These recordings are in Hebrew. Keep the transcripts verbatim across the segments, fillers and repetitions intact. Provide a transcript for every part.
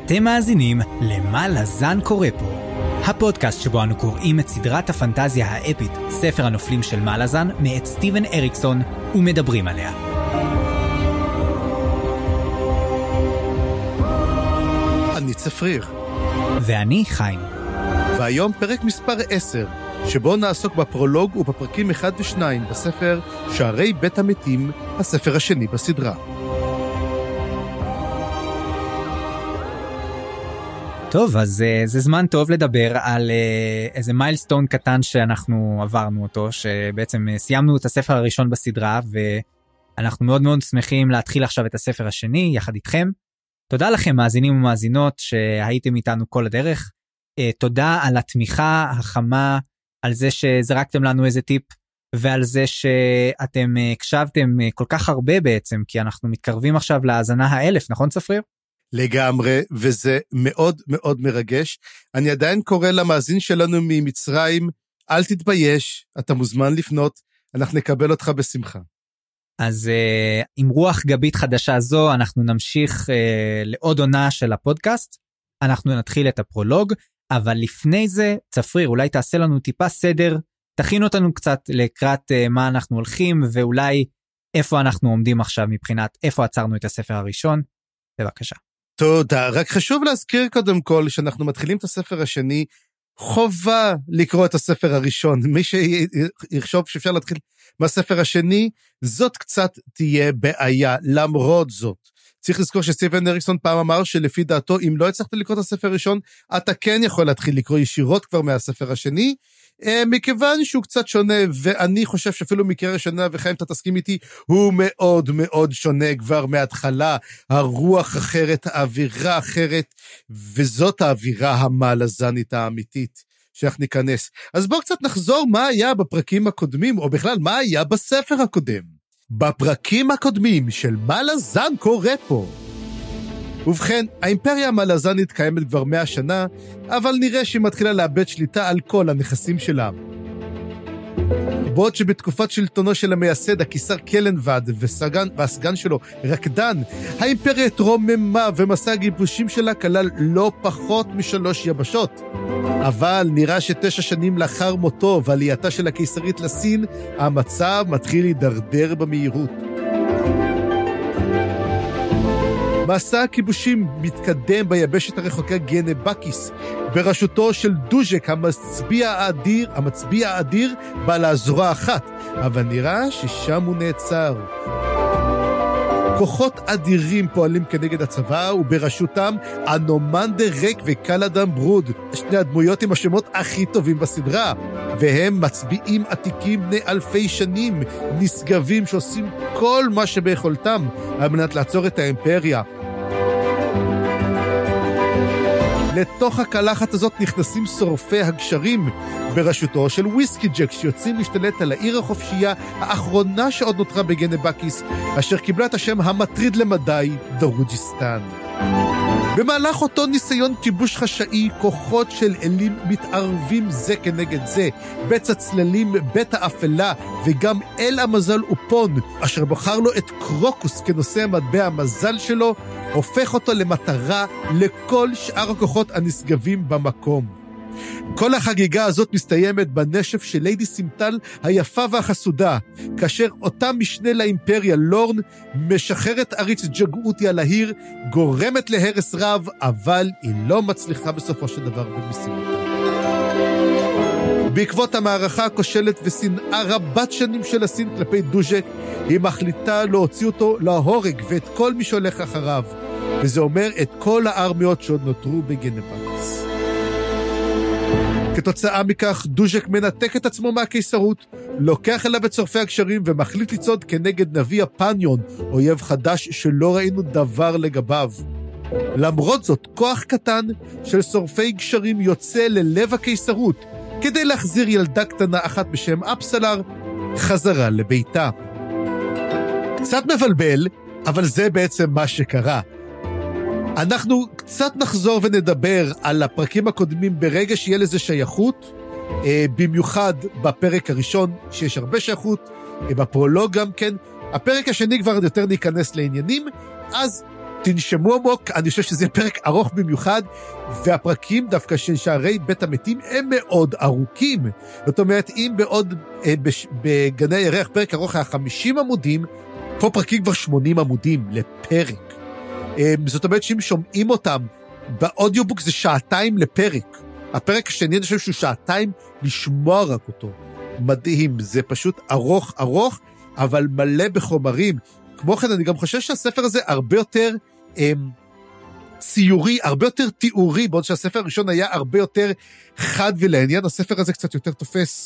אתם מאזינים למה לזן קורא פה, הפודקאסט שבו אנו קוראים את סדרת הפנטזיה האפית ספר הנופלים של מה לזן מאת סטיבן אריקסון ומדברים עליה. אני צפריר. ואני חיים. והיום פרק מספר עשר, שבו נעסוק בפרולוג ובפרקים אחד ושניים בספר שערי בית המתים, הספר השני בסדרה. טוב, אז זה זמן טוב לדבר על איזה מיילסטון קטן שאנחנו עברנו אותו, שבעצם סיימנו את הספר הראשון בסדרה, ואנחנו מאוד מאוד שמחים להתחיל עכשיו את הספר השני יחד איתכם. תודה לכם מאזינים ומאזינות שהייתם איתנו כל הדרך. תודה על התמיכה החמה, על זה שזרקתם לנו איזה טיפ, ועל זה שאתם הקשבתם כל כך הרבה בעצם, כי אנחנו מתקרבים עכשיו להאזנה האלף, נכון צפריר? לגמרי, וזה מאוד מאוד מרגש. אני עדיין קורא למאזין שלנו ממצרים, אל תתבייש, אתה מוזמן לפנות, אנחנו נקבל אותך בשמחה. אז uh, עם רוח גבית חדשה זו, אנחנו נמשיך uh, לעוד עונה של הפודקאסט, אנחנו נתחיל את הפרולוג, אבל לפני זה, צפריר, אולי תעשה לנו טיפה סדר, תכין אותנו קצת לקראת uh, מה אנחנו הולכים, ואולי איפה אנחנו עומדים עכשיו מבחינת איפה עצרנו את הספר הראשון, בבקשה. תודה, רק חשוב להזכיר קודם כל שאנחנו מתחילים את הספר השני, חובה לקרוא את הספר הראשון, מי שיחשוב שאפשר להתחיל מהספר השני, זאת קצת תהיה בעיה, למרות זאת. צריך לזכור שסטיבן אריקסון פעם אמר שלפי דעתו, אם לא הצלחת לקרוא את הספר הראשון, אתה כן יכול להתחיל לקרוא ישירות כבר מהספר השני, מכיוון שהוא קצת שונה, ואני חושב שאפילו מקרה ראשונה, וחיים אתה תסכים איתי, הוא מאוד מאוד שונה כבר מההתחלה, הרוח אחרת, האווירה אחרת, וזאת האווירה המלזנית האמיתית, שאנחנו ניכנס. אז בואו קצת נחזור מה היה בפרקים הקודמים, או בכלל מה היה בספר הקודם. בפרקים הקודמים של מה לזן קורא פה. ובכן, האימפריה המלזנית קיימת כבר מאה שנה, אבל נראה שהיא מתחילה לאבד שליטה על כל הנכסים שלה. בעוד שבתקופת שלטונו של המייסד, הקיסר קלנבד וסגן, והסגן שלו, רקדן, האימפריה התרוממה ומסע הגיבושים שלה כלל לא פחות משלוש יבשות. אבל נראה שתשע שנים לאחר מותו ועלייתה של הקיסרית לסין, המצב מתחיל להידרדר במהירות. מסע הכיבושים מתקדם ביבשת הרחוקה גנבקיס, בראשותו של דוז'ק המצביע האדיר, המצביע האדיר בעל הזרוע אחת, אבל נראה ששם הוא נעצר. כוחות אדירים פועלים כנגד הצבא, ובראשותם אנומנדה ריק וקלאדם ברוד, שני הדמויות עם השמות הכי טובים בסדרה, והם מצביעים עתיקים בני אלפי שנים, נשגבים שעושים כל מה שביכולתם על מנת לעצור את האימפריה. לתוך הקלחת הזאת נכנסים שורפי הגשרים, בראשותו של וויסקי ג'ק, שיוצאים להשתלט על העיר החופשייה האחרונה שעוד נותרה בגנבקיס, אשר קיבלה את השם המטריד למדי, דרוג'יסטן. במהלך אותו ניסיון כיבוש חשאי, כוחות של אלים מתערבים זה כנגד זה, בית הצללים, בית האפלה, וגם אל המזל אופון, אשר בחר לו את קרוקוס כנושא המטבע המזל שלו, הופך אותו למטרה לכל שאר הכוחות הנשגבים במקום. כל החגיגה הזאת מסתיימת בנשף של ליידי סימטל היפה והחסודה, כאשר אותה משנה לאימפריה לורן משחררת עריץ ג'געותי על ההיר, גורמת להרס רב, אבל היא לא מצליחה בסופו של דבר במשימתה. בעקבות המערכה הכושלת ושנאה רבת שנים של הסין כלפי דוז'ק, היא מחליטה להוציא אותו להורג ואת כל מי שהולך אחריו, וזה אומר את כל הארמיות שעוד נותרו בגנבקיס. כתוצאה מכך, דוז'ק מנתק את עצמו מהקיסרות, לוקח אליו את שורפי הגשרים ומחליט לצעוד כנגד נביא הפניון, אויב חדש שלא ראינו דבר לגביו. למרות זאת, כוח קטן של שורפי גשרים יוצא ללב הקיסרות, כדי להחזיר ילדה קטנה אחת בשם אפסלר חזרה לביתה. קצת מבלבל, אבל זה בעצם מה שקרה. אנחנו קצת נחזור ונדבר על הפרקים הקודמים ברגע שיהיה לזה שייכות, במיוחד בפרק הראשון שיש הרבה שייכות, בפרולוג גם כן. הפרק השני כבר יותר ניכנס לעניינים, אז תנשמו עמוק, אני חושב שזה פרק ארוך במיוחד, והפרקים דווקא של שערי בית המתים הם מאוד ארוכים. זאת אומרת, אם בעוד אה, בש, בגני הירח פרק ארוך היה חמישים עמודים, פה פרקים כבר שמונים עמודים לפרק. אה, זאת אומרת שאם שומעים אותם, באודיובוק זה שעתיים לפרק. הפרק השני אני חושב שהוא שעתיים לשמוע רק אותו. מדהים, זה פשוט ארוך ארוך, אבל מלא בחומרים. כמו כן, אני גם חושב שהספר הזה הרבה יותר אה, ציורי, הרבה יותר תיאורי, בעוד שהספר הראשון היה הרבה יותר חד ולעניין, הספר הזה קצת יותר תופס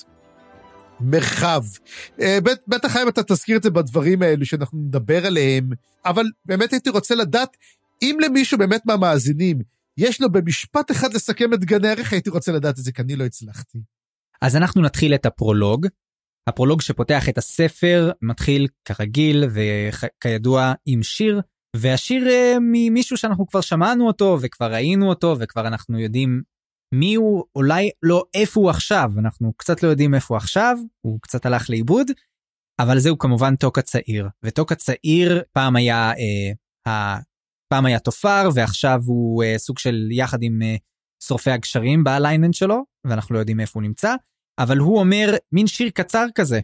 מרחב. אה, בטח אם אתה תזכיר את זה בדברים האלו שאנחנו נדבר עליהם, אבל באמת הייתי רוצה לדעת, אם למישהו באמת מהמאזינים, יש לו במשפט אחד לסכם את גני הערך, הייתי רוצה לדעת את זה, כי אני לא הצלחתי. אז אנחנו נתחיל את הפרולוג. הפרולוג שפותח את הספר מתחיל כרגיל וכידוע עם שיר, והשיר ממישהו שאנחנו כבר שמענו אותו וכבר ראינו אותו וכבר אנחנו יודעים מי הוא, אולי לא איפה הוא עכשיו, אנחנו קצת לא יודעים איפה הוא עכשיו, הוא קצת הלך לאיבוד, אבל זהו כמובן טוק הצעיר, וטוק הצעיר פעם היה, אה, פעם היה תופר ועכשיו הוא אה, סוג של יחד עם אה, שורפי הגשרים באליינמנט שלו, ואנחנו לא יודעים איפה הוא נמצא, אבל הוא אומר מין שיר קצר כזה,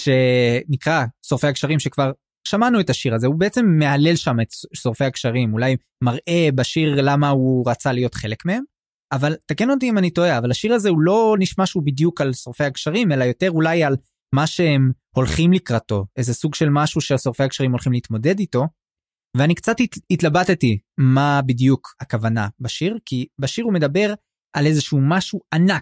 שנקרא שורפי הגשרים, שכבר שמענו את השיר הזה, הוא בעצם מעלל שם את שורפי הגשרים, אולי מראה בשיר למה הוא רצה להיות חלק מהם, אבל תקן אותי אם אני טועה, אבל השיר הזה הוא לא נשמע שהוא בדיוק על שורפי הגשרים, אלא יותר אולי על מה שהם הולכים לקראתו, איזה סוג של משהו שהשורפי הגשרים הולכים להתמודד איתו, ואני קצת התלבטתי מה בדיוק הכוונה בשיר, כי בשיר הוא מדבר על איזשהו משהו ענק,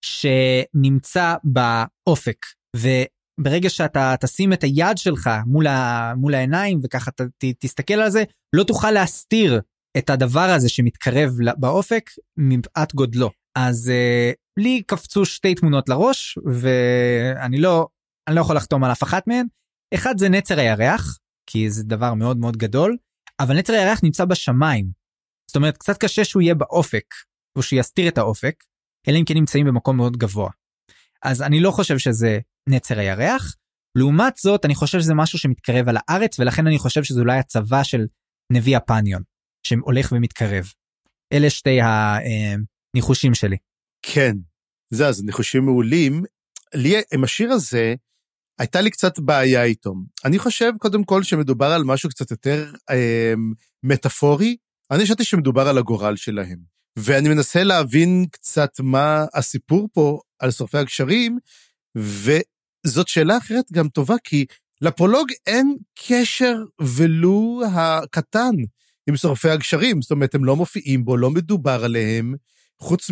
שנמצא באופק, וברגע שאתה תשים את היד שלך מול, ה, מול העיניים, וככה ת, ת, תסתכל על זה, לא תוכל להסתיר את הדבר הזה שמתקרב באופק, מפאת גודלו. אז uh, לי קפצו שתי תמונות לראש, ואני לא, אני לא יכול לחתום על אף אחת מהן. אחד זה נצר הירח, כי זה דבר מאוד מאוד גדול, אבל נצר הירח נמצא בשמיים. זאת אומרת, קצת קשה שהוא יהיה באופק, או שיסתיר את האופק, אלא אם כן נמצאים במקום מאוד גבוה. אז אני לא חושב שזה נצר הירח, לעומת זאת אני חושב שזה משהו שמתקרב על הארץ, ולכן אני חושב שזה אולי הצבא של נביא הפניון, שהולך ומתקרב. אלה שתי הניחושים שלי. כן, זה אז ניחושים מעולים. לי, עם השיר הזה, הייתה לי קצת בעיה איתו. אני חושב קודם כל שמדובר על משהו קצת יותר אה, מטאפורי, אני חשבתי שמדובר על הגורל שלהם. ואני מנסה להבין קצת מה הסיפור פה על שורפי הגשרים, וזאת שאלה אחרת גם טובה, כי לפרולוג אין קשר ולו הקטן עם שורפי הגשרים, זאת אומרת, הם לא מופיעים בו, לא מדובר עליהם, חוץ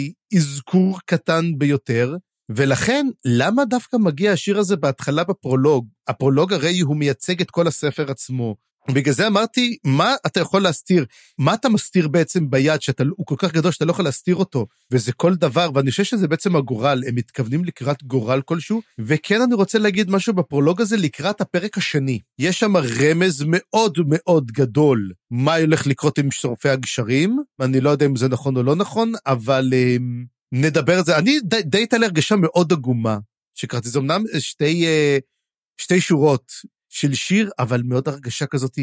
מאזכור קטן ביותר, ולכן, למה דווקא מגיע השיר הזה בהתחלה בפרולוג? הפרולוג הרי הוא מייצג את כל הספר עצמו, בגלל זה אמרתי, מה אתה יכול להסתיר? מה אתה מסתיר בעצם ביד, שאתה, הוא כל כך גדול שאתה לא יכול להסתיר אותו, וזה כל דבר, ואני חושב שזה בעצם הגורל, הם מתכוונים לקראת גורל כלשהו, וכן אני רוצה להגיד משהו בפרולוג הזה, לקראת הפרק השני. יש שם רמז מאוד מאוד גדול, מה הולך לקרות עם שורפי הגשרים, אני לא יודע אם זה נכון או לא נכון, אבל um, נדבר על זה. אני די, די הייתה להרגשה מאוד עגומה, שקראתי, זה אמנם שתי, uh, שתי שורות, של שיר, אבל מאוד הרגשה כזאת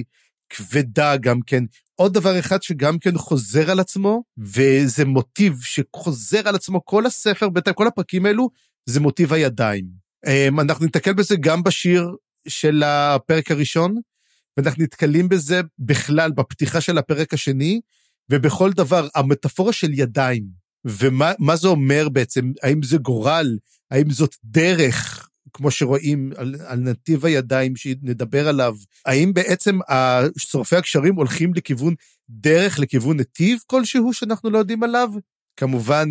כבדה גם כן. עוד דבר אחד שגם כן חוזר על עצמו, וזה מוטיב שחוזר על עצמו כל הספר, כל הפרקים האלו, זה מוטיב הידיים. אנחנו נתקל בזה גם בשיר של הפרק הראשון, ואנחנו נתקלים בזה בכלל בפתיחה של הפרק השני, ובכל דבר, המטאפורה של ידיים, ומה מה זה אומר בעצם, האם זה גורל, האם זאת דרך, כמו שרואים על, על נתיב הידיים שנדבר עליו, האם בעצם שורפי הגשרים הולכים לכיוון דרך, לכיוון נתיב כלשהו שאנחנו לא יודעים עליו? כמובן,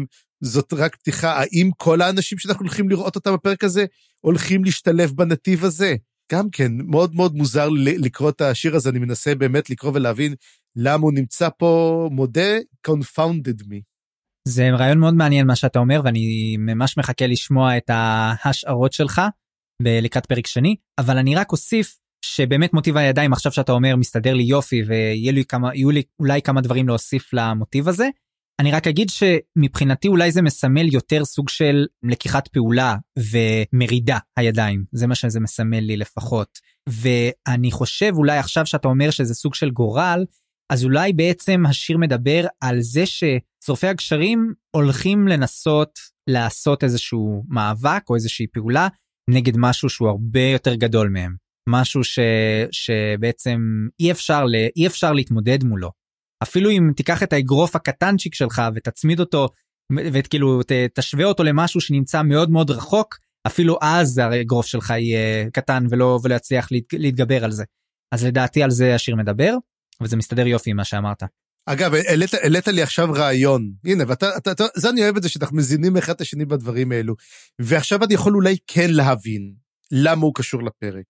זאת רק פתיחה, האם כל האנשים שאנחנו הולכים לראות אותם בפרק הזה, הולכים להשתלב בנתיב הזה? גם כן, מאוד מאוד מוזר לקרוא את השיר הזה, אני מנסה באמת לקרוא ולהבין למה הוא נמצא פה, מודה, confounded me. זה רעיון מאוד מעניין מה שאתה אומר, ואני ממש מחכה לשמוע את ההשערות שלך לקראת פרק שני, אבל אני רק אוסיף שבאמת מוטיב הידיים, עכשיו שאתה אומר, מסתדר לי יופי, ויהיו לי כמה, יהיו לי אולי כמה דברים להוסיף למוטיב הזה. אני רק אגיד שמבחינתי אולי זה מסמל יותר סוג של לקיחת פעולה ומרידה הידיים, זה מה שזה מסמל לי לפחות. ואני חושב אולי עכשיו שאתה אומר שזה סוג של גורל, אז אולי בעצם השיר מדבר על זה ששורפי הגשרים הולכים לנסות לעשות איזשהו מאבק או איזושהי פעולה נגד משהו שהוא הרבה יותר גדול מהם. משהו ש, שבעצם אי אפשר, ל, אי אפשר להתמודד מולו. אפילו אם תיקח את האגרוף הקטנצ'יק שלך ותצמיד אותו, וכאילו תשווה אותו למשהו שנמצא מאוד מאוד רחוק, אפילו אז האגרוף שלך יהיה קטן ולא, ולא יצליח להתגבר על זה. אז לדעתי על זה השיר מדבר, וזה מסתדר יופי עם מה שאמרת. אגב, העלית, העלית לי עכשיו רעיון. הנה, ואתה, אתה, אתה, זה אני אוהב את זה שאנחנו מזינים אחד את השני בדברים האלו. ועכשיו אני יכול אולי כן להבין למה הוא קשור לפרק.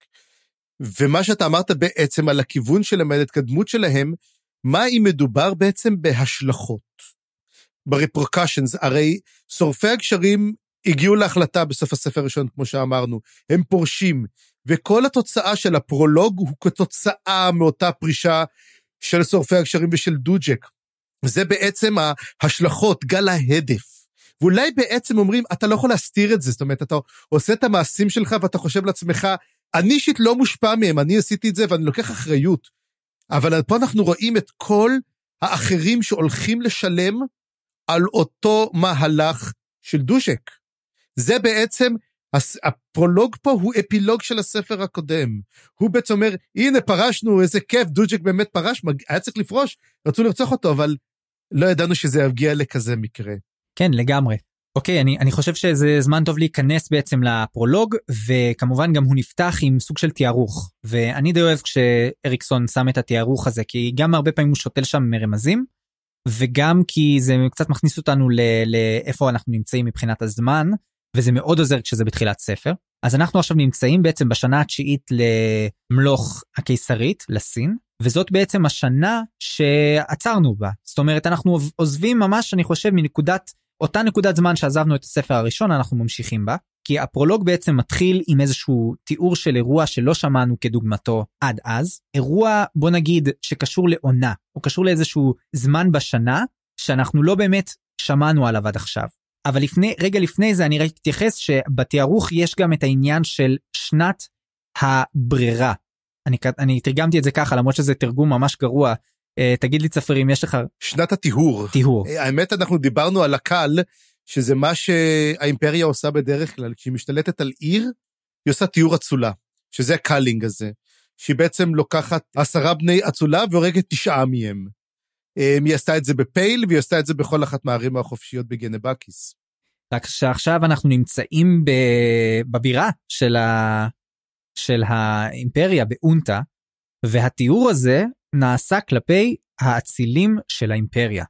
ומה שאתה אמרת בעצם על הכיוון שלהם, על ההתקדמות שלהם, מה אם מדובר בעצם בהשלכות? ברפרקשנס, הרי שורפי הגשרים הגיעו להחלטה בסוף הספר הראשון, כמו שאמרנו, הם פורשים, וכל התוצאה של הפרולוג הוא כתוצאה מאותה פרישה של שורפי הגשרים ושל דוג'ק. זה בעצם ההשלכות, גל ההדף. ואולי בעצם אומרים, אתה לא יכול להסתיר את זה, זאת אומרת, אתה עושה את המעשים שלך ואתה חושב לעצמך, אני אישית לא מושפע מהם, אני עשיתי את זה ואני לוקח אחריות. אבל פה אנחנו רואים את כל האחרים שהולכים לשלם על אותו מהלך של דוג'ק. זה בעצם, הפרולוג פה הוא אפילוג של הספר הקודם. הוא בעצם אומר, הנה פרשנו, איזה כיף, דוג'ק באמת פרש, היה צריך לפרוש, רצו לרצוח אותו, אבל לא ידענו שזה יגיע לכזה מקרה. כן, לגמרי. אוקיי, אני, אני חושב שזה זמן טוב להיכנס בעצם לפרולוג, וכמובן גם הוא נפתח עם סוג של תיארוך. ואני די אוהב כשאריקסון שם את התיארוך הזה, כי גם הרבה פעמים הוא שותל שם מרמזים, וגם כי זה קצת מכניס אותנו לאיפה אנחנו נמצאים מבחינת הזמן, וזה מאוד עוזר כשזה בתחילת ספר. אז אנחנו עכשיו נמצאים בעצם בשנה התשיעית למלוך הקיסרית, לסין, וזאת בעצם השנה שעצרנו בה. זאת אומרת, אנחנו עוזבים ממש, אני חושב, מנקודת, אותה נקודת זמן שעזבנו את הספר הראשון, אנחנו ממשיכים בה, כי הפרולוג בעצם מתחיל עם איזשהו תיאור של אירוע שלא שמענו כדוגמתו עד אז. אירוע, בוא נגיד, שקשור לעונה, או קשור לאיזשהו זמן בשנה, שאנחנו לא באמת שמענו עליו עד עכשיו. אבל לפני, רגע לפני זה אני רק אתייחס שבתיארוך יש גם את העניין של שנת הברירה. אני, אני תרגמתי את זה ככה, למרות שזה תרגום ממש גרוע. Uh, תגיד לי צפרים, יש לך... שנת הטיהור. טיהור. האמת, אנחנו דיברנו על הקל, שזה מה שהאימפריה עושה בדרך כלל, כשהיא משתלטת על עיר, היא עושה טיהור אצולה, שזה הקלינג הזה, שהיא בעצם לוקחת עשרה בני אצולה והורגת תשעה מהם. היא עשתה את זה בפייל, והיא עשתה את זה בכל אחת מהערים החופשיות בגנבקיס. רק שעכשיו אנחנו נמצאים בבירה של, ה... של האימפריה, באונטה, והתיאור הזה נעשה כלפי האצילים של האימפריה.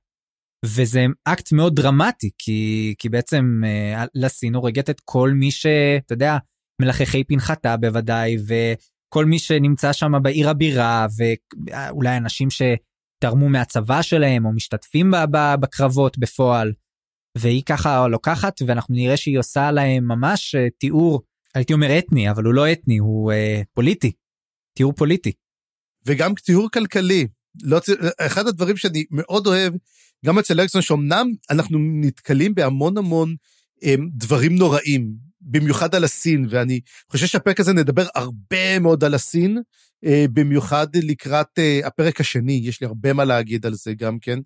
וזה אקט מאוד דרמטי, כי, כי בעצם אה, לסין הורגת את כל מי ש, אתה יודע, מלחכי פנחתה בוודאי, וכל מי שנמצא שם בעיר הבירה, ואולי אנשים שתרמו מהצבא שלהם, או משתתפים בקרבות בפועל, והיא ככה לוקחת, ואנחנו נראה שהיא עושה להם ממש תיאור, הייתי אומר אתני, אבל הוא לא אתני, הוא אה, פוליטי, תיאור פוליטי. וגם תיאור כלכלי. לא, אחד הדברים שאני מאוד אוהב, גם אצל אריקסון, שאומנם אנחנו נתקלים בהמון המון הם, דברים נוראים, במיוחד על הסין, ואני חושב שהפרק הזה נדבר הרבה מאוד על הסין, אה, במיוחד לקראת אה, הפרק השני, יש לי הרבה מה להגיד על זה גם כן,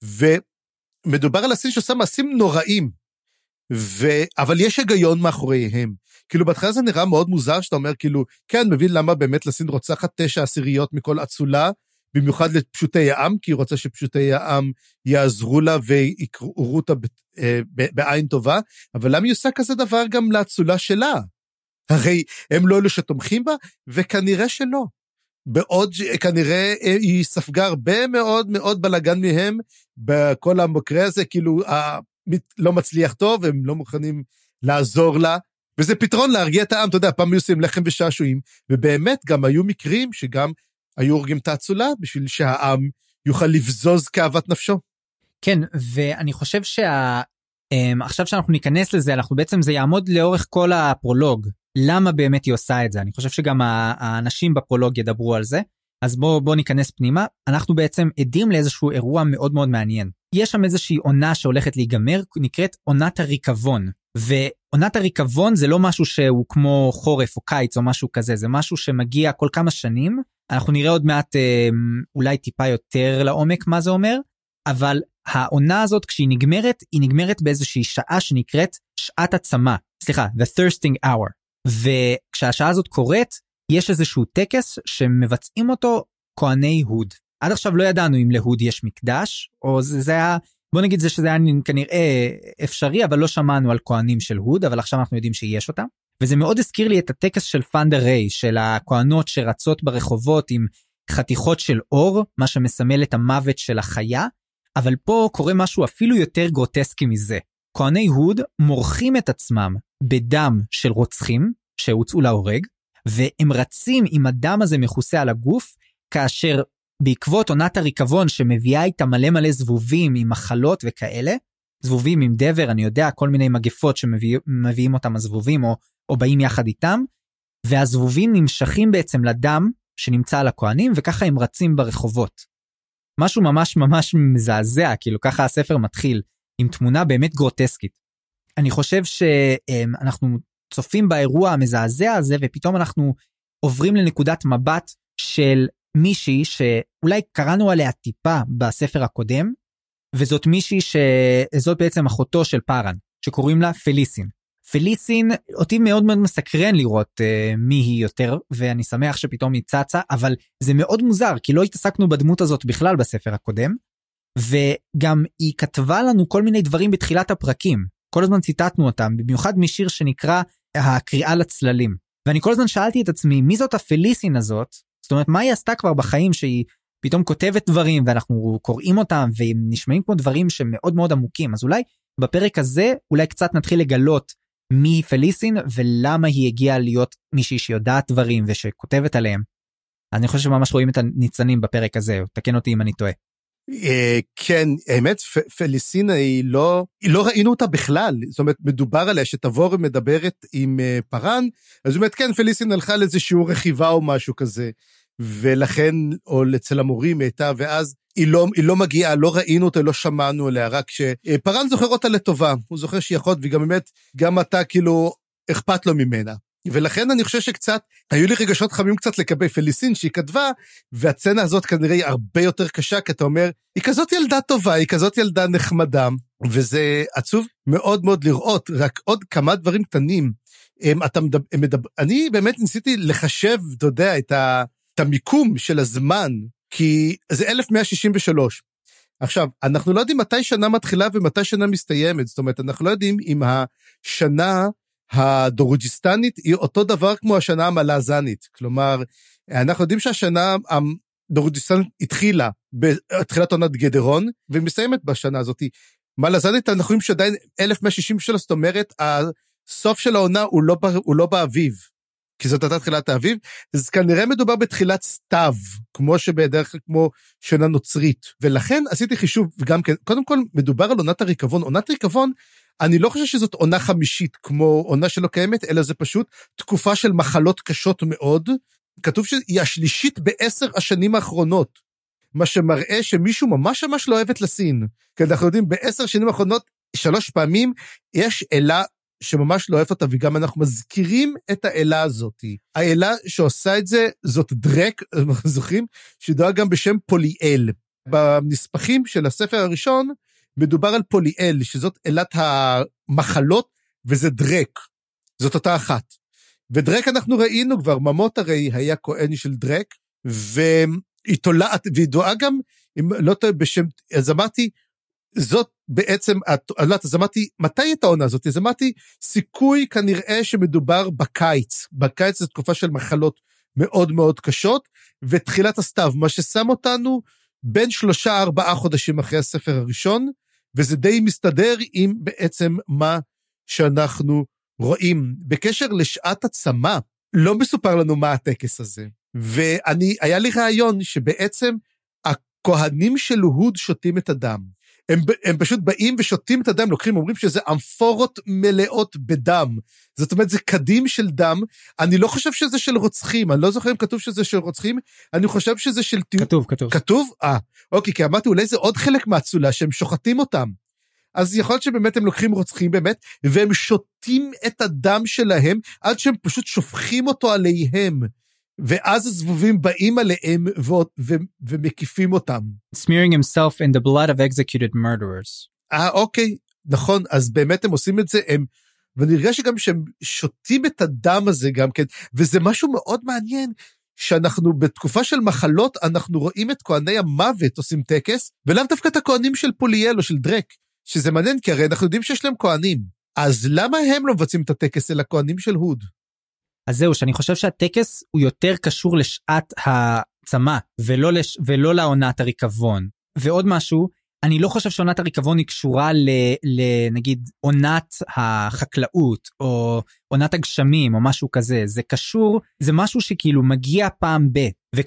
ומדובר על הסין שעושה מעשים נוראים, ו... אבל יש היגיון מאחוריהם. כאילו בהתחלה זה נראה מאוד מוזר שאתה אומר כאילו, כן, מבין למה באמת לסין רוצחת תשע עשיריות מכל אצולה, במיוחד לפשוטי העם, כי היא רוצה שפשוטי העם יעזרו לה ויקראו אותה בעין טובה, אבל למה היא עושה כזה דבר גם לאצולה שלה? הרי הם לא אלו שתומכים בה, וכנראה שלא. בעוד, כנראה היא ספגה הרבה מאוד מאוד בלגן מהם, בכל המקרה הזה, כאילו, לא מצליח טוב, הם לא מוכנים לעזור לה, וזה פתרון להרגיע את העם, אתה יודע, פעם היו עושים לחם ושעשועים, ובאמת גם היו מקרים שגם היו הורגים את האצולה, בשביל שהעם יוכל לבזוז כאוות נפשו. כן, ואני חושב שעכשיו שאנחנו ניכנס לזה, אנחנו בעצם זה יעמוד לאורך כל הפרולוג, למה באמת היא עושה את זה, אני חושב שגם האנשים בפרולוג ידברו על זה, אז בואו בוא ניכנס פנימה, אנחנו בעצם עדים לאיזשהו אירוע מאוד מאוד מעניין. יש שם איזושהי עונה שהולכת להיגמר, נקראת עונת הריקבון, ועונת הריקבון זה לא משהו שהוא כמו חורף או קיץ או משהו כזה, זה משהו שמגיע כל כמה שנים, אנחנו נראה עוד מעט אולי טיפה יותר לעומק מה זה אומר, אבל העונה הזאת כשהיא נגמרת, היא נגמרת באיזושהי שעה שנקראת שעת הצמא, סליחה, the thirsting hour, וכשהשעה הזאת קורית, יש איזשהו טקס שמבצעים אותו כהני הוד. עד עכשיו לא ידענו אם להוד יש מקדש, או זה, זה היה, בוא נגיד זה שזה היה כנראה אפשרי, אבל לא שמענו על כהנים של הוד, אבל עכשיו אנחנו יודעים שיש אותם. וזה מאוד הזכיר לי את הטקס של פנדה ריי, של הכהנות שרצות ברחובות עם חתיכות של אור, מה שמסמל את המוות של החיה, אבל פה קורה משהו אפילו יותר גרוטסקי מזה. כהני הוד מורחים את עצמם בדם של רוצחים שהוצאו להורג, והם רצים עם הדם הזה מכוסה על הגוף, כאשר בעקבות עונת הריקבון שמביאה איתה מלא מלא זבובים עם מחלות וכאלה, זבובים עם דבר, אני יודע, כל מיני מגפות שמביאים אותם הזבובים או, או באים יחד איתם, והזבובים נמשכים בעצם לדם שנמצא על הכהנים, וככה הם רצים ברחובות. משהו ממש ממש מזעזע, כאילו ככה הספר מתחיל, עם תמונה באמת גרוטסקית. אני חושב שאנחנו צופים באירוע המזעזע הזה, ופתאום אנחנו עוברים לנקודת מבט של מישהי שאולי קראנו עליה טיפה בספר הקודם, וזאת מישהי שזאת בעצם אחותו של פארן, שקוראים לה פליסין. פליסין, אותי מאוד מאוד מסקרן לראות uh, מי היא יותר, ואני שמח שפתאום היא צצה, אבל זה מאוד מוזר, כי לא התעסקנו בדמות הזאת בכלל בספר הקודם, וגם היא כתבה לנו כל מיני דברים בתחילת הפרקים, כל הזמן ציטטנו אותם, במיוחד משיר שנקרא הקריאה לצללים, ואני כל הזמן שאלתי את עצמי, מי זאת הפליסין הזאת? זאת אומרת, מה היא עשתה כבר בחיים שהיא פתאום כותבת דברים, ואנחנו קוראים אותם, והם נשמעים כמו דברים שמאוד מאוד עמוקים, אז אולי בפרק הזה, אולי קצת נתחיל לגלות מי פליסין, ולמה היא הגיעה להיות מישהי שיודעת דברים, ושכותבת עליהם. אז אני חושב שממש רואים את הניצנים בפרק הזה, תקן אותי אם אני טועה. כן, האמת, פליסין היא לא, לא ראינו אותה בכלל, זאת אומרת, מדובר עליה שתבור ומדברת עם פארן, אז זאת אומרת, כן, פליסין הלכה לאיזה שיעור רכיבה או משהו כזה, ולכן, או אצל המורים הייתה, ואז היא לא, היא לא מגיעה, לא ראינו אותה, לא שמענו עליה, רק שפארן זוכר אותה לטובה, הוא זוכר שהיא אחות, וגם באמת, גם אתה כאילו, אכפת לו ממנה. ולכן אני חושב שקצת, היו לי רגשות חמים קצת לקבי פליסין שהיא כתבה, והצנה הזאת כנראה היא הרבה יותר קשה, כי אתה אומר, היא כזאת ילדה טובה, היא כזאת ילדה נחמדה, וזה עצוב מאוד מאוד לראות, רק עוד כמה דברים קטנים, אתה מדבר, מדבר, אני באמת ניסיתי לחשב, אתה יודע, את, ה, את המיקום של הזמן, כי זה אלף מאה שישים ושלוש. עכשיו, אנחנו לא יודעים מתי שנה מתחילה ומתי שנה מסתיימת, זאת אומרת, אנחנו לא יודעים אם השנה הדורוג'יסטנית היא אותו דבר כמו השנה המלאזנית, כלומר, אנחנו יודעים שהשנה הדורוג'יסטנית התחילה בתחילת עונת גדרון, ומסיימת בשנה הזאת. מלאזנית אנחנו רואים שעדיין אלף מאה שישים ושלוש, זאת אומרת, הסוף של העונה הוא לא, הוא לא באביב, כי זאת הייתה תחילת האביב, אז כנראה מדובר בתחילת סתיו, כמו שבדרך כלל כמו שנה נוצרית, ולכן עשיתי חישוב, וגם כן, קודם כל מדובר על עונת הריקבון, עונת הריקבון, אני לא חושב שזאת עונה חמישית, כמו עונה שלא קיימת, אלא זה פשוט תקופה של מחלות קשות מאוד, כתוב שהיא השלישית בעשר השנים האחרונות, מה שמראה שמישהו ממש ממש לא אוהבת לסין, כי אנחנו יודעים, בעשר שנים האחרונות, שלוש פעמים, יש אלה שממש לא אוהב אותה, וגם אנחנו מזכירים את האלה הזאת. האלה שעושה את זה, זאת דרק, זוכרים, שדועה גם בשם פוליאל. בנספחים של הספר הראשון, מדובר על פוליאל, שזאת אלת המחלות, וזה דרק. זאת אותה אחת. ודרק אנחנו ראינו כבר, ממות הרי היה כהן של דרק, והיא תולעת, והיא דועה גם, אם לא טועה בשם, אז אמרתי, זאת בעצם, אז אמרתי, מתי את העונה הזאת? אז אמרתי, סיכוי כנראה שמדובר בקיץ. בקיץ זו תקופה של מחלות מאוד מאוד קשות, ותחילת הסתיו, מה ששם אותנו בין שלושה ארבעה חודשים אחרי הספר הראשון, וזה די מסתדר עם בעצם מה שאנחנו רואים. בקשר לשעת הצמא, לא מסופר לנו מה הטקס הזה. ואני, היה לי רעיון שבעצם הכהנים של הוד שותים את הדם. הם, הם פשוט באים ושותים את הדם, לוקחים, אומרים שזה אמפורות מלאות בדם. זאת אומרת, זה קדים של דם. אני לא חושב שזה של רוצחים, אני לא זוכר אם כתוב שזה של רוצחים, אני חושב שזה של... כתוב, כתוב. כתוב? אה, אוקיי, כי אמרתי, אולי זה עוד חלק מהצולה, שהם שוחטים אותם. אז יכול להיות שבאמת הם לוקחים רוצחים באמת, והם שותים את הדם שלהם, עד שהם פשוט שופכים אותו עליהם, ואז הזבובים באים עליהם ו- ו- ומקיפים אותם. Smearing himself in the blood of executed murderers. אה, אוקיי, נכון, אז באמת הם עושים את זה, הם, ונראה שגם שהם שותים את הדם הזה גם כן, וזה משהו מאוד מעניין, שאנחנו בתקופה של מחלות, אנחנו רואים את כהני המוות עושים טקס, ולאו דווקא את הכהנים של פוליאל או של דרק, שזה מעניין, כי הרי אנחנו יודעים שיש להם כהנים, אז למה הם לא מבצעים את הטקס אל הכהנים של הוד? אז זהו, שאני חושב שהטקס הוא יותר קשור לשעת הצמא, ולא, לש... ולא לעונת הריקבון. ועוד משהו, אני לא חושב שעונת הריקבון היא קשורה ל... לנגיד עונת החקלאות, או עונת הגשמים, או משהו כזה. זה קשור, זה משהו שכאילו מגיע פעם ב,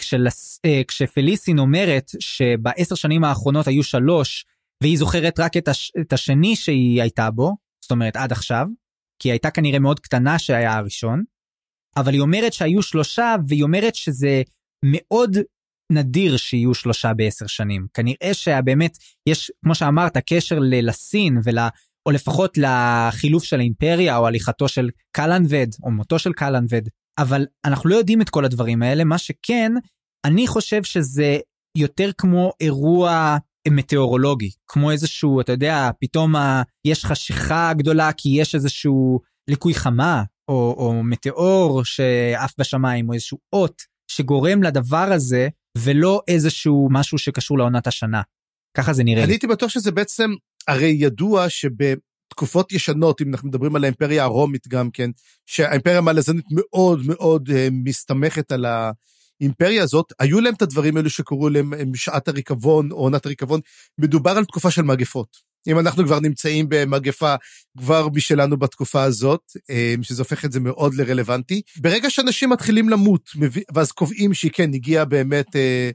וכשפליסין אומרת שבעשר שנים האחרונות היו שלוש, והיא זוכרת רק את, הש... את השני שהיא הייתה בו, זאת אומרת עד עכשיו, כי היא הייתה כנראה מאוד קטנה שהיה הראשון, אבל היא אומרת שהיו שלושה, והיא אומרת שזה מאוד נדיר שיהיו שלושה בעשר שנים. כנראה שבאמת יש, כמו שאמרת, קשר לסין, ול, או לפחות לחילוף של האימפריה, או הליכתו של קלנבד, או מותו של קלנבד. אבל אנחנו לא יודעים את כל הדברים האלה, מה שכן, אני חושב שזה יותר כמו אירוע מטאורולוגי, כמו איזשהו, אתה יודע, פתאום יש חשיכה גדולה, כי יש איזשהו ליקוי חמה, או, או מטאור שאף בשמיים, או איזשהו אות שגורם לדבר הזה, ולא איזשהו משהו שקשור לעונת השנה. ככה זה נראה. אני הייתי בטוח שזה בעצם, הרי ידוע שבתקופות ישנות, אם אנחנו מדברים על האימפריה הרומית גם כן, שהאימפריה המלזנית מאוד מאוד מסתמכת על האימפריה הזאת, היו להם את הדברים האלו שקוראו להם שעת הריקבון, או עונת הריקבון, מדובר על תקופה של מגפות. אם אנחנו כבר נמצאים במגפה כבר משלנו בתקופה הזאת, שזה הופך את זה מאוד לרלוונטי, ברגע שאנשים מתחילים למות, ואז קובעים שהיא כן, הגיעה באמת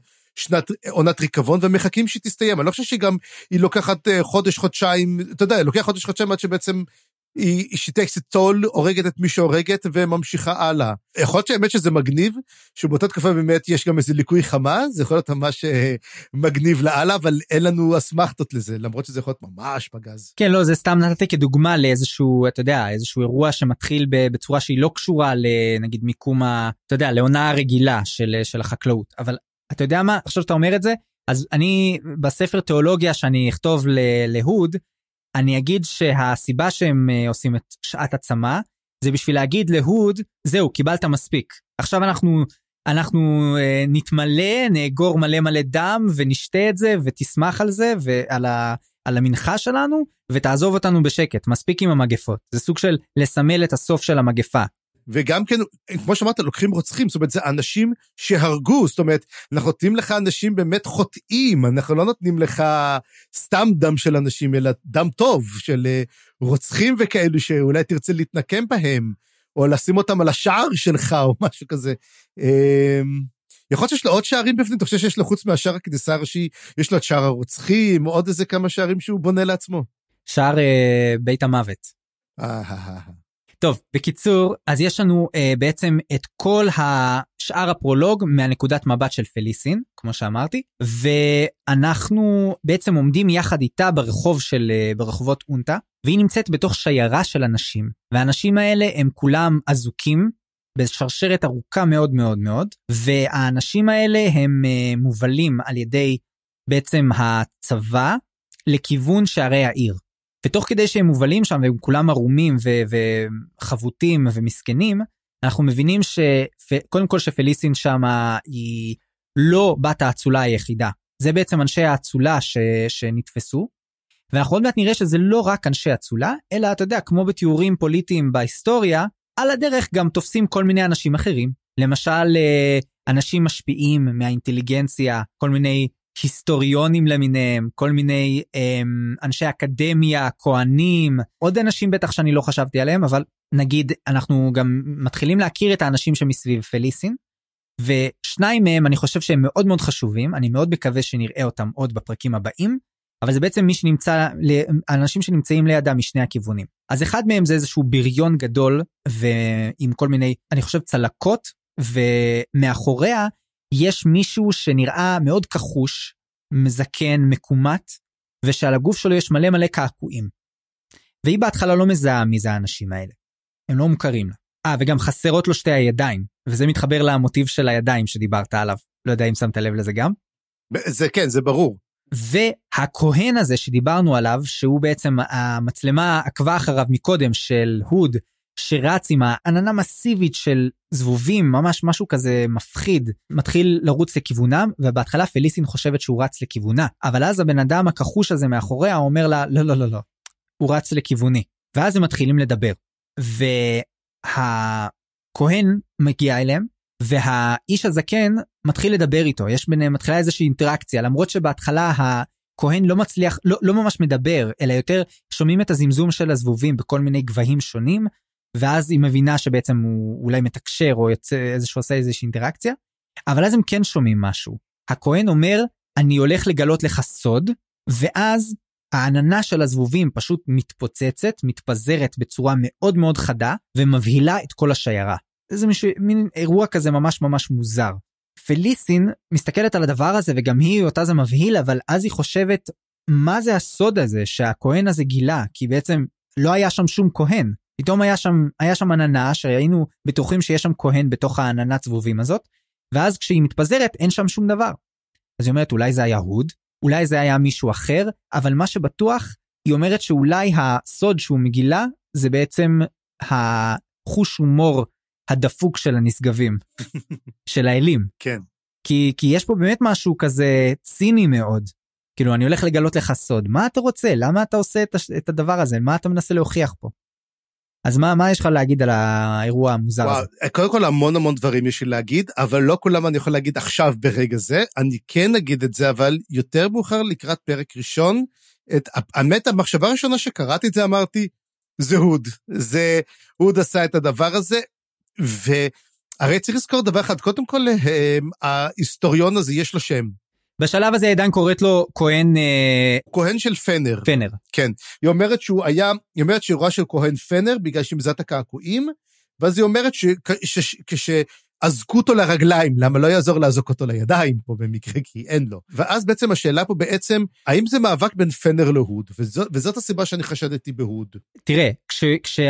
שנת עונת ריקבון, ומחכים שהיא תסתיים. אני לא חושב שהיא גם, היא לוקחת חודש, חודשיים, אתה יודע, לוקח חודש, חודשיים, עד שבעצם היא שיטקסת טול, הורגת את מי שהורגת, וממשיכה הלאה. יכול להיות שהאמת שזה מגניב, שבאותה תקופה באמת יש גם איזה ליקוי חמה, זה יכול להיות ממש מגניב להלאה, אבל אין לנו אסמכתות לזה, למרות שזה יכול להיות ממש פגז. כן, לא, זה סתם נתתי כדוגמה לאיזשהו, אתה יודע, איזשהו אירוע שמתחיל בצורה שהיא לא קשורה לנגיד מיקום, אתה יודע, לעונה הרגילה של, של החקלאות. אבל אתה יודע מה, עכשיו שאתה אומר את זה, אז אני בספר תיאולוגיה שאני אכתוב להוד, אני אגיד שהסיבה שהם עושים את שעת הצמא, זה בשביל להגיד להוד, זהו, קיבלת מספיק. עכשיו אנחנו, אנחנו נתמלא, נאגור מלא מלא דם, ונשתה את זה, ותשמח על זה, ועל ה, על המנחה שלנו, ותעזוב אותנו בשקט, מספיק עם המגפות. זה סוג של לסמל את הסוף של המגפה. וגם כן, כמו שאמרת, לוקחים רוצחים, זאת אומרת, זה אנשים שהרגו, זאת אומרת, אנחנו נותנים לך אנשים באמת חוטאים, אנחנו לא נותנים לך סתם דם של אנשים, אלא דם טוב, של רוצחים וכאלו, שאולי תרצה להתנקם בהם, או לשים אותם על השער שלך, או משהו כזה. יכול להיות שיש לו עוד שערים בפנים, אתה חושב שיש לו חוץ מהשער הכניסה הראשי, יש לו את שער הרוצחים, או עוד איזה כמה שערים שהוא בונה לעצמו. שער אה, בית המוות. אה, אה, אה. טוב, בקיצור, אז יש לנו אה, בעצם את כל השאר הפרולוג מהנקודת מבט של פליסין, כמו שאמרתי, ואנחנו בעצם עומדים יחד איתה ברחוב של, אה, ברחובות אונטה, והיא נמצאת בתוך שיירה של אנשים, והאנשים האלה הם כולם אזוקים, בשרשרת ארוכה מאוד מאוד מאוד, והאנשים האלה הם אה, מובלים על ידי בעצם הצבא לכיוון שערי העיר. ותוך כדי שהם מובלים שם, והם כולם ערומים ו- וחבוטים ומסכנים, אנחנו מבינים שקודם כל שפליסין שם היא לא בת האצולה היחידה. זה בעצם אנשי האצולה ש- שנתפסו, ואנחנו עוד מעט נראה שזה לא רק אנשי אצולה, אלא אתה יודע, כמו בתיאורים פוליטיים בהיסטוריה, על הדרך גם תופסים כל מיני אנשים אחרים. למשל, אנשים משפיעים מהאינטליגנציה, כל מיני היסטוריונים למיניהם, כל מיני אמ, אנשי אקדמיה, כהנים, עוד אנשים בטח שאני לא חשבתי עליהם, אבל נגיד אנחנו גם מתחילים להכיר את האנשים שמסביב פליסין, ושניים מהם אני חושב שהם מאוד מאוד חשובים, אני מאוד מקווה שנראה אותם עוד בפרקים הבאים, אבל זה בעצם מי שנמצא, האנשים שנמצאים לידם משני הכיוונים. אז אחד מהם זה איזשהו בריון גדול, ועם כל מיני, אני חושב צלקות, ומאחוריה יש מישהו שנראה מאוד כחוש, מזקן, מקומט, ושעל הגוף שלו יש מלא מלא קעקועים. והיא בהתחלה לא מזהה מי זה האנשים האלה. הם לא מוכרים לה. אה, וגם חסרות לו שתי הידיים, וזה מתחבר למוטיב של הידיים שדיברת עליו. לא יודע אם שמת לב לזה גם. זה כן, זה ברור. והכהן הזה שדיברנו עליו, שהוא בעצם המצלמה עקבה אחריו מקודם של הוד, שרץ עם העננה מסיבית של זבובים, ממש משהו כזה מפחיד, מתחיל לרוץ לכיוונם, ובהתחלה פליסין חושבת שהוא רץ לכיוונה, אבל אז הבן אדם הכחוש הזה מאחוריה אומר לה, לא, לא, לא, לא, הוא רץ לכיווני, ואז הם מתחילים לדבר, והכהן מגיע אליהם, והאיש הזקן מתחיל לדבר איתו, יש ביניהם, מתחילה איזושהי אינטראקציה, למרות שבהתחלה הכהן לא מצליח, לא, לא ממש מדבר, אלא יותר שומעים את הזמזום של הזבובים בכל מיני גבהים שונים, ואז היא מבינה שבעצם הוא אולי מתקשר או יוצא איזשהו עושה איזושהי אינטראקציה, אבל אז הם כן שומעים משהו. הכהן אומר, אני הולך לגלות לך סוד, ואז העננה של הזבובים פשוט מתפוצצת, מתפזרת בצורה מאוד מאוד חדה, ומבהילה את כל השיירה. זה מישהו, מין אירוע כזה ממש ממש מוזר. פליסין מסתכלת על הדבר הזה, וגם היא אותה זה מבהיל, אבל אז היא חושבת, מה זה הסוד הזה שהכהן הזה גילה? כי בעצם לא היה שם שום כהן. פתאום היה שם, היה שם עננה, שהיינו בטוחים שיש שם כהן בתוך העננת זבובים הזאת, ואז כשהיא מתפזרת, אין שם שום דבר. אז היא אומרת, אולי זה היה הוד, אולי זה היה מישהו אחר, אבל מה שבטוח, היא אומרת שאולי הסוד שהוא מגילה, זה בעצם החוש הומור הדפוק של הנשגבים, של האלים. כן. כי, כי יש פה באמת משהו כזה ציני מאוד. כאילו, אני הולך לגלות לך סוד. מה אתה רוצה? למה אתה עושה את, את הדבר הזה? מה אתה מנסה להוכיח פה? אז מה, מה יש לך להגיד על האירוע המוזר וואו, הזה? קודם כל המון המון דברים יש לי להגיד, אבל לא כולם אני יכול להגיד עכשיו ברגע זה, אני כן אגיד את זה, אבל יותר מאוחר לקראת פרק ראשון, את, האמת, המחשבה הראשונה שקראתי את זה אמרתי, זה הוד, זה, הוד עשה את הדבר הזה, והרי צריך לזכור דבר אחד, קודם כל, ההיסטוריון הזה יש לו שם. בשלב הזה עדיין קוראת לו כהן... כהן של פנר. פנר. כן. היא אומרת שהוא היה, היא אומרת שהיא רואה של כהן פנר, בגלל שהיא מזהה את הקעקועים, ואז היא אומרת כשאזקו אותו לרגליים, למה לא יעזור לאזוק אותו לידיים פה במקרה, כי אין לו. ואז בעצם השאלה פה בעצם, האם זה מאבק בין פנר להוד? וזאת, וזאת הסיבה שאני חשדתי בהוד. תראה, כש,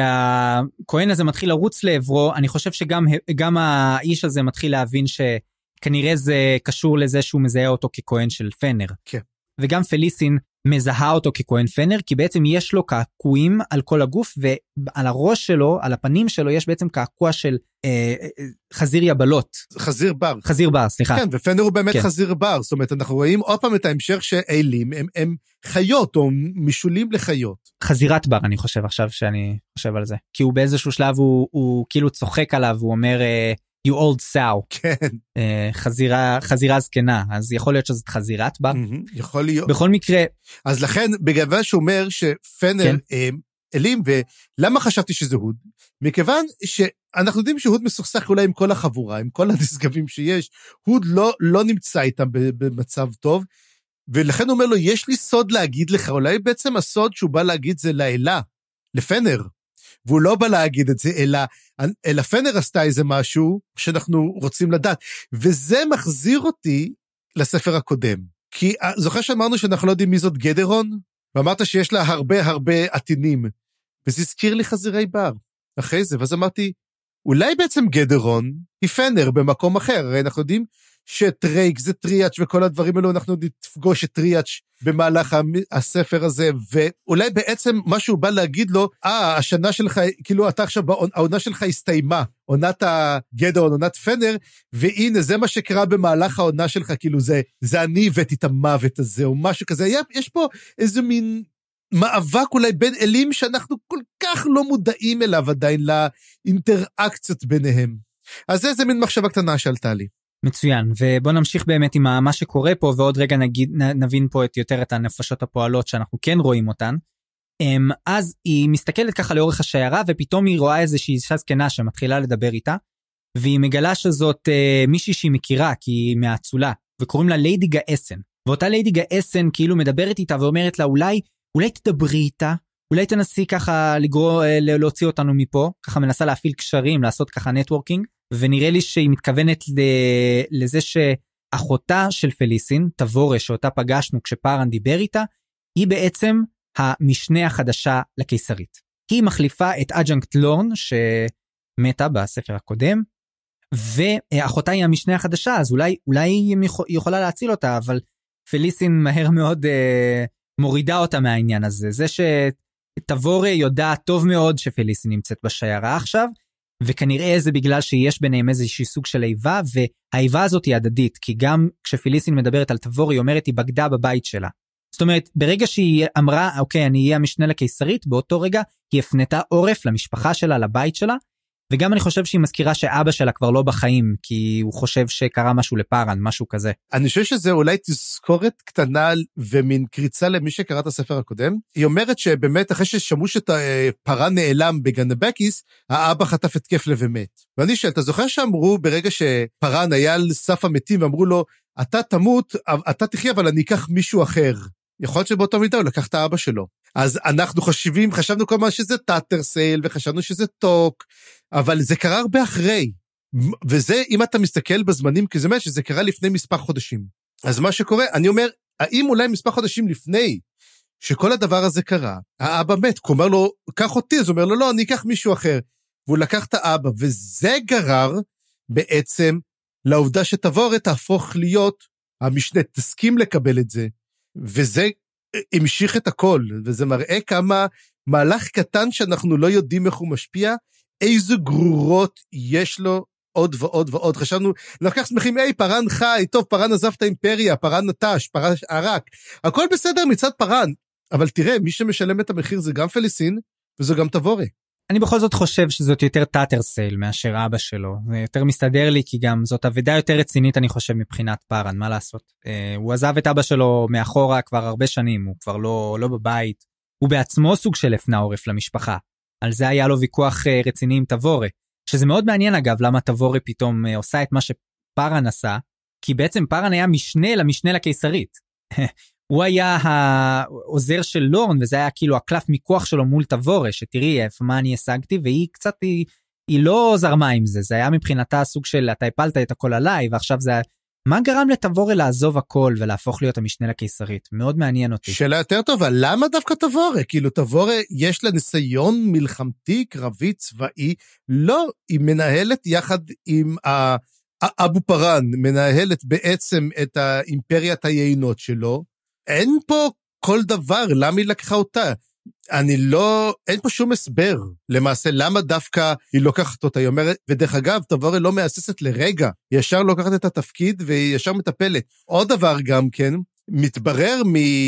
כשהכהן הזה מתחיל לרוץ לעברו, אני חושב שגם גם האיש הזה מתחיל להבין ש... כנראה זה קשור לזה שהוא מזהה אותו ככהן של פנר. כן. וגם פליסין מזהה אותו ככהן פנר, כי בעצם יש לו קעקועים על כל הגוף, ועל הראש שלו, על הפנים שלו, יש בעצם קעקוע של אה, חזיר יבלות. חזיר בר. חזיר בר, סליחה. כן, ופנר הוא באמת כן. חזיר בר, זאת אומרת, אנחנו רואים עוד פעם את ההמשך שאלים, הם, הם חיות או משולים לחיות. חזירת בר, אני חושב עכשיו שאני חושב על זה. כי הוא באיזשהו שלב, הוא, הוא כאילו צוחק עליו, הוא אומר... you old sow. כן. חזירה, חזירה זקנה, אז יכול להיות שזאת חזירת בר. יכול להיות. בכל מקרה. אז לכן, בגלל שהוא אומר שפנר אלים, ולמה חשבתי שזה הוד? מכיוון שאנחנו יודעים שהוד מסוכסך אולי עם כל החבורה, עם כל הנשגבים שיש, הוד לא, לא נמצא איתם במצב טוב, ולכן הוא אומר לו, יש לי סוד להגיד לך, אולי בעצם הסוד שהוא בא להגיד זה לאלה, לפנר. והוא לא בא להגיד את זה, אלא, אלא פנר עשתה איזה משהו שאנחנו רוצים לדעת. וזה מחזיר אותי לספר הקודם. כי זוכר שאמרנו שאנחנו לא יודעים מי זאת גדרון? ואמרת שיש לה הרבה הרבה עתינים. וזה הזכיר לי חזירי בר. אחרי זה, ואז אמרתי, אולי בעצם גדרון היא פנר במקום אחר. הרי אנחנו יודעים שטרייק זה טריאץ' וכל הדברים האלו, אנחנו נפגוש את טריאץ' במהלך הספר הזה, ואולי בעצם משהו בא להגיד לו, אה, השנה שלך, כאילו אתה עכשיו, העונה שלך הסתיימה, עונת הגדרון, עונת פנר, והנה זה מה שקרה במהלך העונה שלך, כאילו זה, זה אני הבאתי את המוות הזה, או משהו כזה, יש פה איזה מין מאבק אולי בין אלים, שאנחנו כל כך לא מודעים אליו עדיין, לאינטראקציות ביניהם. אז זה, זה מין מחשבה קטנה שעלתה לי. מצוין, ובוא נמשיך באמת עם מה שקורה פה, ועוד רגע נגיד, נבין פה את יותר את הנפשות הפועלות שאנחנו כן רואים אותן. אז היא מסתכלת ככה לאורך השיירה, ופתאום היא רואה איזושהי אישה זקנה שמתחילה לדבר איתה, והיא מגלה שזאת מישהי שהיא מכירה, כי היא מהאצולה, וקוראים לה ליידי גאסן. ואותה ליידי גאסן כאילו מדברת איתה ואומרת לה, אולי, אולי תדברי איתה, אולי תנסי ככה לגרוא, להוציא אותנו מפה, ככה מנסה להפעיל קשרים, לעשות ככה נטוורקינג, ונראה לי שהיא מתכוונת לזה שאחותה של פליסין, תבורה, שאותה פגשנו כשפארן דיבר איתה, היא בעצם המשנה החדשה לקיסרית. היא מחליפה את אג'נקט לורן שמתה בספר הקודם, ואחותה היא המשנה החדשה, אז אולי, אולי היא יכולה להציל אותה, אבל פליסין מהר מאוד אה, מורידה אותה מהעניין הזה. זה שתבורה יודעת טוב מאוד שפליסין נמצאת בשיירה עכשיו, וכנראה זה בגלל שיש ביניהם איזושהי סוג של איבה, והאיבה הזאת היא הדדית, כי גם כשפליסין מדברת על תבורה, היא אומרת היא בגדה בבית שלה. זאת אומרת, ברגע שהיא אמרה, אוקיי, אני אהיה המשנה לקיסרית, באותו רגע היא הפנתה עורף למשפחה שלה, לבית שלה, וגם אני חושב שהיא מזכירה שאבא שלה כבר לא בחיים, כי הוא חושב שקרה משהו לפרן, משהו כזה. אני חושב שזה אולי תזכורת קטנה ומין קריצה למי שקרא את הספר הקודם. היא אומרת שבאמת אחרי ששמעו שפרן נעלם בגנבקיס, האבא חטף התקף לב ומת. ואני שואל, אתה זוכר שאמרו ברגע שפרן היה על סף המתים, ואמרו לו, אתה תמות, אתה תחיה, אבל אני אקח מישהו אחר. יכול להיות שבאותו מידה הוא לקח את האבא שלו. אז אנחנו חושבים, חשבנו כל מה שזה טאטרסייל, וחשבנו שזה טוק, אבל זה קרה הרבה אחרי. וזה, אם אתה מסתכל בזמנים, כי זה אומר שזה קרה לפני מספר חודשים. אז מה שקורה, אני אומר, האם אולי מספר חודשים לפני, שכל הדבר הזה קרה, האבא מת, הוא אומר לו, קח אותי, אז הוא אומר לו, לא, אני אקח מישהו אחר. והוא לקח את האבא, וזה גרר בעצם לעובדה שתבורה תהפוך להיות, המשנה תסכים לקבל את זה, וזה המשיך את הכל, וזה מראה כמה מהלך קטן שאנחנו לא יודעים איך הוא משפיע, איזה גרורות יש לו עוד ועוד ועוד. חשבנו, לקח שמחים, היי, פרן חי, טוב, פרן עזב את האימפריה, פרן נטש, פרן ערק, הכל בסדר מצד פרן, אבל תראה, מי שמשלם את המחיר זה גם פליסין, וזו גם תבורה. אני בכל זאת חושב שזאת יותר טאטרסייל מאשר אבא שלו, זה יותר מסתדר לי, כי גם זאת עבודה יותר רצינית, אני חושב, מבחינת פרן, מה לעשות? אה, הוא עזב את אבא שלו מאחורה כבר הרבה שנים, הוא כבר לא, לא בבית, הוא בעצמו סוג של הפנה עורף למשפחה, על זה היה לו ויכוח אה, רציני עם תבורה, שזה מאוד מעניין אגב, למה תבורה פתאום אה, עושה את מה שפרן עשה, כי בעצם פרן היה משנה למשנה לקיסרית, הוא היה העוזר של לורן, וזה היה כאילו הקלף מכוח שלו מול תבורה, שתראי איפה מה אני השגתי, והיא קצת, היא, היא לא זרמה עם זה, זה היה מבחינתה סוג של, אתה הפלת את הכל עליי, ועכשיו זה, מה גרם לתבורה לעזוב הכל, ולהפוך להיות המשנה לקיסרית? מאוד מעניין אותי. שאלה יותר טובה, למה דווקא תבורה? כאילו תבורה, יש לה ניסיון מלחמתי, קרבי, צבאי, לא, היא מנהלת יחד עם ה... אבו פרן, מנהלת בעצם את האימפריית היינות שלו, אין פה כל דבר, למה היא לקחה אותה? אני לא, אין פה שום הסבר, למעשה, למה דווקא היא לוקחת אותה, היא אומרת, ודרך אגב, תבורה לא מאססת לרגע, היא ישר לוקחת את התפקיד, והיא ישר מטפלת. עוד דבר גם כן, מתברר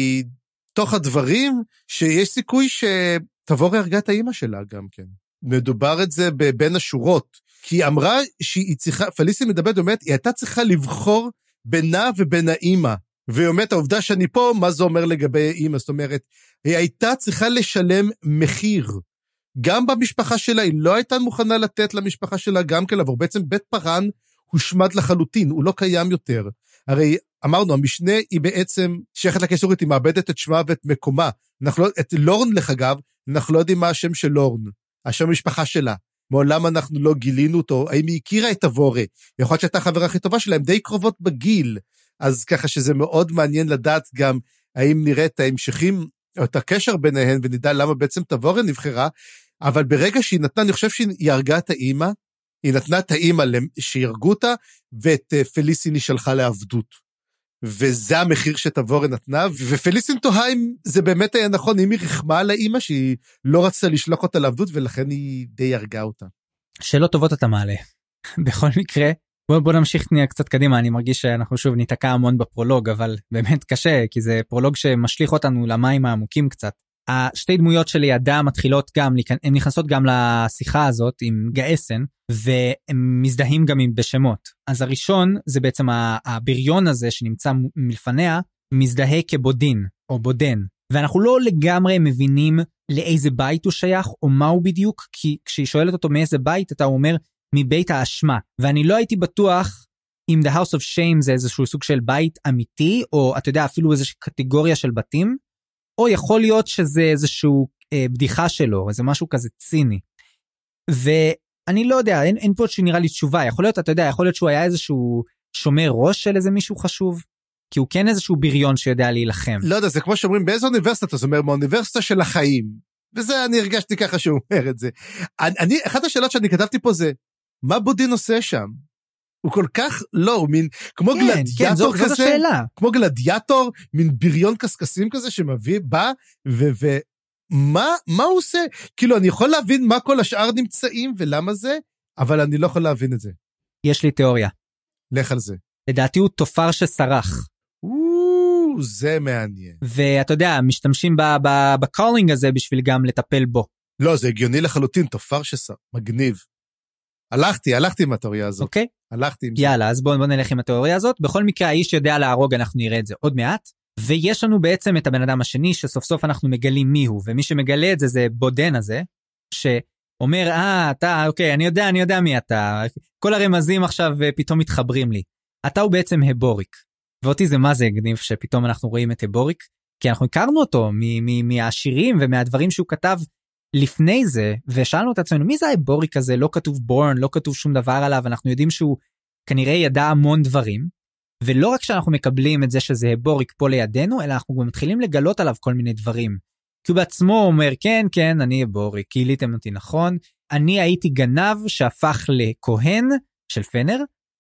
מתוך הדברים, שיש סיכוי שתבורה הרגה את האמא שלה גם כן. מדובר את זה בין השורות, כי היא אמרה שהיא צריכה, פליסין מדברת, אומרת, היא הייתה צריכה לבחור בינה ובין האמא, והיא אומרת, העובדה שאני פה, מה זה אומר לגבי אמא? זאת אומרת, היא הייתה צריכה לשלם מחיר. גם במשפחה שלה, היא לא הייתה מוכנה לתת למשפחה שלה גם כן לעבור. בעצם בית פרן הושמד לחלוטין, הוא לא קיים יותר. הרי אמרנו, המשנה היא בעצם שייכת לקיסרית, היא מאבדת את שמה ואת מקומה. אנחנו לא, את לורן לחגב, אנחנו לא יודעים מה השם של לורן, השם המשפחה שלה. מעולם אנחנו לא גילינו אותו, האם היא הכירה את תבורה, יכול להיות שהייתה חברה הכי טובה שלה, הם די קרובות בגיל, אז ככה שזה מאוד מעניין לדעת גם, האם נראה את ההמשכים, או את הקשר ביניהן, ונדע למה בעצם תבורה נבחרה, אבל ברגע שהיא נתנה, אני חושב שהיא הרגה את האמא, היא נתנה את האמא שירגו אותה, ואת פליסין היא שלחה לעבדות. וזה המחיר שתבורה נתנה, ופליסין תוהה אם זה באמת היה נכון, אם היא רחמה על האמא, שהיא לא רצתה לשלוח אותה לעבדות, ולכן היא די הרגה אותה. שאלות טובות אתה מעלה. בכל מקרה, בוא, בוא נמשיך קצת קדימה, אני מרגיש שאנחנו שוב ניתקע המון בפרולוג, אבל באמת קשה, כי זה פרולוג שמשליך אותנו למים העמוקים קצת. השתי דמויות שלידה מתחילות גם, הן נכנסות גם לשיחה הזאת עם גאסן, והם מזדהים גם עם בשמות. אז הראשון זה בעצם הבריון הזה שנמצא מלפניה, מזדהה כבודין או בודן, ואנחנו לא לגמרי מבינים לאיזה בית הוא שייך או מה הוא בדיוק, כי כשהיא שואלת אותו מאיזה בית, אתה אומר מבית האשמה, ואני לא הייתי בטוח אם The House of Shame זה איזשהו סוג של בית אמיתי, או אתה יודע אפילו איזושהי קטגוריה של בתים, או יכול להיות שזה איזשהו אה, בדיחה שלו, איזה משהו כזה ציני. ואני לא יודע, אין, אין פה שנראה לי תשובה, יכול להיות, אתה יודע, יכול להיות שהוא היה איזשהו שומר ראש של איזה מישהו חשוב, כי הוא כן איזשהו בריון שיודע להילחם. לא יודע, זה כמו שאומרים, באיזו אוניברסיטה, אתה אומר, מהאוניברסיטה של החיים, וזה, אני הרגשתי ככה שהוא אומר את זה. אני, אחת השאלות שאני כתבתי פה זה, מה בודין עושה שם? הוא כל כך לא, הוא מין, כמו כן, גלדיאטור כן, זאת, כזה, זאת השאלה. כמו גלדיאטור, מין בריון קסקסים כזה, שמביא, בא, ו... ו מה, מה הוא עושה? כאילו, אני יכול להבין מה כל השאר נמצאים ולמה זה, אבל אני לא יכול להבין את זה. יש לי תיאוריה. לך על זה. לדעתי הוא תופר שסרח. או, זה מעניין. ואתה יודע, משתמשים בקולינג הזה בשביל גם לטפל בו. לא, זה הגיוני לחלוטין, תופר שסרח, מגניב. הלכתי, הלכתי עם התיאוריה הזאת. אוקיי. הלכתי עם זה. יאללה, אז בואו בוא נלך עם התיאוריה הזאת. בכל מקרה, האיש יודע להרוג, אנחנו נראה את זה עוד מעט. ויש לנו בעצם את הבן אדם השני, שסוף סוף אנחנו מגלים מיהו, ומי שמגלה את זה זה בודן הזה, שאומר, אה, אתה, אוקיי, אני יודע, אני יודע מי אתה, כל הרמזים עכשיו פתאום מתחברים לי. אתה הוא בעצם הבוריק, ואותי זה מה זה הגניב שפתאום אנחנו רואים את הבוריק, כי אנחנו הכרנו אותו מהשירים ומהדברים שהוא כתב לפני זה, ושאלנו את עצמנו, מי זה הבוריק הזה? לא כתוב בורן, לא כתוב שום דבר עליו, אנחנו יודעים שהוא כנראה ידע המון דברים, ולא רק שאנחנו מקבלים את זה שזה הבוריק פה לידינו, אלא אנחנו גם מתחילים לגלות עליו כל מיני דברים. כי הוא בעצמו אומר, כן, כן, אני הבוריק, קיליתם אותי נכון, אני הייתי גנב שהפך לכהן של פנר,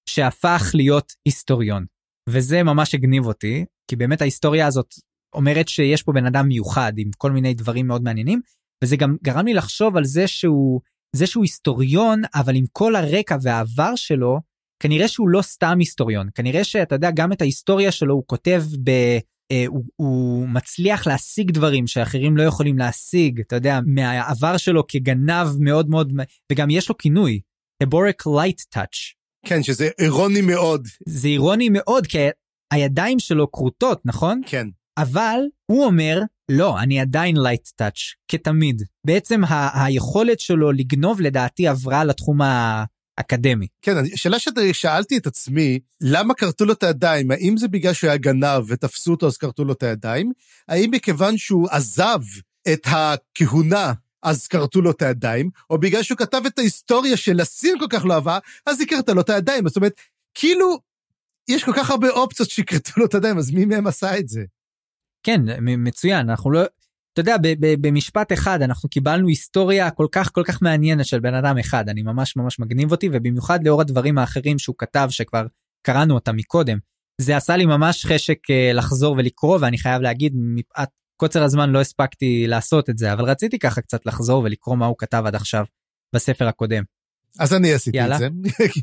שהפך להיות היסטוריון. וזה ממש הגניב אותי, כי באמת ההיסטוריה הזאת אומרת שיש פה בן אדם מיוחד, עם כל מיני דברים מאוד מעניינים, וזה גם גרם לי לחשוב על זה שהוא, זה שהוא היסטוריון, אבל עם כל הרקע והעבר שלו, כנראה שהוא לא סתם היסטוריון, כנראה שאתה יודע, גם את ההיסטוריה שלו הוא כותב, ב, אה, הוא, הוא מצליח להשיג דברים שאחרים לא יכולים להשיג, אתה יודע, מהעבר שלו כגנב מאוד מאוד, וגם יש לו כינוי, הבוריק לייט טאץ'. כן, שזה אירוני מאוד. זה אירוני מאוד, כי הידיים שלו קרוטות, נכון? כן. אבל הוא אומר, לא, אני עדיין לייט טאץ', כתמיד. בעצם ה- היכולת שלו לגנוב לדעתי עברה לתחום ה... אקדמי. כן, השאלה ששאלתי את עצמי, למה קרתו לו את הידיים? האם זה בגלל שהוא היה גנב ותפסו אותו אז קרתו לו את הידיים? האם מכיוון שהוא עזב את הכהונה אז קרתו לו את הידיים? או בגלל שהוא כתב את ההיסטוריה של הסין כל כך לא אהבה, אז היא קרתה לו את הידיים? זאת אומרת, כאילו, יש כל כך הרבה אופציות שקרתו לו את הידיים, אז מי מהם עשה את זה? כן, מצוין, אנחנו לא... אתה יודע, במשפט אחד אנחנו קיבלנו היסטוריה כל כך כל כך מעניינת של בן אדם אחד, אני ממש ממש מגניב אותי, ובמיוחד לאור הדברים האחרים שהוא כתב, שכבר קראנו אותם מקודם, זה עשה לי ממש חשק לחזור ולקרוא, ואני חייב להגיד, מפאת קוצר הזמן לא הספקתי לעשות את זה, אבל רציתי ככה קצת לחזור ולקרוא מה הוא כתב עד עכשיו בספר הקודם. אז אני עשיתי יאללה. את זה.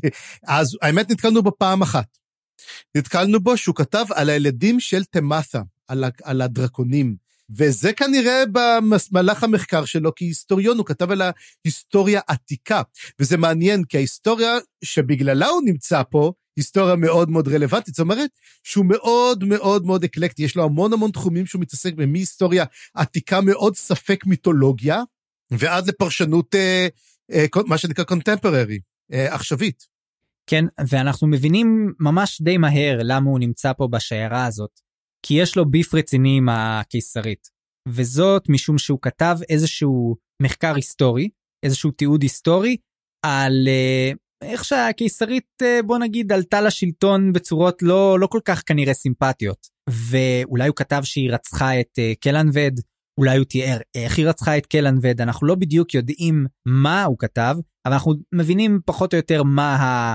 אז האמת נתקלנו בו פעם אחת. נתקלנו בו שהוא כתב על הילדים של תמאת'ה, על, על הדרקונים, וזה כנראה במהלך המחקר שלו, כי היסטוריון הוא כתב על ההיסטוריה עתיקה, וזה מעניין, כי ההיסטוריה שבגללה הוא נמצא פה, היסטוריה מאוד מאוד רלוונטית, זאת אומרת שהוא מאוד מאוד מאוד אקלקטי, יש לו המון המון תחומים שהוא מתעסק בהם, מהיסטוריה עתיקה מאוד ספק מיתולוגיה, ועד לפרשנות, אה, אה, מה שנקרא קונטמפררי, אה, עכשווית. כן, ואנחנו מבינים ממש די מהר למה הוא נמצא פה בשיירה הזאת, כי יש לו ביף רציני עם הקיסרית, וזאת משום שהוא כתב איזשהו מחקר היסטורי, איזשהו תיעוד היסטורי, על איך שהקיסרית, בוא נגיד, עלתה לשלטון בצורות לא, לא כל כך כנראה סימפטיות, ואולי הוא כתב שהיא רצחה את קלנבד, אולי הוא תיאר איך היא רצחה את קלנבד, אנחנו לא בדיוק יודעים מה הוא כתב, אבל אנחנו מבינים פחות או יותר מה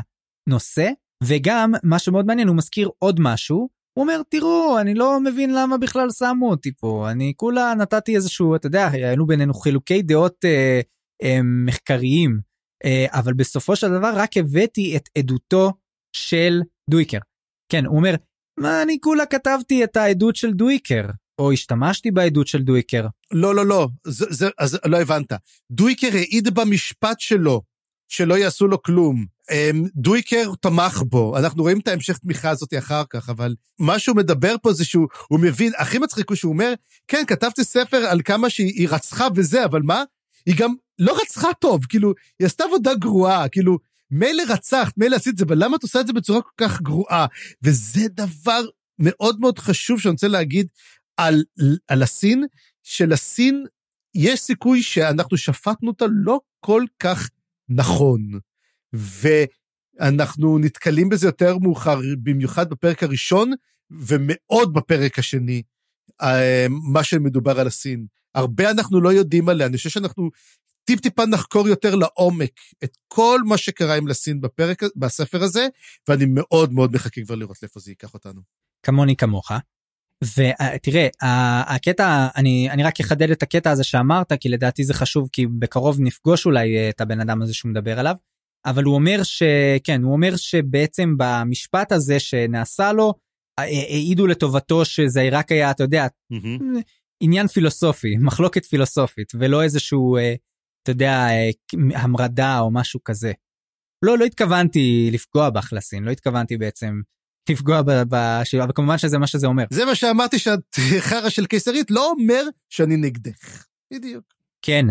הנושא, וגם מה שמאוד מעניין, הוא מזכיר עוד משהו, הוא אומר, תראו, אני לא מבין למה בכלל שמו אותי פה, אני כולה נתתי איזשהו, אתה יודע, היינו בינינו חילוקי דעות אה, אה, מחקריים, אה, אבל בסופו של דבר רק הבאתי את עדותו של דויקר. כן, הוא אומר, מה אני כולה כתבתי את העדות של דויקר, או השתמשתי בעדות של דויקר. לא, לא, לא, זה, זה, אז לא הבנת. דויקר העיד במשפט שלו, שלא יעשו לו כלום. דויקר תמך בו, אנחנו רואים את ההמשך תמיכה הזאת אחר כך, אבל מה שהוא מדבר פה זה שהוא מבין, הכי מצחיק הוא שהוא אומר, כן, כתבתי ספר על כמה שהיא רצחה וזה, אבל מה? היא גם לא רצחה טוב, כאילו, היא עשתה עבודה גרועה, כאילו, מילא רצחת, מילא עשית זה, אבל למה את עושה את זה בצורה כל כך גרועה? וזה דבר מאוד מאוד חשוב שאני רוצה להגיד על, על הסין, שלסין יש סיכוי שאנחנו שפטנו אותה לא כל כך נכון, ואנחנו נתקלים בזה יותר מאוחר, במיוחד בפרק הראשון, ומאוד בפרק השני, מה שמדובר על הסין. הרבה אנחנו לא יודעים עליה, אני חושב שאנחנו טיפ טיפה נחקור יותר לעומק את כל מה שקרה עם לסין בפרק, בספר הזה, ואני מאוד מאוד מחכה כבר לראות לאיפה זה ייקח אותנו. כמוני כמוך. ותראה, הקטע, אני, אני רק אחדד את הקטע הזה שאמרת, כי לדעתי זה חשוב, כי בקרוב נפגוש אולי את הבן אדם הזה שהוא מדבר עליו, אבל הוא אומר שכן, הוא אומר שבעצם במשפט הזה שנעשה לו, העידו לטובתו שזה רק היה, אתה יודע, mm-hmm. עניין פילוסופי, מחלוקת פילוסופית, ולא איזשהו, אתה יודע, המרדה או משהו כזה. לא, לא התכוונתי לפגוע בך לסין, לא התכוונתי בעצם לפגוע בשאלה, אבל כמובן שזה מה שזה אומר. זה מה שאמרתי, שאת חרא של קיסרית, לא אומר שאני נגדך. בדיוק. כן,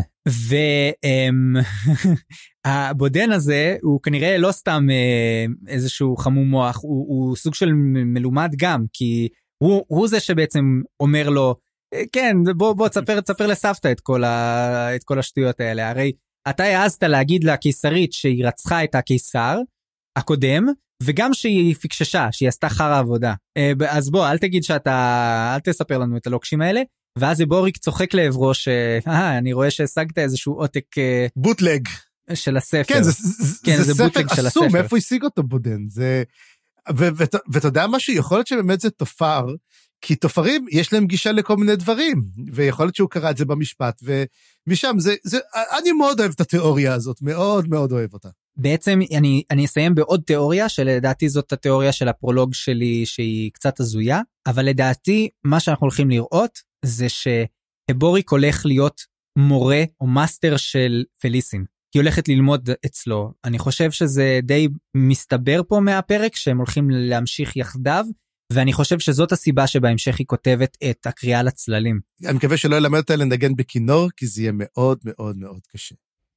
והבודן הזה, הוא כנראה לא סתם איזשהו חמום מוח, הוא, הוא סוג של מלומד גם, כי הוא, הוא זה שבעצם אומר לו, כן, בוא, בוא, תספר, תספר לסבתא את כל, ה, את כל השטויות האלה. הרי אתה העזת להגיד לקיסרית שהיא רצחה את הקיסר הקודם, וגם שהיא פיקששה, שהיא עשתה חרא עבודה. אז בוא, אל תגיד שאתה, אל תספר לנו את הלוקשים האלה, ואז בוריק צוחק לעברו ש... אה, אני רואה שהשגת איזשהו עותק... בוטלג. של הספר. כן, זה, זה, כן, זה, זה ספר אסום, מאיפה השיג אותו בודן? זה... ואתה יודע משהו, יכול להיות שבאמת זה תופר, כי תופרים יש להם גישה לכל מיני דברים, ויכול להיות שהוא קרא את זה במשפט, ומשם זה, זה, אני מאוד אוהב את התיאוריה הזאת, מאוד מאוד אוהב אותה. בעצם אני, אני אסיים בעוד תיאוריה, שלדעתי זאת התיאוריה של הפרולוג שלי, שהיא קצת הזויה, אבל לדעתי מה שאנחנו הולכים לראות, זה שהבוריק הולך להיות מורה או מאסטר של פליסין. היא הולכת ללמוד אצלו. אני חושב שזה די מסתבר פה מהפרק, שהם הולכים להמשיך יחדיו, ואני חושב שזאת הסיבה שבהמשך היא כותבת את הקריאה לצללים. אני מקווה שלא ילמד אותה לנגן בכינור, כי זה יהיה מאוד מאוד מאוד קשה.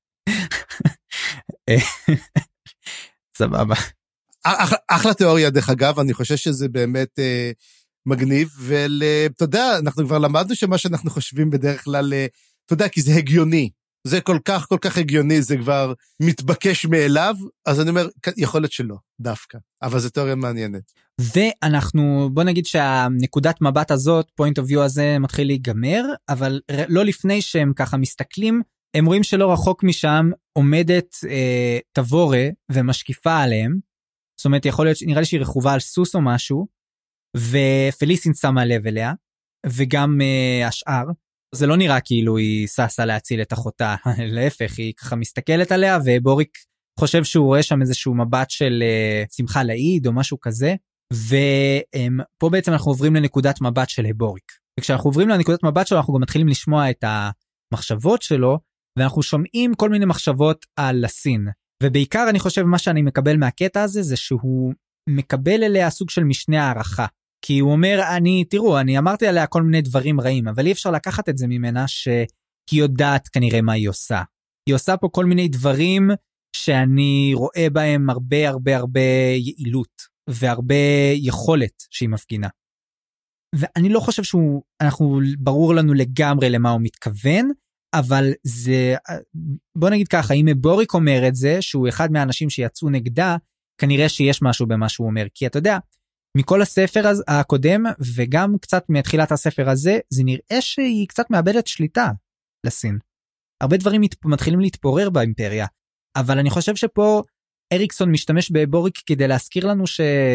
סבבה. אחלה תיאוריה דרך אגב, אני חושב שזה באמת מגניב, ואתה יודע, אנחנו כבר למדנו שמה שאנחנו חושבים בדרך כלל, אתה יודע, כי זה הגיוני. זה כל כך, כל כך הגיוני, זה כבר מתבקש מאליו, אז אני אומר, יכול להיות שלא, דווקא. אבל זו תיאוריה מעניינת. ואנחנו, בוא נגיד שהנקודת מבט הזאת, point of view הזה מתחיל להיגמר, אבל לא לפני שהם ככה מסתכלים, הם רואים שלא רחוק משם עומדת אה, תבורה ומשקיפה עליהם, זאת אומרת, יכול להיות, נראה לי שהיא רכובה על סוס או משהו, ופליסין שמה לב אליה, וגם אה, השאר, זה לא נראה כאילו היא ססה להציל את אחותה, להפך, היא ככה מסתכלת עליה, ובוריק חושב שהוא רואה שם איזשהו מבט של uh, שמחה לעיד או משהו כזה, ופה um, בעצם אנחנו עוברים לנקודת מבט של בוריק. וכשאנחנו עוברים לנקודת מבט שלו, אנחנו גם מתחילים לשמוע את המחשבות שלו, ואנחנו שומעים כל מיני מחשבות על לסין. ובעיקר אני חושב מה שאני מקבל מהקטע הזה, זה שהוא מקבל אליה סוג של משנה הערכה. כי הוא אומר, אני, תראו, אני אמרתי עליה כל מיני דברים רעים, אבל אי אפשר לקחת את זה ממנה שהיא יודעת כנראה מה היא עושה. היא עושה פה כל מיני דברים שאני רואה בהם הרבה הרבה הרבה יעילות, והרבה יכולת שהיא מפגינה. ואני לא חושב שהוא, אנחנו, ברור לנו לגמרי למה הוא מתכוון, אבל זה, בוא נגיד ככה, אם בוריק אומר את זה, שהוא אחד מהאנשים שיצאו נגדה, כנראה שיש משהו במה שהוא אומר, כי אתה יודע, מכל הספר הקודם, וגם קצת מתחילת הספר הזה, זה נראה שהיא קצת מאבדת שליטה לסין. הרבה דברים מתחילים להתפורר באימפריה, אבל אני חושב שפה אריקסון משתמש בבוריק כדי להזכיר לנו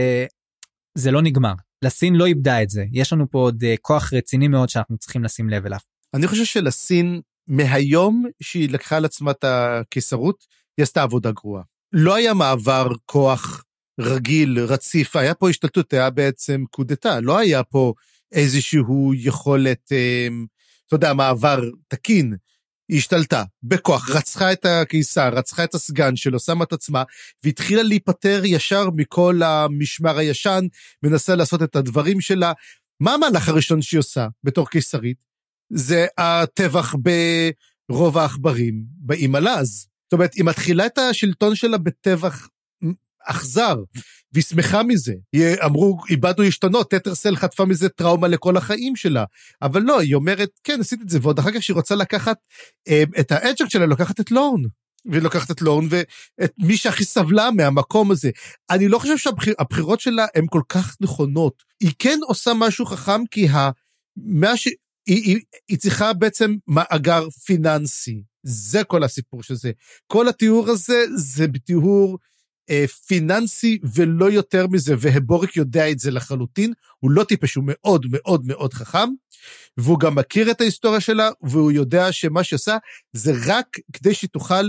שזה לא נגמר. לסין לא איבדה את זה. יש לנו פה עוד כוח רציני מאוד שאנחנו צריכים לשים לב אליו. אני חושב שלסין, מהיום שהיא לקחה על עצמה את הקיסרות, היא עשתה עבודה גרועה. לא היה מעבר כוח רגיל, רציף, היה פה השתלטות, היה בעצם קודתה, לא היה פה איזשהו יכולת, אתה יודע, מעבר תקין, היא השתלטה, בכוח, רצחה את הקיסר, רצחה את הסגן שלו, שמה את עצמה, והתחילה להיפטר ישר מכל המשמר הישן, מנסה לעשות את הדברים שלה. מה המהלך הראשון שהיא עושה בתור קיסרית? זה הטבח ברוב העכברים, באימלז. זאת אומרת, היא מתחילה את השלטון שלה בטבח אכזר, והיא שמחה מזה. אמרו, איבדנו השתנות, טטרסל חטפה מזה טראומה לכל החיים שלה. אבל לא, היא אומרת, כן, עשית את זה, ועוד אחר כך שהיא רוצה לקחת את האג'קט שלה, לקחת את לורן. והיא לוקחת את לורן, ואת מי שהכי סבלה מהמקום הזה. אני לא חושב שהבחירות שלה הן כל כך נכונות. היא כן עושה משהו חכם, כי ה... ש... היא, היא, היא צריכה בעצם מאגר פיננסי. זה כל הסיפור של זה. כל התיאור הזה, זה בתיאור אה, פיננסי ולא יותר מזה, והבוריק יודע את זה לחלוטין, הוא לא טיפש, הוא מאוד מאוד מאוד חכם, והוא גם מכיר את ההיסטוריה שלה, והוא יודע שמה שעשה, זה רק כדי שתוכל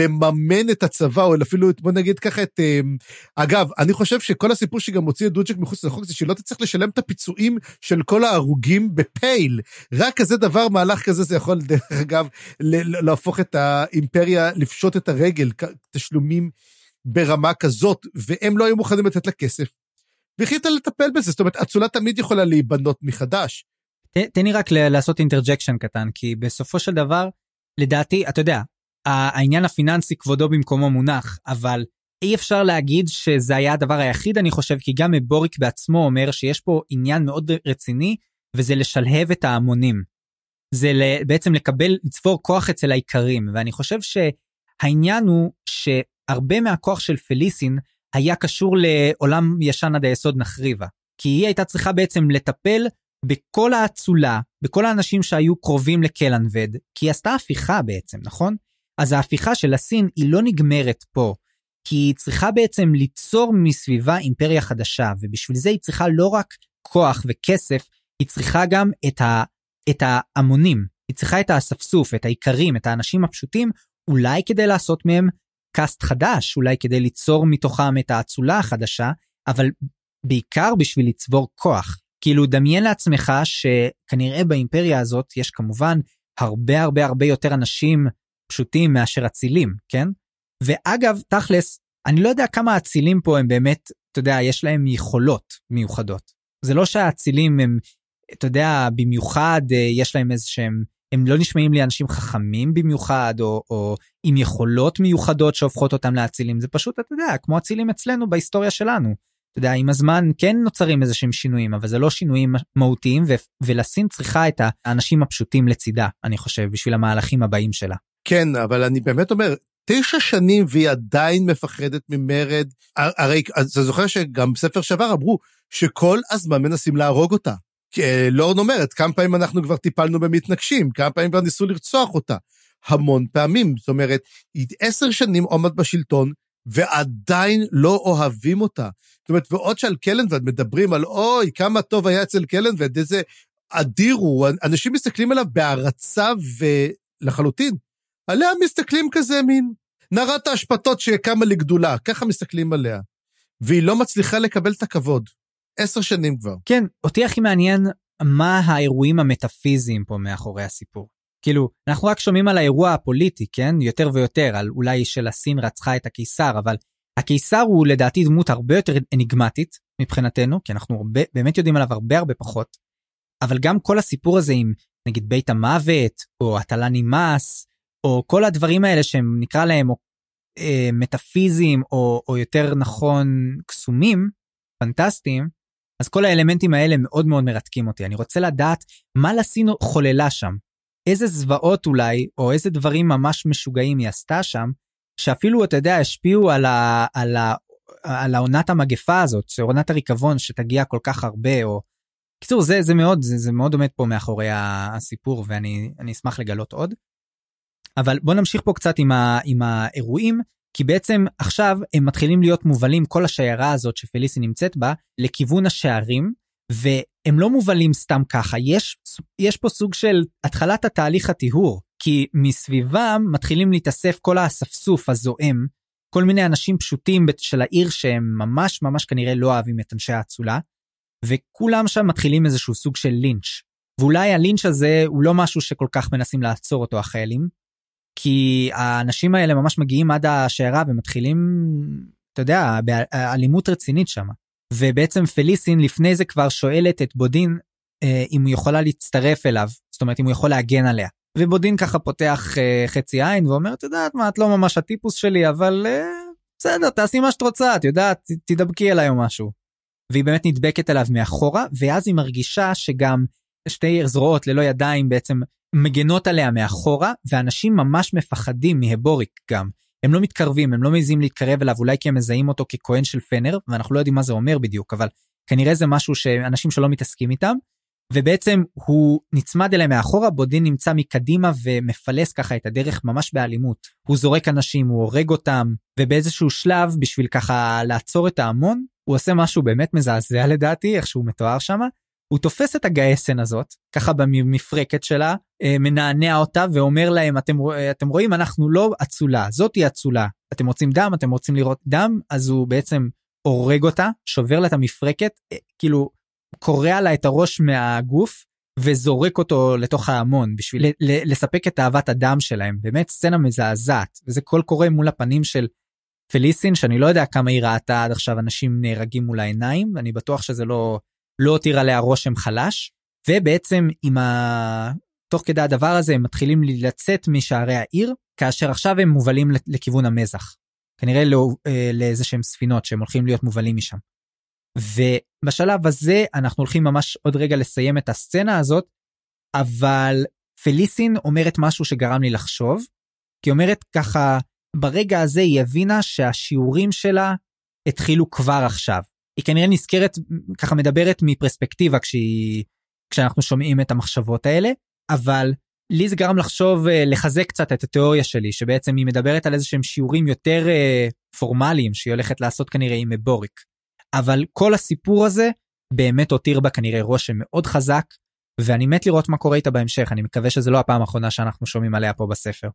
לממן את הצבא, או אפילו, בוא נגיד ככה, את... אגב, אני חושב שכל הסיפור שגם מוציא את דודג'ק מחוץ לחוק, זה שלא תצטרך לשלם את הפיצויים של כל ההרוגים בפייל. רק כזה דבר, מהלך כזה, זה יכול, דרך אגב, להפוך את האימפריה, לפשוט את הרגל, תשלומים ברמה כזאת, והם לא היו מוכנים לתת לה כסף. והחליטה לטפל בזה, זאת אומרת, אצולה תמיד יכולה להיבנות מחדש. תן לי רק לעשות אינטרג'קשן קטן, כי בסופו של דבר, לדעתי, אתה יודע, העניין הפיננסי כבודו במקומו מונח, אבל אי אפשר להגיד שזה היה הדבר היחיד, אני חושב, כי גם בוריק בעצמו אומר שיש פה עניין מאוד רציני, וזה לשלהב את ההמונים. זה בעצם לקבל, לצבור כוח אצל העיקרים, ואני חושב שהעניין הוא שהרבה מהכוח של פליסין היה קשור לעולם ישן עד היסוד נחריבה, כי היא הייתה צריכה בעצם לטפל בכל האצולה, בכל האנשים שהיו קרובים לקלנבד, כי היא עשתה הפיכה בעצם, נכון? אז ההפיכה של הסין היא לא נגמרת פה, כי היא צריכה בעצם ליצור מסביבה אימפריה חדשה, ובשביל זה היא צריכה לא רק כוח וכסף, היא צריכה גם את, ה, את ההמונים, היא צריכה את האספסוף, את העיקרים, את האנשים הפשוטים, אולי כדי לעשות מהם קאסט חדש, אולי כדי ליצור מתוכם את האצולה החדשה, אבל בעיקר בשביל לצבור כוח. כאילו דמיין לעצמך שכנראה באימפריה הזאת יש כמובן הרבה הרבה הרבה יותר אנשים פשוטים מאשר אצילים, כן? ואגב, תכלס, אני לא יודע כמה האצילים פה הם באמת, אתה יודע, יש להם יכולות מיוחדות. זה לא שהאצילים הם, אתה יודע, במיוחד יש להם איזה שהם, הם לא נשמעים לי אנשים חכמים במיוחד, או, או עם יכולות מיוחדות שהופכות אותם לאצילים. זה פשוט, אתה יודע, כמו אצילים אצלנו בהיסטוריה שלנו. אתה יודע, עם הזמן כן נוצרים איזה שהם שינויים, אבל זה לא שינויים מהותיים, ו- ולסין צריכה את האנשים הפשוטים לצידה, אני חושב, בשביל המהלכים הבאים שלה. כן, אבל אני באמת אומר, תשע שנים והיא עדיין מפחדת ממרד, הרי אתה זוכר שגם בספר שעבר אמרו, שכל הזמן מנסים להרוג אותה. לורן אומרת, כמה פעמים אנחנו כבר טיפלנו במתנגשים, כמה פעמים כבר ניסו לרצוח אותה. המון פעמים, זאת אומרת, היא עשר שנים עומד בשלטון, ועדיין לא אוהבים אותה. זאת אומרת, ועוד שעל קלנבד מדברים על, אוי, כמה טוב היה אצל קלנבד, איזה אדיר הוא, אנשים מסתכלים עליו בהרצה ולחלוטין. עליה מסתכלים כזה מין, נערת ההשפטות שקמה לגדולה, ככה מסתכלים עליה. והיא לא מצליחה לקבל את הכבוד. עשר שנים כבר. כן, אותי הכי מעניין מה האירועים המטאפיזיים פה מאחורי הסיפור. כאילו, אנחנו רק שומעים על האירוע הפוליטי, כן? יותר ויותר, על אולי של הסין רצחה את הקיסר, אבל הקיסר הוא לדעתי דמות הרבה יותר אניגמטית מבחינתנו, כי אנחנו הרבה, באמת יודעים עליו הרבה הרבה פחות, אבל גם כל הסיפור הזה עם, נגיד, בית המוות, או הטלה נמאס, או כל הדברים האלה שהם נקרא להם או, אה, מטאפיזיים, או, או יותר נכון קסומים, פנטסטיים, אז כל האלמנטים האלה מאוד מאוד מרתקים אותי. אני רוצה לדעת מה לסין חוללה שם, איזה זוועות אולי, או איזה דברים ממש משוגעים היא עשתה שם, שאפילו, אתה יודע, השפיעו על, ה, על, ה, על העונת המגפה הזאת, עונת הריקבון שתגיע כל כך הרבה, או... קיצור, זה, זה מאוד, זה, זה מאוד עומד פה מאחורי הסיפור, ואני אני אשמח לגלות עוד. אבל בוא נמשיך פה קצת עם, ה, עם האירועים, כי בעצם עכשיו הם מתחילים להיות מובלים, כל השיירה הזאת שפליסי נמצאת בה, לכיוון השערים, והם לא מובלים סתם ככה, יש, יש פה סוג של התחלת התהליך הטיהור, כי מסביבם מתחילים להתאסף כל האספסוף הזוהם, כל מיני אנשים פשוטים של העיר שהם ממש ממש כנראה לא אוהבים את אנשי האצולה, וכולם שם מתחילים איזשהו סוג של לינץ'. ואולי הלינץ' הזה הוא לא משהו שכל כך מנסים לעצור אותו החיילים, כי האנשים האלה ממש מגיעים עד השיירה ומתחילים, אתה יודע, באלימות רצינית שם. ובעצם פליסין לפני זה כבר שואלת את בודין אה, אם הוא יכולה להצטרף אליו, זאת אומרת אם הוא יכול להגן עליה. ובודין ככה פותח אה, חצי עין ואומר, את יודעת מה, את לא ממש הטיפוס שלי, אבל אה, בסדר, תעשי מה שאת רוצה, את יודעת, תדבקי אליי או משהו. והיא באמת נדבקת אליו מאחורה, ואז היא מרגישה שגם שתי זרועות ללא ידיים בעצם מגנות עליה מאחורה, ואנשים ממש מפחדים מהבוריק גם. הם לא מתקרבים, הם לא מעיזים להתקרב אליו, אולי כי הם מזהים אותו ככהן של פנר, ואנחנו לא יודעים מה זה אומר בדיוק, אבל כנראה זה משהו שאנשים שלא מתעסקים איתם, ובעצם הוא נצמד אליהם מאחורה, בודין נמצא מקדימה ומפלס ככה את הדרך ממש באלימות. הוא זורק אנשים, הוא הורג אותם, ובאיזשהו שלב, בשביל ככה לעצור את ההמון, הוא עושה משהו באמת מזעזע לדעתי, איך שהוא מתואר שמה, הוא תופס את הגאסן הזאת, ככה במפרקת שלה, מנענע אותה ואומר להם, אתם, אתם רואים, אנחנו לא אצולה, זאת היא אצולה. אתם רוצים דם, אתם רוצים לראות דם, אז הוא בעצם הורג אותה, שובר לה את המפרקת, כאילו קורע לה את הראש מהגוף, וזורק אותו לתוך ההמון, בשביל לספק את אהבת הדם שלהם. באמת סצנה מזעזעת, וזה כל קורה מול הפנים של פליסין, שאני לא יודע כמה היא ראתה עד עכשיו, אנשים נהרגים מול העיניים, ואני בטוח שזה לא... לא הותיר עליה רושם חלש, ובעצם עם ה... תוך כדי הדבר הזה הם מתחילים לצאת משערי העיר, כאשר עכשיו הם מובלים לכיוון המזח. כנראה לא, לאיזה שהם ספינות שהם הולכים להיות מובלים משם. ובשלב הזה אנחנו הולכים ממש עוד רגע לסיים את הסצנה הזאת, אבל פליסין אומרת משהו שגרם לי לחשוב, כי אומרת ככה, ברגע הזה היא הבינה שהשיעורים שלה התחילו כבר עכשיו. היא כנראה נזכרת, ככה מדברת מפרספקטיבה כשהיא, כשאנחנו שומעים את המחשבות האלה, אבל לי זה גרם לחשוב, לחזק קצת את התיאוריה שלי, שבעצם היא מדברת על איזה שהם שיעורים יותר פורמליים, שהיא הולכת לעשות כנראה עם בוריק. אבל כל הסיפור הזה, באמת הותיר בה כנראה רושם מאוד חזק, ואני מת לראות מה קורה איתה בהמשך, אני מקווה שזה לא הפעם האחרונה שאנחנו שומעים עליה פה בספר.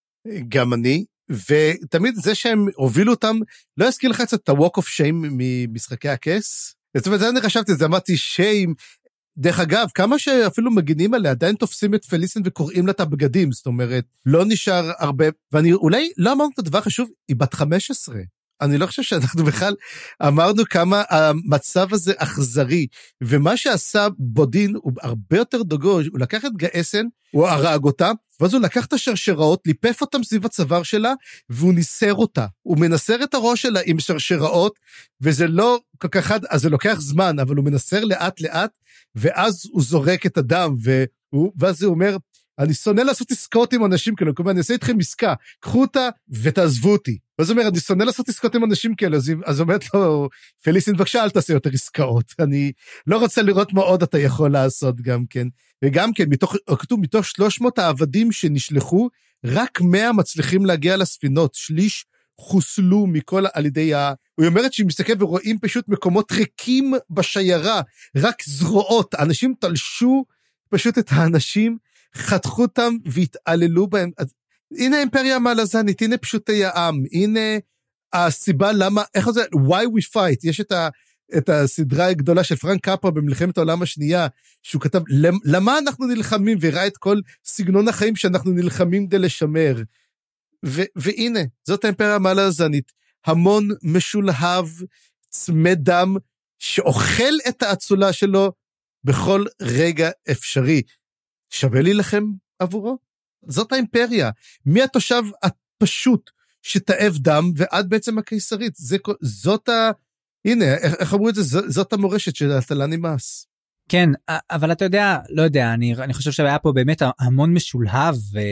גם אני, ותמיד זה שהם הובילו אותם, לא יזכיר לך קצת את ה-walk of shame ממשחקי הכס? זאת אומרת, זה אני חשבתי, זה אמרתי shame, דרך אגב, כמה שאפילו מגינים עליה, עדיין תופסים את פליסין וקוראים לה את הבגדים, זאת אומרת, לא נשאר הרבה, ואני אולי לא אמרנו את הדבר חשוב, היא בת חמש עשרה, אני לא חושב שאנחנו בכלל אמרנו כמה המצב הזה אכזרי, ומה שעשה בודין הוא הרבה יותר דוגו, הוא לקח את גאסן, הוא הרג אותה, ואז הוא לקח את השרשראות, ליפף אותם סביב הצוואר שלה, והוא ניסר אותה. הוא מנסר את הראש שלה עם שרשראות, וזה לא כל כך חד, אז זה לוקח זמן, אבל הוא מנסר לאט לאט, ואז הוא זורק את הדם, והוא, ואז הוא אומר, אני שונא לעשות עסקאות עם אנשים כאלה, כלומר, אני אעשה איתכם עסקה, קחו אותה ותעזבו אותי. ואז הוא אומר, אני שונא לעשות עסקאות עם אנשים כאלה, אז אומרת לו, פליסין, בבקשה, אל תעשה יותר עסקאות. אני לא רוצה לראות מה עוד אתה יכול לעשות גם כן. וגם כן, מתוך, כתוב, מתוך שלוש מאות העבדים שנשלחו, רק מאה מצליחים להגיע לספינות, שליש חוסלו מכל על ידי ה... הוא אומרת שהיא מסתכלת ורואים פשוט מקומות ריקים בשיירה, רק זרועות, אנשים תלשו פשוט את האנשים, חתכו אותם והתעללו בהם. אז, הנה האימפריה המלזנית, הנה פשוטי העם, הנה הסיבה למה, איך זה, why we fight, יש את, ה, את הסדרה הגדולה של פרנק קפרה במלחמת העולם השנייה, שהוא כתב, למה אנחנו נלחמים, והראה את כל סגנון החיים שאנחנו נלחמים כדי לשמר, ו, והנה, זאת האימפריה המלזנית, המון משולהב, צמא דם, שאוכל את האצולה שלו, בכל רגע אפשרי. שווה לי לכם עבורו? זאת האימפריה. מי התושב הפשוט שתאב דם, ועד בעצם הקיסרית. זה, זאת ה... הנה, איך אמרו את זה? זאת המורשת של הטלה נמאס. כן, אבל אתה יודע, לא יודע, אני, אני חושב שהיה פה באמת המון משולהב,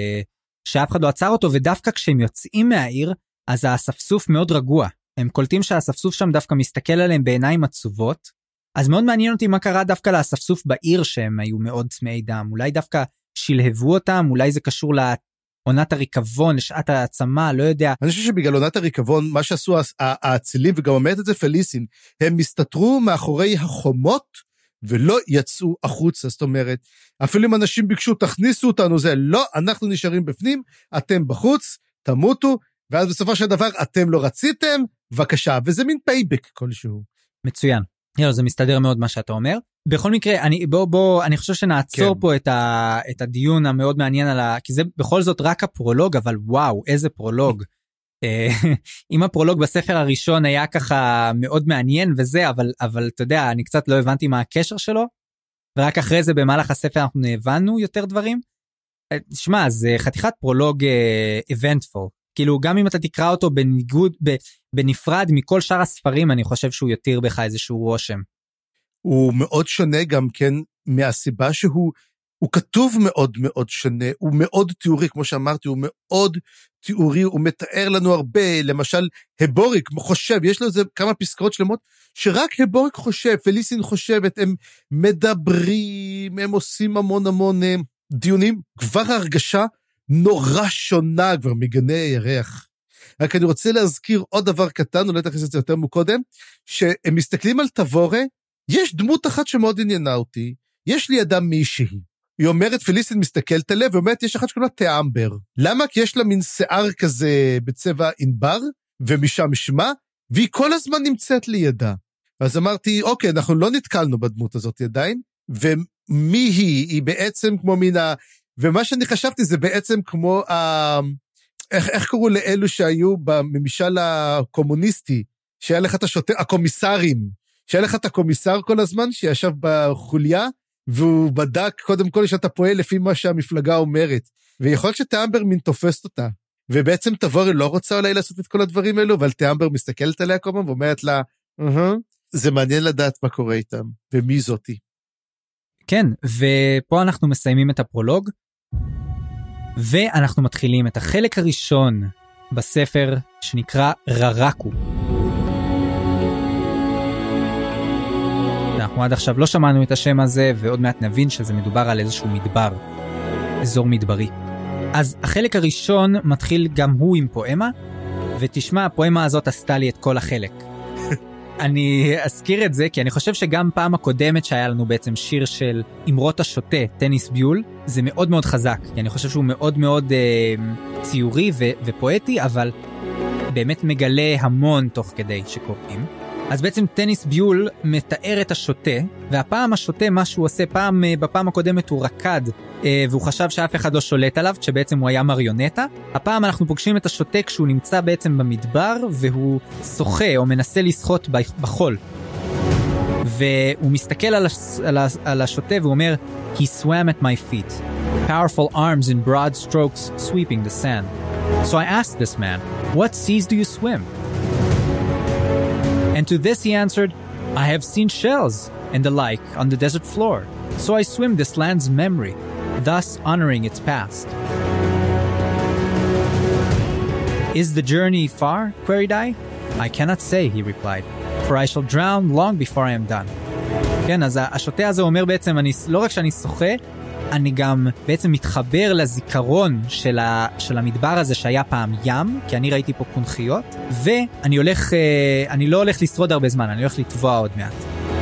שאף אחד לא עצר אותו, ודווקא כשהם יוצאים מהעיר, אז הספסוף מאוד רגוע. הם קולטים שהספסוף שם דווקא מסתכל עליהם בעיניים עצובות, אז מאוד מעניין אותי מה קרה דווקא לאספסוף בעיר שהם היו מאוד צמאי דם, אולי דווקא שלהבו אותם, אולי זה קשור לעונת הריקבון, לשעת העצמה, לא יודע. אני חושב שבגלל עונת הריקבון, מה שעשו האצילים, וגם אומרת את זה פליסין, הם מסתתרו מאחורי החומות, ולא יצאו החוצה, זאת אומרת, אפילו אם אנשים ביקשו, תכניסו אותנו, זה לא, אנחנו נשארים בפנים, אתם בחוץ, תמותו, ואז בסופו של דבר, אתם לא רציתם, בבקשה, וזה מין פייבק כלשהו. מצוין. יאללה, זה מסתדר מאוד מה שאתה אומר. בכל מקרה, אני, בוא, בוא, אני חושב שנעצור כן. פה את, ה, את הדיון המאוד מעניין על ה... כי זה בכל זאת רק הפרולוג, אבל וואו, איזה פרולוג. אם הפרולוג בספר הראשון היה ככה מאוד מעניין וזה, אבל, אבל אתה יודע, אני קצת לא הבנתי מה הקשר שלו, ורק אחרי זה במהלך הספר אנחנו הבנו יותר דברים. תשמע, זה חתיכת פרולוג eventful. כאילו, גם אם אתה תקרא אותו בניגוד, בנפרד מכל שאר הספרים, אני חושב שהוא יותיר בך איזשהו רושם. הוא מאוד שונה גם כן מהסיבה שהוא הוא כתוב מאוד מאוד שונה, הוא מאוד תיאורי, כמו שאמרתי, הוא מאוד תיאורי, הוא מתאר לנו הרבה, למשל, הבוריק חושב, יש לו איזה כמה פסקאות שלמות, שרק הבוריק חושב, פליסין חושבת, הם מדברים, הם עושים המון המון דיונים, כבר ההרגשה נורא שונה, כבר מגני הירח. רק אני רוצה להזכיר עוד דבר קטן, אולי תכניס את זה יותר מוקודם, שהם מסתכלים על תבורה, יש דמות אחת שמאוד עניינה אותי, יש לי אדם מישהי, היא אומרת, פליסין מסתכלת עליה, ואומרת, יש אחת שקוראים לה תאמבר. למה? כי יש לה מין שיער כזה בצבע ענבר, ומשם שמה, והיא כל הזמן נמצאת לידה. אז אמרתי, אוקיי, אנחנו לא נתקלנו בדמות הזאת עדיין, ומי היא? היא בעצם כמו מינה, ומה שאני חשבתי זה בעצם כמו, ה... איך, איך קראו לאלו שהיו בממשל הקומוניסטי, שהיה לך את השוטר, הקומיסרים, שהיה לך את הקומיסר כל הזמן, שישב בחוליה, והוא בדק קודם כל שאתה פועל לפי מה שהמפלגה אומרת, ויכול להיות שתאמבר מין תופסת אותה, ובעצם תבורי לא רוצה אולי לעשות את כל הדברים האלו, אבל תאמבר מסתכלת עליה כל פעם, ואומרת לה, uh-huh, זה מעניין לדעת מה קורה איתם, ומי זאתי. כן, ופה אנחנו מסיימים את הפרולוג, ואנחנו מתחילים את החלק הראשון בספר שנקרא ררקו. אנחנו עד עכשיו לא שמענו את השם הזה, ועוד מעט נבין שזה מדובר על איזשהו מדבר, אזור מדברי. אז החלק הראשון מתחיל גם הוא עם פואמה, ותשמע, הפואמה הזאת עשתה לי את כל החלק. אני אזכיר את זה, כי אני חושב שגם פעם הקודמת שהיה לנו בעצם שיר של אמרות השוטה, טניס ביול, זה מאוד מאוד חזק, כי אני חושב שהוא מאוד מאוד אה, ציורי ו- ופואטי, אבל באמת מגלה המון תוך כדי שקוראים. אז בעצם טניס ביול מתאר את השוטה, והפעם השוטה מה שהוא עושה, פעם, בפעם הקודמת הוא רקד, והוא חשב שאף אחד לא שולט עליו, כשבעצם הוא היה מריונטה. הפעם אנחנו פוגשים את השוטה כשהוא נמצא בעצם במדבר, והוא שוחה או מנסה לשחות בחול. והוא מסתכל על, הש... על, ה... על השוטה והוא אומר, He swam at my feet, powerful arms in broad strokes sweeping the sand. So I asked this man, what seas do you swim? And to this he answered, I have seen shells and the like on the desert floor, so I swim this land's memory, thus honoring its past. Is the journey far? Queried I. I cannot say, he replied, for I shall drown long before I am done. כן, אז השוטה הזה אומר בעצם, אני, לא רק שאני שוחה, אני גם בעצם מתחבר לזיכרון של, ה, של המדבר הזה שהיה פעם ים, כי אני ראיתי פה קונחיות, ואני הולך, אני לא הולך לשרוד הרבה זמן, אני הולך לטבוע עוד מעט.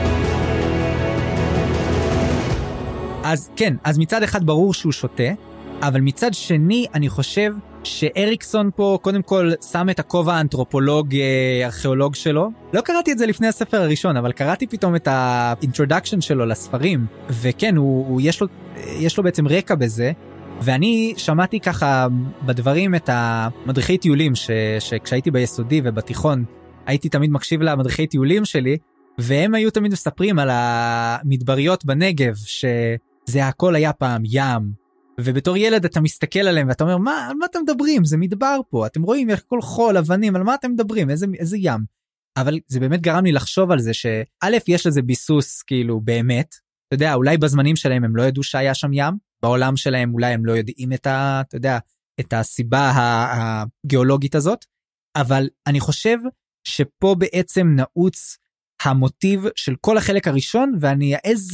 אז כן, אז מצד אחד ברור שהוא שוטה, אבל מצד שני אני חושב שאריקסון פה קודם כל שם את הכובע האנתרופולוג ארכיאולוג שלו. לא קראתי את זה לפני הספר הראשון, אבל קראתי פתאום את האינטרודקשן שלו לספרים, וכן, הוא, הוא יש לו, יש לו בעצם רקע בזה, ואני שמעתי ככה בדברים את המדריכי טיולים, ש, שכשהייתי ביסודי ובתיכון, הייתי תמיד מקשיב למדריכי טיולים שלי, והם היו תמיד מספרים על המדבריות בנגב, שזה הכל היה פעם ים, ובתור ילד אתה מסתכל עליהם ואתה אומר, מה, על מה אתם מדברים? זה מדבר פה, אתם רואים איך כל חול, אבנים, על מה אתם מדברים? איזה, איזה ים? אבל זה באמת גרם לי לחשוב על זה, שא' יש לזה ביסוס כאילו באמת, אתה יודע, אולי בזמנים שלהם הם לא ידעו שהיה שם ים, בעולם שלהם אולי הם לא יודעים את ה, אתה יודע, את הסיבה הגיאולוגית הזאת, אבל אני חושב שפה בעצם נעוץ המוטיב של כל החלק הראשון, ואני אעז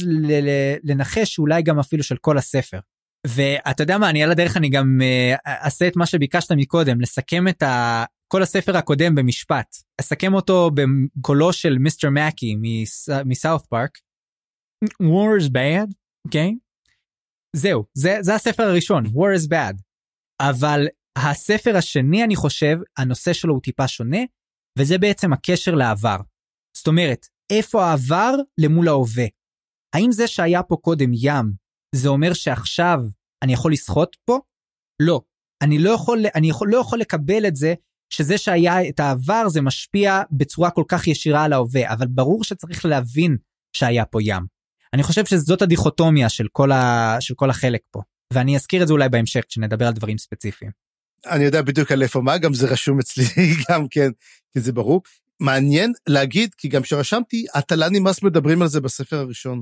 לנחש שאולי גם אפילו של כל הספר. ואתה יודע מה, אני על הדרך אני גם uh, אעשה את מה שביקשת מקודם, לסכם את ה... כל הספר הקודם במשפט, אסכם אותו בקולו של מיסטר מקי מסאות' פארק, War is bad, אוקיי? Okay? זהו, זה, זה הספר הראשון, War is bad, אבל הספר השני אני חושב, הנושא שלו הוא טיפה שונה, וזה בעצם הקשר לעבר. זאת אומרת, איפה העבר למול ההווה? האם זה שהיה פה קודם ים, זה אומר שעכשיו אני יכול לשחות פה? לא. אני לא יכול, אני יכול, לא יכול לקבל את זה, שזה שהיה את העבר זה משפיע בצורה כל כך ישירה על ההווה, אבל ברור שצריך להבין שהיה פה ים. אני חושב שזאת הדיכוטומיה של כל, ה, של כל החלק פה, ואני אזכיר את זה אולי בהמשך, כשנדבר על דברים ספציפיים. אני יודע בדיוק על איפה מה, גם זה רשום אצלי, גם כן, כי זה ברור. מעניין להגיד, כי גם שרשמתי, התל"נים מס מדברים על זה בספר הראשון.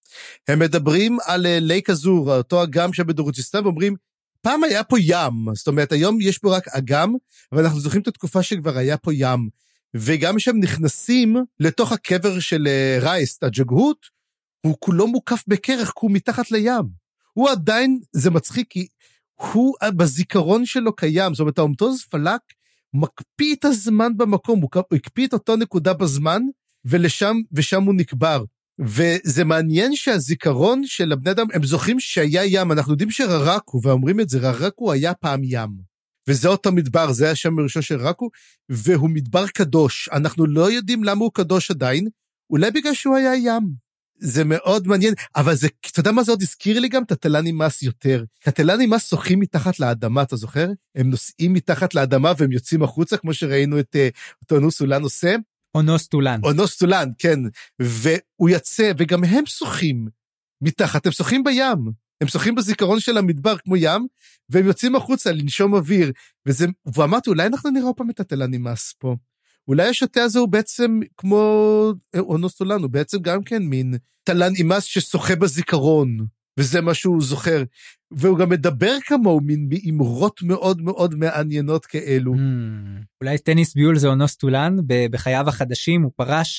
הם מדברים על לייק אזור, אותו אגם שבדרוג'יסטן, ואומרים, פעם היה פה ים, זאת אומרת, היום יש פה רק אגם, אבל אנחנו זוכרים את התקופה שכבר היה פה ים, וגם כשהם נכנסים לתוך הקבר של רייסט, הג'גהות, הוא כולו מוקף בקרח, הוא מתחת לים. הוא עדיין, זה מצחיק, כי הוא בזיכרון שלו קיים, זאת אומרת, האומטוז פלק, מקפיא את הזמן במקום, הוא הקפיא את אותו נקודה בזמן, ולשם, ושם הוא נקבר. וזה מעניין שהזיכרון של הבני אדם, הם זוכרים שהיה ים, אנחנו יודעים שררקו, ואומרים את זה, ררקו היה פעם ים. וזה אותו מדבר, זה השם הראשון של ררקו, והוא מדבר קדוש. אנחנו לא יודעים למה הוא קדוש עדיין, אולי בגלל שהוא היה ים. זה מאוד מעניין, אבל זה, אתה יודע מה זה עוד הזכיר לי גם? את הטלני מס יותר. הטלני מס שוחים מתחת לאדמה, אתה זוכר? הם נוסעים מתחת לאדמה והם יוצאים החוצה, כמו שראינו את אותו אונוס אולן עושה. אונוס טולן. אונוס טולן, כן. והוא יצא, וגם הם שוחים מתחת, הם שוחים בים. הם שוחים בזיכרון של המדבר כמו ים, והם יוצאים החוצה לנשום אוויר. וזה, ואמרתי, אולי אנחנו נראה פעם את הטלני מס פה. אולי השוטה הזה הוא בעצם כמו אונוס טולן, הוא בעצם גם כן מין טלן אימס ששוחה בזיכרון, וזה מה שהוא זוכר. והוא גם מדבר כמוהו, מין באמרות מאוד מאוד מעניינות כאלו. Hmm. אולי טניס ביול זה אונוס טולן, בחייו החדשים הוא פרש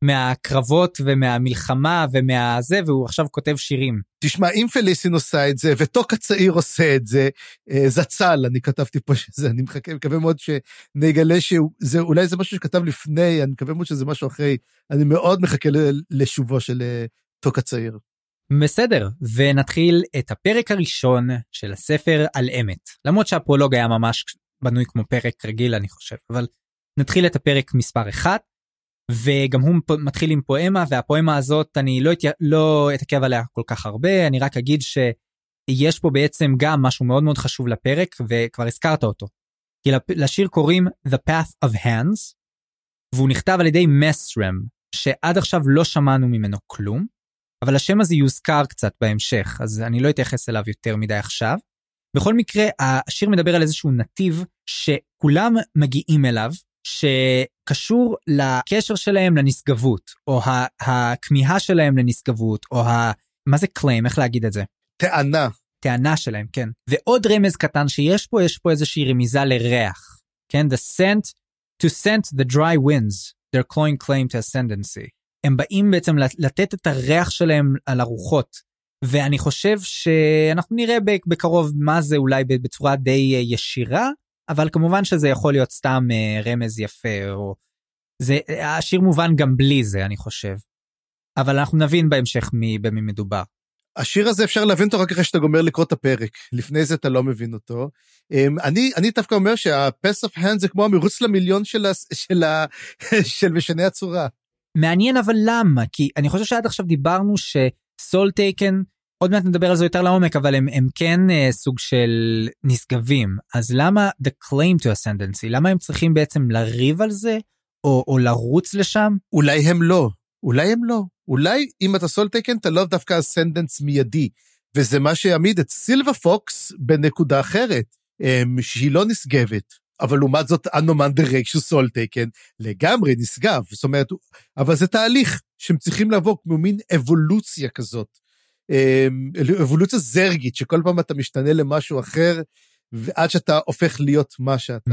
מהקרבות ומהמלחמה ומהזה, והוא עכשיו כותב שירים. תשמע, אם פליסין עושה את זה, וטוק הצעיר עושה את זה, זצל, אני כתבתי פה שזה, אני מחכה, מקווה מאוד שנגלה שאולי זה משהו שכתב לפני, אני מקווה מאוד שזה משהו אחרי, אני מאוד מחכה לשובו של טוק הצעיר. בסדר, ונתחיל את הפרק הראשון של הספר על אמת, למרות שהפרולוג היה ממש בנוי כמו פרק רגיל, אני חושב, אבל נתחיל את הפרק מספר אחד, וגם הוא מתחיל עם פואמה, והפואמה הזאת אני לא, אתי... לא אתעכב עליה כל כך הרבה, אני רק אגיד שיש פה בעצם גם משהו מאוד מאוד חשוב לפרק, וכבר הזכרת אותו. כי לשיר קוראים The Path of Hands, והוא נכתב על ידי מסרם, שעד עכשיו לא שמענו ממנו כלום, אבל השם הזה יוזכר קצת בהמשך, אז אני לא אתייחס אליו יותר מדי עכשיו. בכל מקרה, השיר מדבר על איזשהו נתיב שכולם מגיעים אליו, שקשור לקשר שלהם לנשגבות, או הכמיהה שלהם לנשגבות, או ה... מה זה claim? איך להגיד את זה? טענה. טענה שלהם, כן. ועוד רמז קטן שיש פה, יש פה איזושהי רמיזה לריח. כן? The scent, to scent the dry winds, their clawing claim to ascendancy. הם באים בעצם לתת את הריח שלהם על הרוחות, ואני חושב שאנחנו נראה בקרוב מה זה אולי בצורה די ישירה, אבל כמובן שזה יכול להיות סתם רמז יפה, או זה, השיר מובן גם בלי זה, אני חושב. אבל אנחנו נבין בהמשך במי מדובר. השיר הזה אפשר להבין אותו רק אחרי שאתה גומר לקרוא את הפרק, לפני זה אתה לא מבין אותו. אני, אני דווקא אומר שה-Path of Hand זה כמו המרוץ למיליון של, של, של משנה הצורה. מעניין אבל למה? כי אני חושב שעד עכשיו דיברנו שסול טייקן, עוד מעט נדבר על זה יותר לעומק, אבל הם, הם כן uh, סוג של נשגבים. אז למה the claim to ascendancy? למה הם צריכים בעצם לריב על זה? או, או לרוץ לשם? אולי הם לא. אולי הם לא. אולי אם אתה סול טייקן, אתה לא דווקא ascendance מיידי. וזה מה שיעמיד את סילבה פוקס בנקודה אחרת, שהיא לא נשגבת. אבל לעומת זאת, אנומן דרק שהוא סול טייקן, לגמרי נשגב. זאת אומרת, אבל זה תהליך שהם צריכים לעבור כמו מין אבולוציה כזאת. אבולוציה זרגית, שכל פעם אתה משתנה למשהו אחר, ועד שאתה הופך להיות מה שאתה.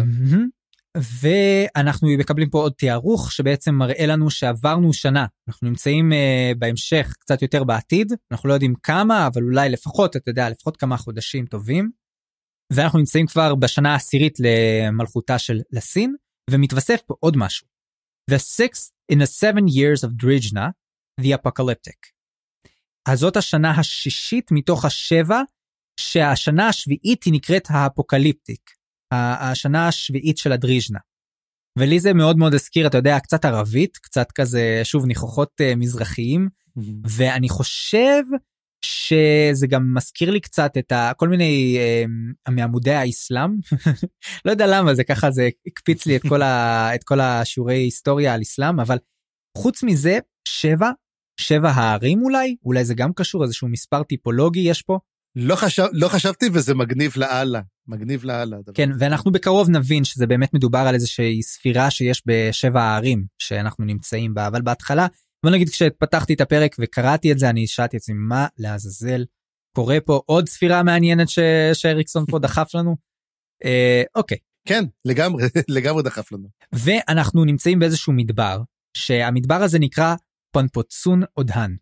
ואנחנו מקבלים פה עוד תיארוך, שבעצם מראה לנו שעברנו שנה. אנחנו נמצאים בהמשך קצת יותר בעתיד, אנחנו לא יודעים כמה, אבל אולי לפחות, אתה יודע, לפחות כמה חודשים טובים, ואנחנו נמצאים כבר בשנה העשירית למלכותה של לסין, ומתווסף פה עוד משהו. The sixth in the seven years of Drijna, the apocalyptic. אז זאת השנה השישית מתוך השבע, שהשנה השביעית היא נקראת האפוקליפטיק, השנה השביעית של הדריז'נה. ולי זה מאוד מאוד הזכיר, אתה יודע, קצת ערבית, קצת כזה, שוב, ניחוחות מזרחיים, ואני חושב שזה גם מזכיר לי קצת את ה, כל מיני אה, מעמודי האסלאם, לא יודע למה, זה ככה, זה הקפיץ לי את כל, ה, את כל השיעורי היסטוריה על אסלאם, אבל חוץ מזה, שבע, שבע הערים אולי, אולי זה גם קשור, איזשהו מספר טיפולוגי יש פה. לא, חשב, לא חשבתי וזה מגניב לאללה, מגניב לאללה. כן, ואנחנו בקרוב נבין שזה באמת מדובר על איזושהי ספירה שיש בשבע הערים שאנחנו נמצאים בה, אבל בהתחלה בוא נגיד כשפתחתי את הפרק וקראתי את זה, אני שאלתי את עצמי, מה לעזאזל קורה פה? עוד ספירה מעניינת ש... שאריקסון פה דחף לנו? אה, אוקיי. כן, לגמרי, לגמרי דחף לנו. ואנחנו נמצאים באיזשהו מדבר, שהמדבר הזה נקרא פנפוצון אודהן,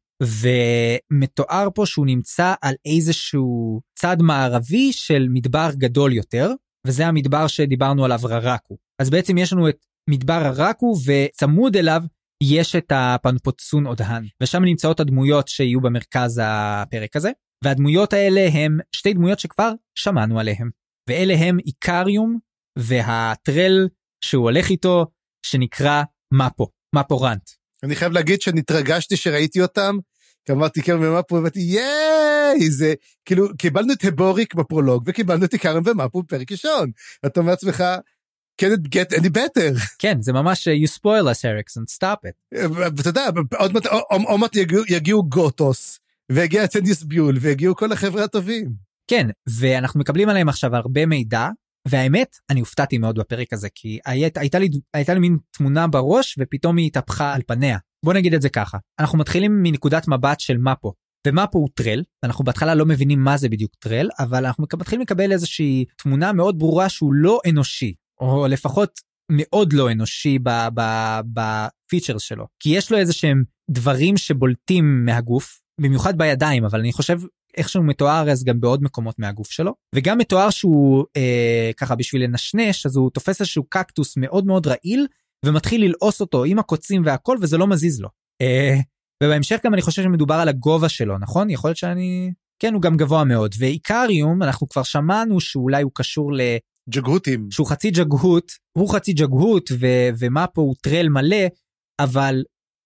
ומתואר פה שהוא נמצא על איזשהו צד מערבי של מדבר גדול יותר, וזה המדבר שדיברנו עליו ררקו. אז בעצם יש לנו את מדבר ררקו, וצמוד אליו יש את הפנפוצון אודהן, ושם נמצאות הדמויות שיהיו במרכז הפרק הזה, והדמויות האלה הם שתי דמויות שכבר שמענו עליהם, ואלה הם איקריום, והטרל שהוא הולך איתו, שנקרא מפו, מפו רנט. אני חייב להגיד שנתרגשתי שראיתי אותם, כי אמרתי כן ומפו, ואמרתי ייי, זה, כאילו, קיבלנו את הבוריק בפרולוג, וקיבלנו את איקריום ומפו בפרק ראשון. אתה אומר עצמך, can it get any better? כן, זה ממש, you spoil us, Erikson, stop it. ואתה יודע, עוד מעט, עוד מעט יגיעו גוטוס, והגיע טניס ביול, והגיעו כל החבר'ה הטובים. כן, ואנחנו מקבלים עליהם עכשיו הרבה מידע, והאמת, אני הופתעתי מאוד בפרק הזה, כי היית, הייתה לי, הייתה לי מין תמונה בראש, ופתאום היא התהפכה על פניה. בוא נגיד את זה ככה, אנחנו מתחילים מנקודת מבט של מפו, ומפו הוא טרל, אנחנו בהתחלה לא מבינים מה זה בדיוק טרל, אבל אנחנו מתחילים לקבל איזושהי תמונה מאוד ברורה שהוא לא אנושי, או לפחות מאוד לא אנושי בפיצ'רס שלו, כי יש לו איזה שהם דברים שבולטים מהגוף, במיוחד בידיים, אבל אני חושב איך שהוא מתואר אז גם בעוד מקומות מהגוף שלו, וגם מתואר שהוא אה, ככה בשביל לנשנש, אז הוא תופס איזשהו קקטוס מאוד מאוד רעיל, ומתחיל ללעוס אותו עם הקוצים והכל, וזה לא מזיז לו. אה, ובהמשך גם אני חושב שמדובר על הגובה שלו, נכון? יכול להיות שאני... כן, הוא גם גבוה מאוד, ואיקריום, אנחנו כבר שמענו שאולי הוא קשור ל... ג'גהותים. שהוא חצי ג'גהות, הוא חצי ג'גהות, ו- ומה פה הוא טרל מלא, אבל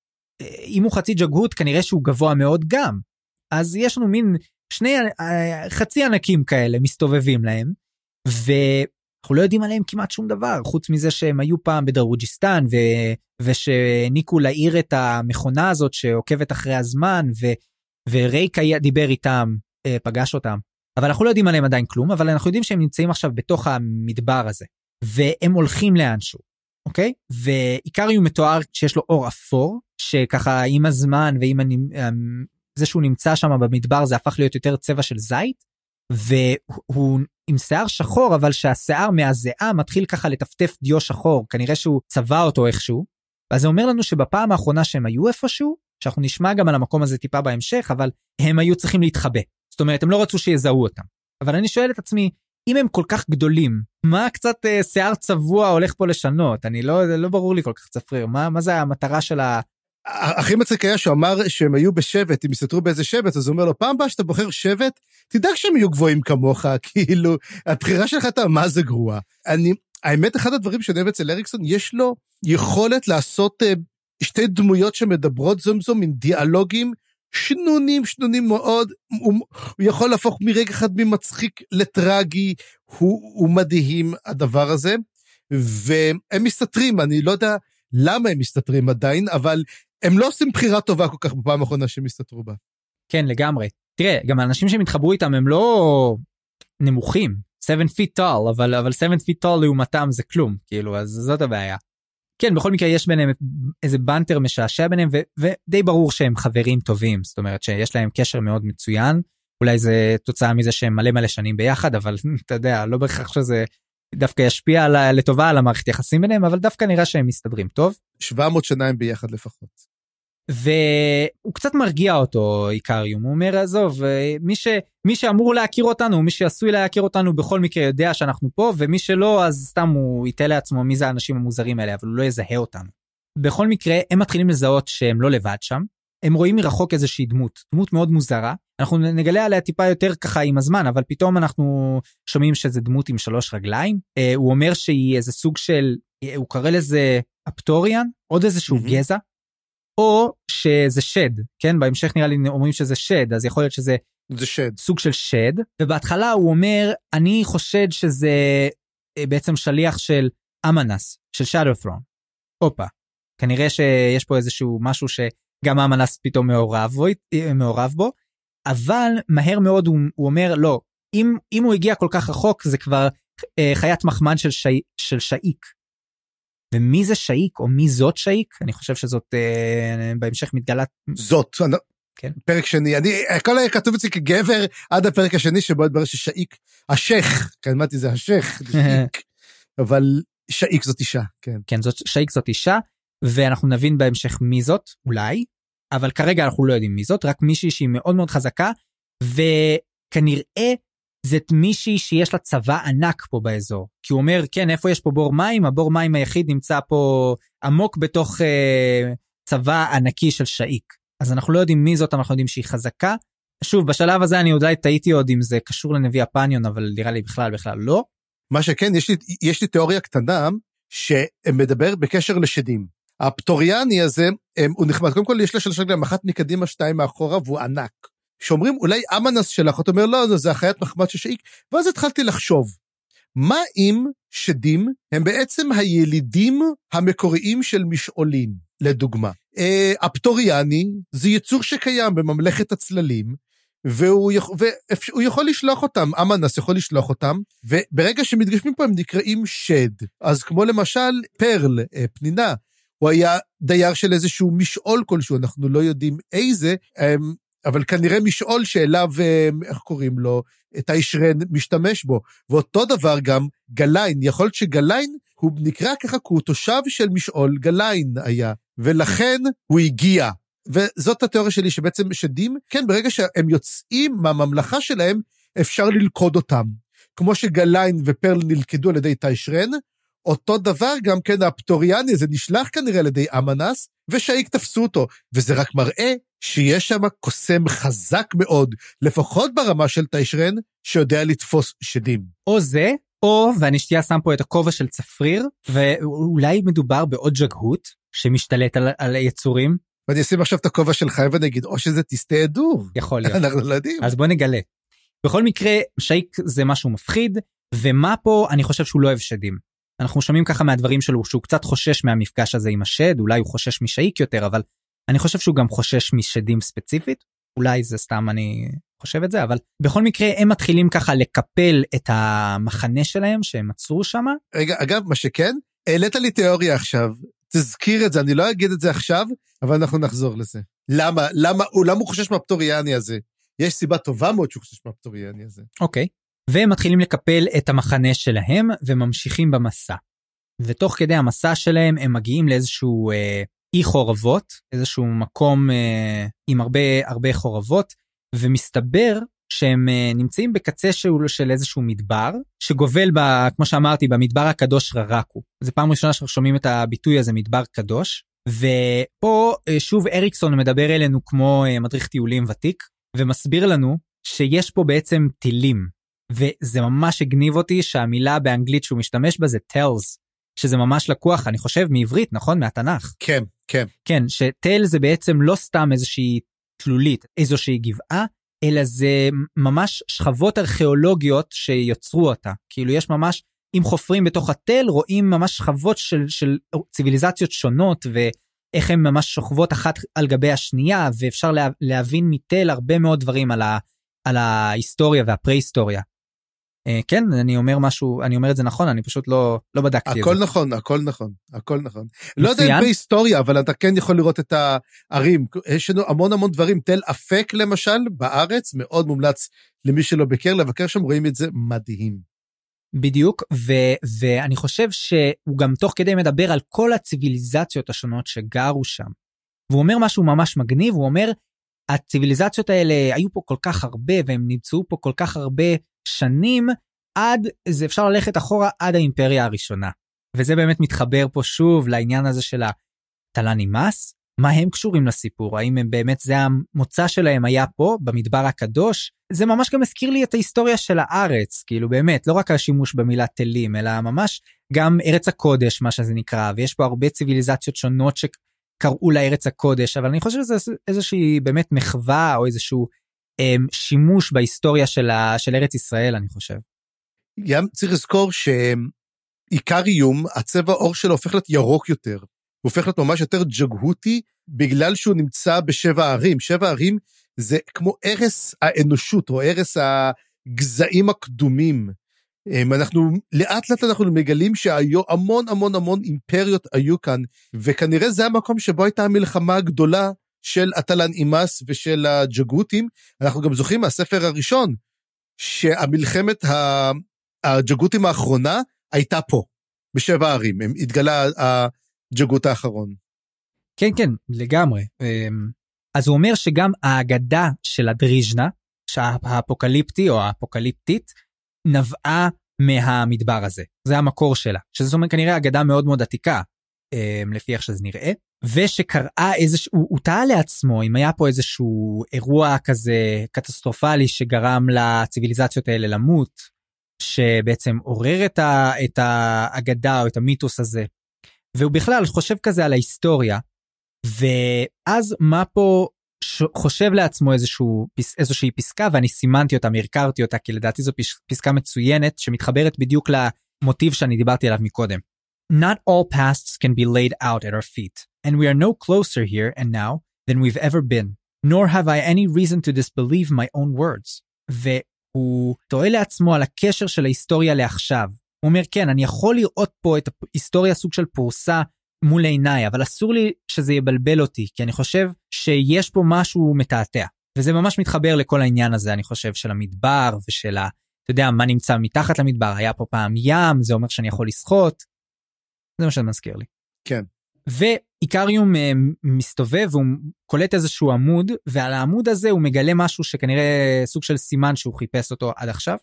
אם הוא חצי ג'גהות, כנראה שהוא גבוה מאוד גם. אז יש לנו מין שני חצי ענקים כאלה מסתובבים להם, ואנחנו לא יודעים עליהם כמעט שום דבר, חוץ מזה שהם היו פעם בדרוג'יסטן, ו- ושניקו להעיר את המכונה הזאת שעוקבת אחרי הזמן, ו- וריק דיבר איתם, פגש אותם. אבל אנחנו לא יודעים עליהם עדיין כלום, אבל אנחנו יודעים שהם נמצאים עכשיו בתוך המדבר הזה, והם הולכים לאנשהו, אוקיי? ואיקריום מתואר שיש לו אור אפור, שככה עם הזמן ועם זה שהוא נמצא שם במדבר, זה הפך להיות יותר צבע של זית, והוא עם שיער שחור, אבל שהשיער מהזיעה מתחיל ככה לטפטף דיו שחור, כנראה שהוא צבע אותו איכשהו, ואז זה אומר לנו שבפעם האחרונה שהם היו איפשהו, שאנחנו נשמע גם על המקום הזה טיפה בהמשך, אבל הם היו צריכים להתחבא. זאת אומרת, הם לא רצו שיזהו אותם. אבל אני שואל את עצמי, אם הם כל כך גדולים, מה קצת אה, שיער צבוע הולך פה לשנות? אני לא, זה לא ברור לי כל כך צפריר. מה, מה זה המטרה של ה... הכי מצחיק היה שהוא אמר שהם היו בשבט, אם יסתרו באיזה שבט, אז הוא אומר לו, פעם באה שאתה בוחר שבט, תדאג שהם יהיו גבוהים כמוך, כאילו, הבחירה שלך אתה מה זה גרוע. אני, האמת, אחד הדברים שאני אוהב אצל אריקסון, יש לו יכולת לעשות אה, שתי דמויות שמדברות זום-זום, עם דיאלוגים, שנונים, שנונים מאוד, הוא, הוא יכול להפוך מרגע אחד ממצחיק לטרגי, הוא, הוא מדהים הדבר הזה, והם מסתתרים, אני לא יודע למה הם מסתתרים עדיין, אבל הם לא עושים בחירה טובה כל כך בפעם האחרונה שהם מסתתרו בה. כן, לגמרי. תראה, גם האנשים שמתחברו איתם הם לא נמוכים, seven feet tall, אבל, אבל seven feet tall לעומתם זה כלום, כאילו, אז זאת הבעיה. כן, בכל מקרה יש ביניהם איזה בנטר משעשע ביניהם, ו- ודי ברור שהם חברים טובים, זאת אומרת שיש להם קשר מאוד מצוין, אולי זה תוצאה מזה שהם מלא מלא שנים ביחד, אבל אתה יודע, לא בהכרח שזה דווקא ישפיע על, לטובה על המערכת יחסים ביניהם, אבל דווקא נראה שהם מסתדרים טוב. שבע מאות שנה הם ביחד לפחות. והוא קצת מרגיע אותו, איקריום, הוא אומר, עזוב, מי, ש, מי שאמור להכיר אותנו, מי שעשוי להכיר אותנו בכל מקרה יודע שאנחנו פה, ומי שלא, אז סתם הוא ייתן לעצמו מי זה האנשים המוזרים האלה, אבל הוא לא יזהה אותנו. בכל מקרה, הם מתחילים לזהות שהם לא לבד שם, הם רואים מרחוק איזושהי דמות, דמות מאוד מוזרה, אנחנו נגלה עליה טיפה יותר ככה עם הזמן, אבל פתאום אנחנו שומעים שזה דמות עם שלוש רגליים, הוא אומר שהיא איזה סוג של, הוא קרא לזה אפטוריאן, עוד איזשהו mm-hmm. גזע, או שזה שד, כן? בהמשך נראה לי אומרים שזה שד, אז יכול להיות שזה זה שד. סוג של שד, ובהתחלה הוא אומר, אני חושד שזה בעצם שליח של אמנס, של Shadow Throne. אופה, כנראה שיש פה איזשהו משהו שגם אמנס פתאום מעורב בו, מעורב בו, אבל מהר מאוד הוא, הוא אומר, לא, אם, אם הוא הגיע כל כך רחוק, זה כבר אה, חיית מחמד של, שי, של שאיק. ומי זה שאיק, או מי זאת שאיק, אני חושב שזאת אה, בהמשך מתגלת. זאת, כן. פרק שני, אני, הכל היה כתוב אצלי כגבר, עד הפרק השני, שבו התברר ששאיק, השייך, כן, אמרתי, זה השייך, אבל שאיק זאת אישה, כן. כן, זאת, שאיק זאת אישה, ואנחנו נבין בהמשך מי זאת, אולי, אבל כרגע אנחנו לא יודעים מי זאת, רק מישהי שהיא מאוד מאוד חזקה, וכנראה זאת מישהי שיש לה צבא ענק פה באזור, כי הוא אומר, כן, איפה יש פה בור מים? הבור מים היחיד נמצא פה עמוק בתוך אה, צבא ענקי של שאיק, אז אנחנו לא יודעים מי זאת, אנחנו יודעים שהיא חזקה, שוב, בשלב הזה אני אולי טעיתי עוד אם זה קשור לנביא הפניון, אבל נראה לי בכלל בכלל לא. מה שכן, יש לי, יש לי תיאוריה קטנה, שמדבר בקשר לשדים. הפטוריאני הזה, הוא נחמד, קודם כל יש לשלוש רגליים, אחת מקדימה, שתיים מאחורה, והוא ענק. שאומרים, אולי אמנס שלך, אתה אומר, לא, זה החיית מחמד של שאיק, ואז התחלתי לחשוב, מה אם שדים הם בעצם הילידים המקוריים של משעולים, לדוגמה. הפטוריאני זה יצור שקיים בממלכת הצללים, והוא יכול, והוא יכול לשלוח אותם, אמנס יכול לשלוח אותם, וברגע שמתגשמים פה הם נקראים שד. אז כמו למשל פרל, פנינה, הוא היה דייר של איזשהו משעול כלשהו, אנחנו לא יודעים איזה, אבל כנראה משעול שאליו, איך קוראים לו, טיישרן משתמש בו. ואותו דבר גם גליין, יכול להיות שגליין הוא נקרא ככה, כי הוא תושב של משעול, גליין היה, ולכן הוא הגיע. וזאת התיאוריה שלי, שבעצם שדים, כן, ברגע שהם יוצאים מהממלכה שלהם, אפשר ללכוד אותם. כמו שגליין ופרל נלכדו על ידי טיישרן, אותו דבר גם כן הפטוריאני, זה נשלח כנראה על ידי אמנס, ושאיק תפסו אותו, וזה רק מראה שיש שם קוסם חזק מאוד, לפחות ברמה של טיישרן, שיודע לתפוס שדים. או זה, או, ואני שתיה שם פה את הכובע של צפריר, ואולי מדובר בעוד ג'גהות, שמשתלט על, על היצורים. ואני אשים עכשיו את הכובע שלך, ואני אגיד, או שזה תסתה עדור. יכול להיות. אנחנו לא יודעים. אז בוא נגלה. בכל מקרה, שאיק זה משהו מפחיד, ומה פה אני חושב שהוא לא אוהב שדים. אנחנו שומעים ככה מהדברים שלו, שהוא קצת חושש מהמפגש הזה עם השד, אולי הוא חושש משאיק יותר, אבל אני חושב שהוא גם חושש משדים ספציפית, אולי זה סתם אני חושב את זה, אבל בכל מקרה הם מתחילים ככה לקפל את המחנה שלהם שהם עצרו שם. רגע, אגב, מה שכן, העלית לי תיאוריה עכשיו, תזכיר את זה, אני לא אגיד את זה עכשיו, אבל אנחנו נחזור לזה. למה? למה, למה הוא חושש מהפטוריאני הזה? יש סיבה טובה מאוד שהוא חושש מהפטוריאני הזה. אוקיי. והם מתחילים לקפל את המחנה שלהם, וממשיכים במסע. ותוך כדי המסע שלהם, הם מגיעים לאיזשהו אה, אי חורבות, איזשהו מקום אה, עם הרבה, הרבה חורבות, ומסתבר שהם אה, נמצאים בקצה של, של איזשהו מדבר, שגובל, ב, כמו שאמרתי, במדבר הקדוש ררקו. זו פעם ראשונה שאנחנו שומעים את הביטוי הזה, מדבר קדוש, ופה אה, שוב אריקסון מדבר אלינו כמו אה, מדריך טיולים ותיק, ומסביר לנו שיש פה בעצם טילים, וזה ממש הגניב אותי שהמילה באנגלית שהוא משתמש בה זה tells, שזה ממש לקוח, אני חושב, מעברית, נכון? מהתנ"ך. כן, כן. כן, שטל זה בעצם לא סתם איזושהי תלולית, איזושהי גבעה, אלא זה ממש שכבות ארכיאולוגיות שיוצרו אותה. כאילו יש ממש, אם חופרים בתוך התל, רואים ממש שכבות של, של ציביליזציות שונות, ואיך הן ממש שוכבות אחת על גבי השנייה, ואפשר לה, להבין מתל הרבה מאוד דברים על, ה, על ההיסטוריה והפרה-היסטוריה. כן, אני אומר משהו, אני אומר את זה נכון, אני פשוט לא, לא בדקתי את זה. הכל נכון, הכל נכון, הכל נכון. לא יודע אם בהיסטוריה, אבל אתה כן יכול לראות את הערים, יש לנו המון המון דברים, תל אפק למשל, בארץ, מאוד מומלץ למי שלא בקר, לבקר שם רואים את זה מדהים. בדיוק, ו- ואני חושב שהוא גם תוך כדי מדבר על כל הציביליזציות השונות שגרו שם, והוא אומר משהו ממש מגניב, הוא אומר, הציביליזציות האלה היו פה כל כך הרבה, והם נמצאו פה כל כך הרבה שנים, עד, זה אפשר ללכת אחורה עד האימפריה הראשונה. וזה באמת מתחבר פה שוב לעניין הזה של התלנימאס, מה הם קשורים לסיפור? האם הם באמת, זה המוצא שלהם היה פה, במדבר הקדוש? זה ממש גם הזכיר לי את ההיסטוריה של הארץ, כאילו באמת, לא רק השימוש במילה תלים, אלא ממש גם ארץ הקודש, מה שזה נקרא, ויש פה הרבה ציביליזציות שונות שקראו לארץ הקודש, אבל אני חושב שזה איזושהי באמת מחווה, או איזשהו אמ, שימוש בהיסטוריה של, ה, של ארץ ישראל, אני חושב. גם צריך לזכור שעיקר איום, הצבע האור שלו הופך להיות ירוק יותר, הוא הופך להיות ממש יותר ג'גהותי, בגלל שהוא נמצא בשבע ערים. שבע ערים זה כמו ערש האנושות, או ערש הגזעים הקדומים, אנחנו, לאט לאט אנחנו מגלים שהיו המון המון המון אימפריות היו כאן, וכנראה זה המקום שבו הייתה המלחמה הגדולה של אטלן אימאס ושל הג'גותים. אנחנו גם זוכרים מהספר הראשון, שהמלחמת הג'גותים האחרונה הייתה פה, בשבע הערים, הם התגלה הג'גות האחרון. כן, כן, לגמרי. אז הוא אומר שגם האגדה של הדריז'נה, שהאפוקליפטי או האפוקליפטית, נבעה מהמדבר הזה. זה המקור שלה. שזה זאת אומרת כנראה אגדה מאוד מאוד עתיקה, לפי איך שזה נראה, ושקראה איזשהו, הוא טעה לעצמו, אם היה פה איזשהו אירוע כזה קטסטרופלי, שגרם לציביליזציות האלה למות, שבעצם עורר את, ה, את האגדה או את המיתוס הזה, והוא בכלל חושב כזה על ההיסטוריה, ואז מה פה חושב לעצמו איזשהו, איזושהי פסקה, ואני סימנתי אותה, מרקרתי אותה, כי לדעתי זו פסקה מצוינת, שמתחברת בדיוק למוטיב שאני דיברתי עליו מקודם. Not all pasts can be laid out at our feet, and we are no closer here and now than we've ever been, nor have I any reason to disbelieve my own words. והוא טועה לעצמו על הקשר של ההיסטוריה לעכשיו. הוא אומר, כן, אני יכול לראות פה את ההיסטוריה סוג של פורסה מול עיניי, אבל אסור לי שזה יבלבל אותי, כי אני חושב שיש פה משהו מתעתע. וזה ממש מתחבר לכל העניין הזה, אני חושב, של המדבר ושל ה... אתה יודע, מה נמצא מתחת למדבר? היה פה פעם ים, זה אומר שאני יכול לשחות. זה מה שזה מזכיר לי. כן. ואיקריום מסתובב, והוא קולט איזשהו עמוד, ועל העמוד הזה הוא מגלה משהו שכנראה סוג של סימן שהוא חיפש אותו עד עכשיו,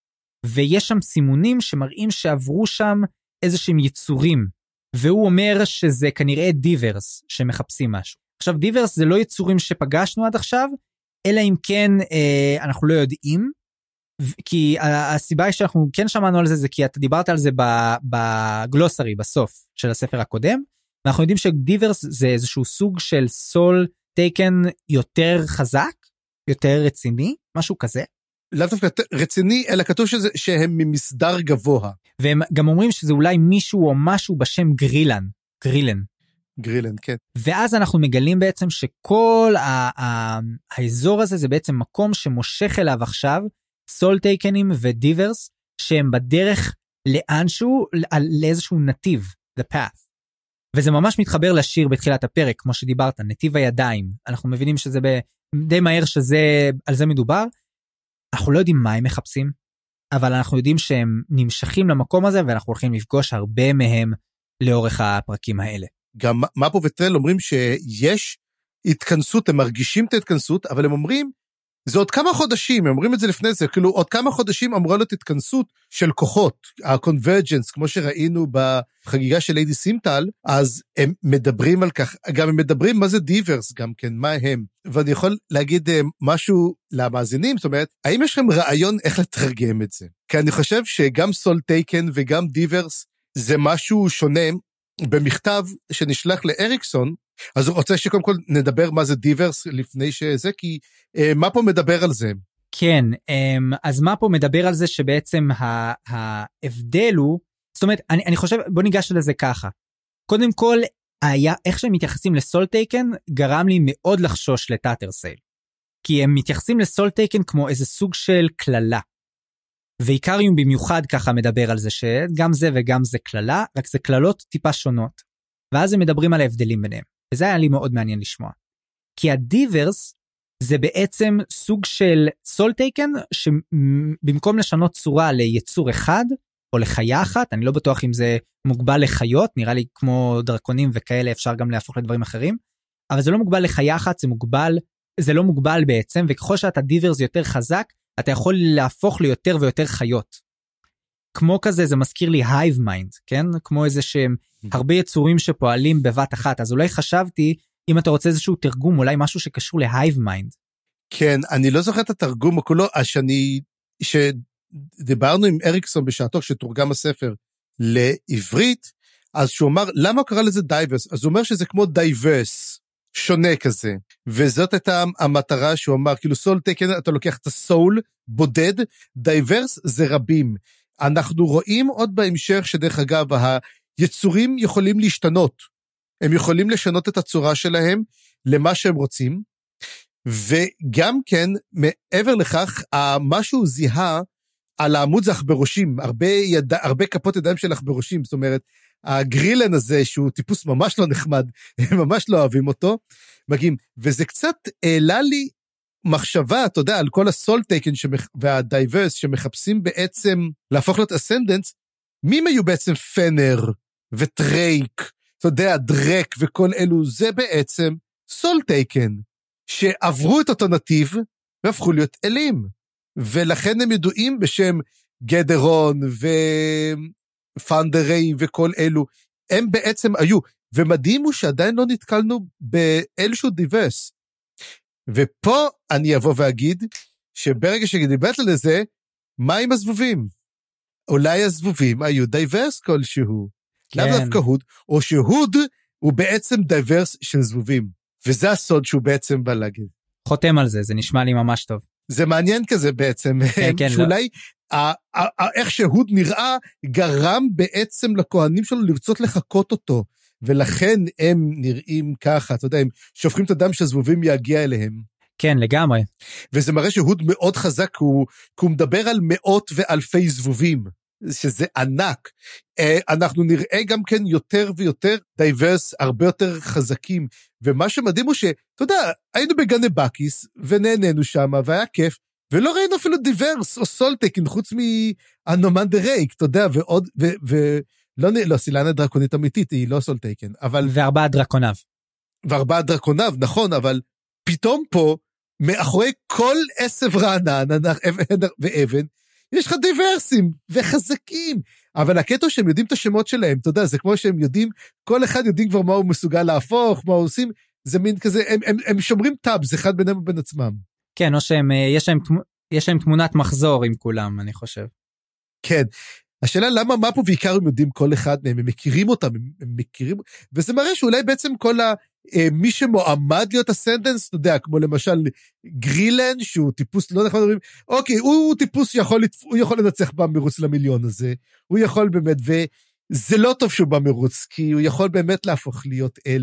ויש שם סימונים שמראים שעברו שם איזשהם יצורים, והוא אומר שזה כנראה דיברס שמחפשים משהו. עכשיו דיברס זה לא יצורים שפגשנו עד עכשיו, אלא אם כן אה, אנחנו לא יודעים, כי הסיבה היא שאנחנו כן שמענו על זה, זה כי אתה דיברת על זה בגלוסרי, בסוף של הספר הקודם, ואנחנו יודעים שדיברס זה איזשהו סוג של סול טייקן יותר חזק, יותר רציני, משהו כזה. לא דווקא רציני, אלא כתוב שזה, שהם ממסדר גבוה. והם גם אומרים שזה אולי מישהו או משהו בשם גרילן, גרילן. גרילן, כן. ואז אנחנו מגלים בעצם שכל ה- ה- האזור הזה זה בעצם מקום שמושך אליו עכשיו, סול טייקנים ודיברס, שהם בדרך לאנשהו, לאיזשהו נתיב, the path. וזה ממש מתחבר לשיר בתחילת הפרק, כמו שדיברת, נתיב הידיים. אנחנו מבינים שזה די מהר שזה, על זה מדובר. אנחנו לא יודעים מה הם מחפשים, אבל אנחנו יודעים שהם נמשכים למקום הזה, ואנחנו הולכים לפגוש הרבה מהם לאורך הפרקים האלה. גם מפו וטרל אומרים שיש התכנסות, הם מרגישים את ההתכנסות, אבל הם אומרים, זה עוד כמה חודשים, הם אומרים את זה לפני זה, כאילו עוד כמה חודשים אמורה להיות התכנסות של כוחות, ה-convergence, כמו שראינו בחגיגה של ליידי סימטל, אז הם מדברים על כך, גם הם מדברים מה זה דיברס גם כן, מה הם, ואני יכול להגיד משהו למאזינים, זאת אומרת, האם יש לכם רעיון איך לתרגם את זה? כי אני חושב שגם סול טייקן וגם דיברס, זה משהו שונה, במכתב שנשלח לאריקסון, אז הוא רוצה שקודם כל נדבר מה זה דיברס לפני שזה, כי אה, מה פה מדבר על זה? כן, אז מה פה מדבר על זה שבעצם ההבדל הוא, זאת אומרת, אני, אני חושב, בוא ניגש לזה ככה. קודם כל, היה, איך שהם מתייחסים לסול טייקן, גרם לי מאוד לחשוש לטאטרסייל. כי הם מתייחסים לסול טייקן כמו איזה סוג של כללה. ואיקריום במיוחד ככה מדבר על זה, שגם זה וגם זה כללה, רק זה כללות טיפה שונות. ואז הם מדברים על ההבדלים ביניהם. וזה היה לי מאוד מעניין לשמוע. כי הדיברס זה בעצם סוג של סול טייקן, שבמקום לשנות צורה ליצור אחד, או לחיה אחת, אני לא בטוח אם זה מוגבל לחיות, נראה לי כמו דרקונים וכאלה, אפשר גם להפוך לדברים אחרים, אבל זה לא מוגבל לחיה אחת, זה מוגבל, זה לא מוגבל בעצם, וככל שאתה דיברס יותר חזק, אתה יכול להפוך ליותר ויותר חיות. כמו כזה, זה מזכיר לי hive mind, כן? כמו איזה שהם הרבה יצורים שפועלים בבת אחת, אז אולי חשבתי, אם אתה רוצה איזשהו תרגום, אולי משהו שקשור ל-hive mind. כן, אני לא זוכר את התרגום, הכולו, שאני, שדיברנו עם אריקסון בשעתו, שתורגם הספר לעברית, אז שהוא אמר, למה קרא לזה דייברס? אז הוא אומר שזה כמו דייברס, שונה כזה, וזאת הייתה המטרה שהוא אמר, כאילו סול טייקן, אתה לוקח את הסול, בודד, דייברס זה רבים. אנחנו רואים עוד בהמשך שדרך אגב, היצורים יכולים להשתנות, הם יכולים לשנות את הצורה שלהם למה שהם רוצים, וגם כן, מעבר לכך, מה שהוא זיהה, על העמוד זה אכברושים, הרבה, יד... הרבה כפות ידיים של אכברושים, זאת אומרת, הגרילן הזה, שהוא טיפוס ממש לא נחמד, הם ממש לא אוהבים אותו, מגיעים, וזה קצת העלה לי מחשבה, אתה יודע, על כל הסול טייקן שמח... והדייברס שמחפשים בעצם להפוך להיות אסנדנס, מי היו בעצם פנר וטרייק, אתה יודע, דרק וכל אלו, זה בעצם סול טייקן, שעברו את אותו נתיב, והפכו להיות אלים, ולכן הם ידועים בשם גדרון ופנדרי וכל אלו, הם בעצם היו, ומדהים הוא שעדיין לא נתקלנו באלשהו דיברס, ופה אני אבוא ואגיד, שברגע שדיברת לזה, מה עם הזבובים? אולי הזבובים היו דייברס כלשהו, כן. לאו דווקא הוד, או שהוד הוא בעצם דייברס של זבובים, וזה הסוד שהוא בעצם בא להגיד. חותם על זה, זה נשמע לי ממש טוב. זה מעניין כזה בעצם, כן, כן, שאולי לא. ה- ה- ה- איך שהוד נראה, גרם בעצם לכהנים שלו לרצות לחכות אותו, ולכן הם נראים ככה, אתה יודע, הם שופכים את הדם שהזבובים יגיע אליהם. כן, לגמרי. וזה מראה שהוד מאוד חזק, הוא, כי הוא מדבר על מאות ואלפי זבובים, שזה ענק. אנחנו נראה גם כן יותר ויותר דייברס, הרבה יותר חזקים, ומה שמדהים הוא שאתה יודע, היינו בגני בקיס, ונהנינו שם, והיה כיף, ולא ראינו אפילו דיברס או סולטקין, חוץ מהנומן דה רייק, אתה יודע, ועוד, ו... ו לא, לא, סילנה דרקונית אמיתית, היא לא סולטייקן, אבל... וארבעה דרקוניו. וארבעה דרקוניו, נכון, אבל פתאום פה, מאחורי כל עשב רענן ואבן, יש לך דיברסים וחזקים, אבל הקטע שהם יודעים את השמות שלהם, אתה יודע, זה כמו שהם יודעים, כל אחד יודעים כבר מה הוא מסוגל להפוך, מה הוא עושים, זה מין כזה, הם, הם, הם שומרים טאבס, אחד ביניהם ובין עצמם. כן, או שהם, יש להם, יש להם תמונת מחזור עם כולם, אני חושב. כן. השאלה למה מה פה בעיקר הם יודעים כל אחד מהם, הם מכירים אותם, הם, הם מכירים, וזה מראה שאולי בעצם כל ה, מי שמועמד להיות אסנדנס, אתה יודע, כמו למשל גרילן, שהוא טיפוס, לא נכון, אוקיי, הוא טיפוס שיכול, הוא יכול לנצח במרוץ למיליון הזה, הוא יכול באמת, וזה לא טוב שהוא במרוץ, כי הוא יכול באמת להפוך להיות אל,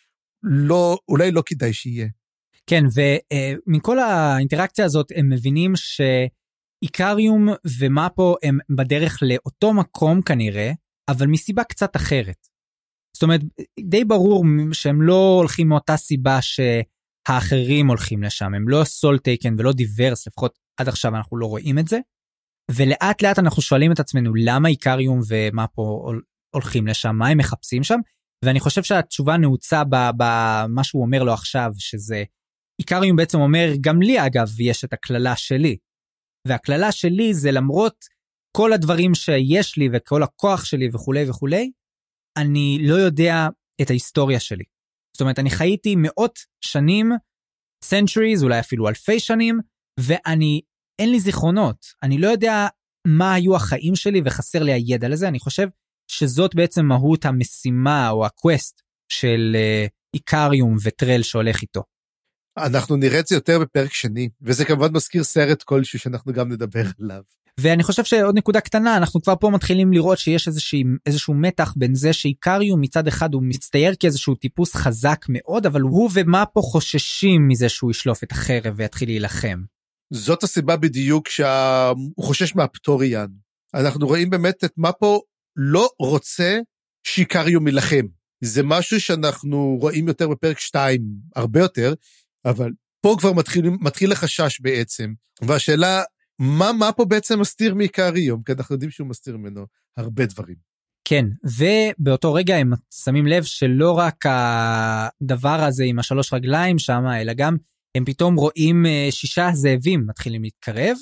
ולא, אולי לא כדאי שיהיה. כן, ומכל האינטראקציה הזאת, הם מבינים ש... איקריום ומאפו הם בדרך לאותו מקום כנראה, אבל מסיבה קצת אחרת. זאת אומרת, די ברור שהם לא הולכים מאותה סיבה שהאחרים הולכים לשם, הם לא סול טייקן ולא דיברס, לפחות עד עכשיו אנחנו לא רואים את זה, ולאט לאט אנחנו שואלים את עצמנו למה איקריום ומאפו הולכים לשם, מה הם מחפשים שם, ואני חושב שהתשובה נעוצה במה שהוא אומר לו עכשיו, שזה, איקריום בעצם אומר, גם לי אגב יש את הכללה שלי, והכללה שלי זה למרות כל הדברים שיש לי וכל הכוח שלי וכולי וכולי, אני לא יודע את ההיסטוריה שלי. זאת אומרת, אני חייתי מאות שנים, centuries, אולי אפילו אלפי שנים, ואני, אין לי זיכרונות. אני לא יודע מה היו החיים שלי וחסר לי הידע לזה. אני חושב שזאת בעצם מהות המשימה או הקווסט של איקריום וטרל שהולך איתו. אנחנו נראה את זה יותר בפרק שני, וזה כמובן מזכיר סרט כלשהו שאנחנו גם נדבר עליו. ואני חושב שעוד נקודה קטנה, אנחנו כבר פה מתחילים לראות שיש איזושהי, איזשהו מתח בין זה שאיקריום מצד אחד הוא מצטייר כאיזשהו טיפוס חזק מאוד, אבל הוא ומאפו חוששים מזה שהוא ישלוף את החרב ויתחיל להילחם. זאת הסיבה בדיוק שהוא חושש מהפטוריאן. אנחנו רואים באמת את מאפו לא רוצה שאיקריום ילחם. זה משהו שאנחנו רואים יותר בפרק שתיים, הרבה יותר, אבל פה כבר מתחיל, מתחיל לחשש בעצם, והשאלה, מה, מה פה בעצם מסתיר מאיקריום? כי אנחנו יודעים שהוא מסתיר ממנו הרבה דברים. כן, ובאותו רגע הם שמים לב שלא רק הדבר הזה עם השלוש רגליים שם, אלא גם הם פתאום רואים שישה זאבים מתחילים להתקרב,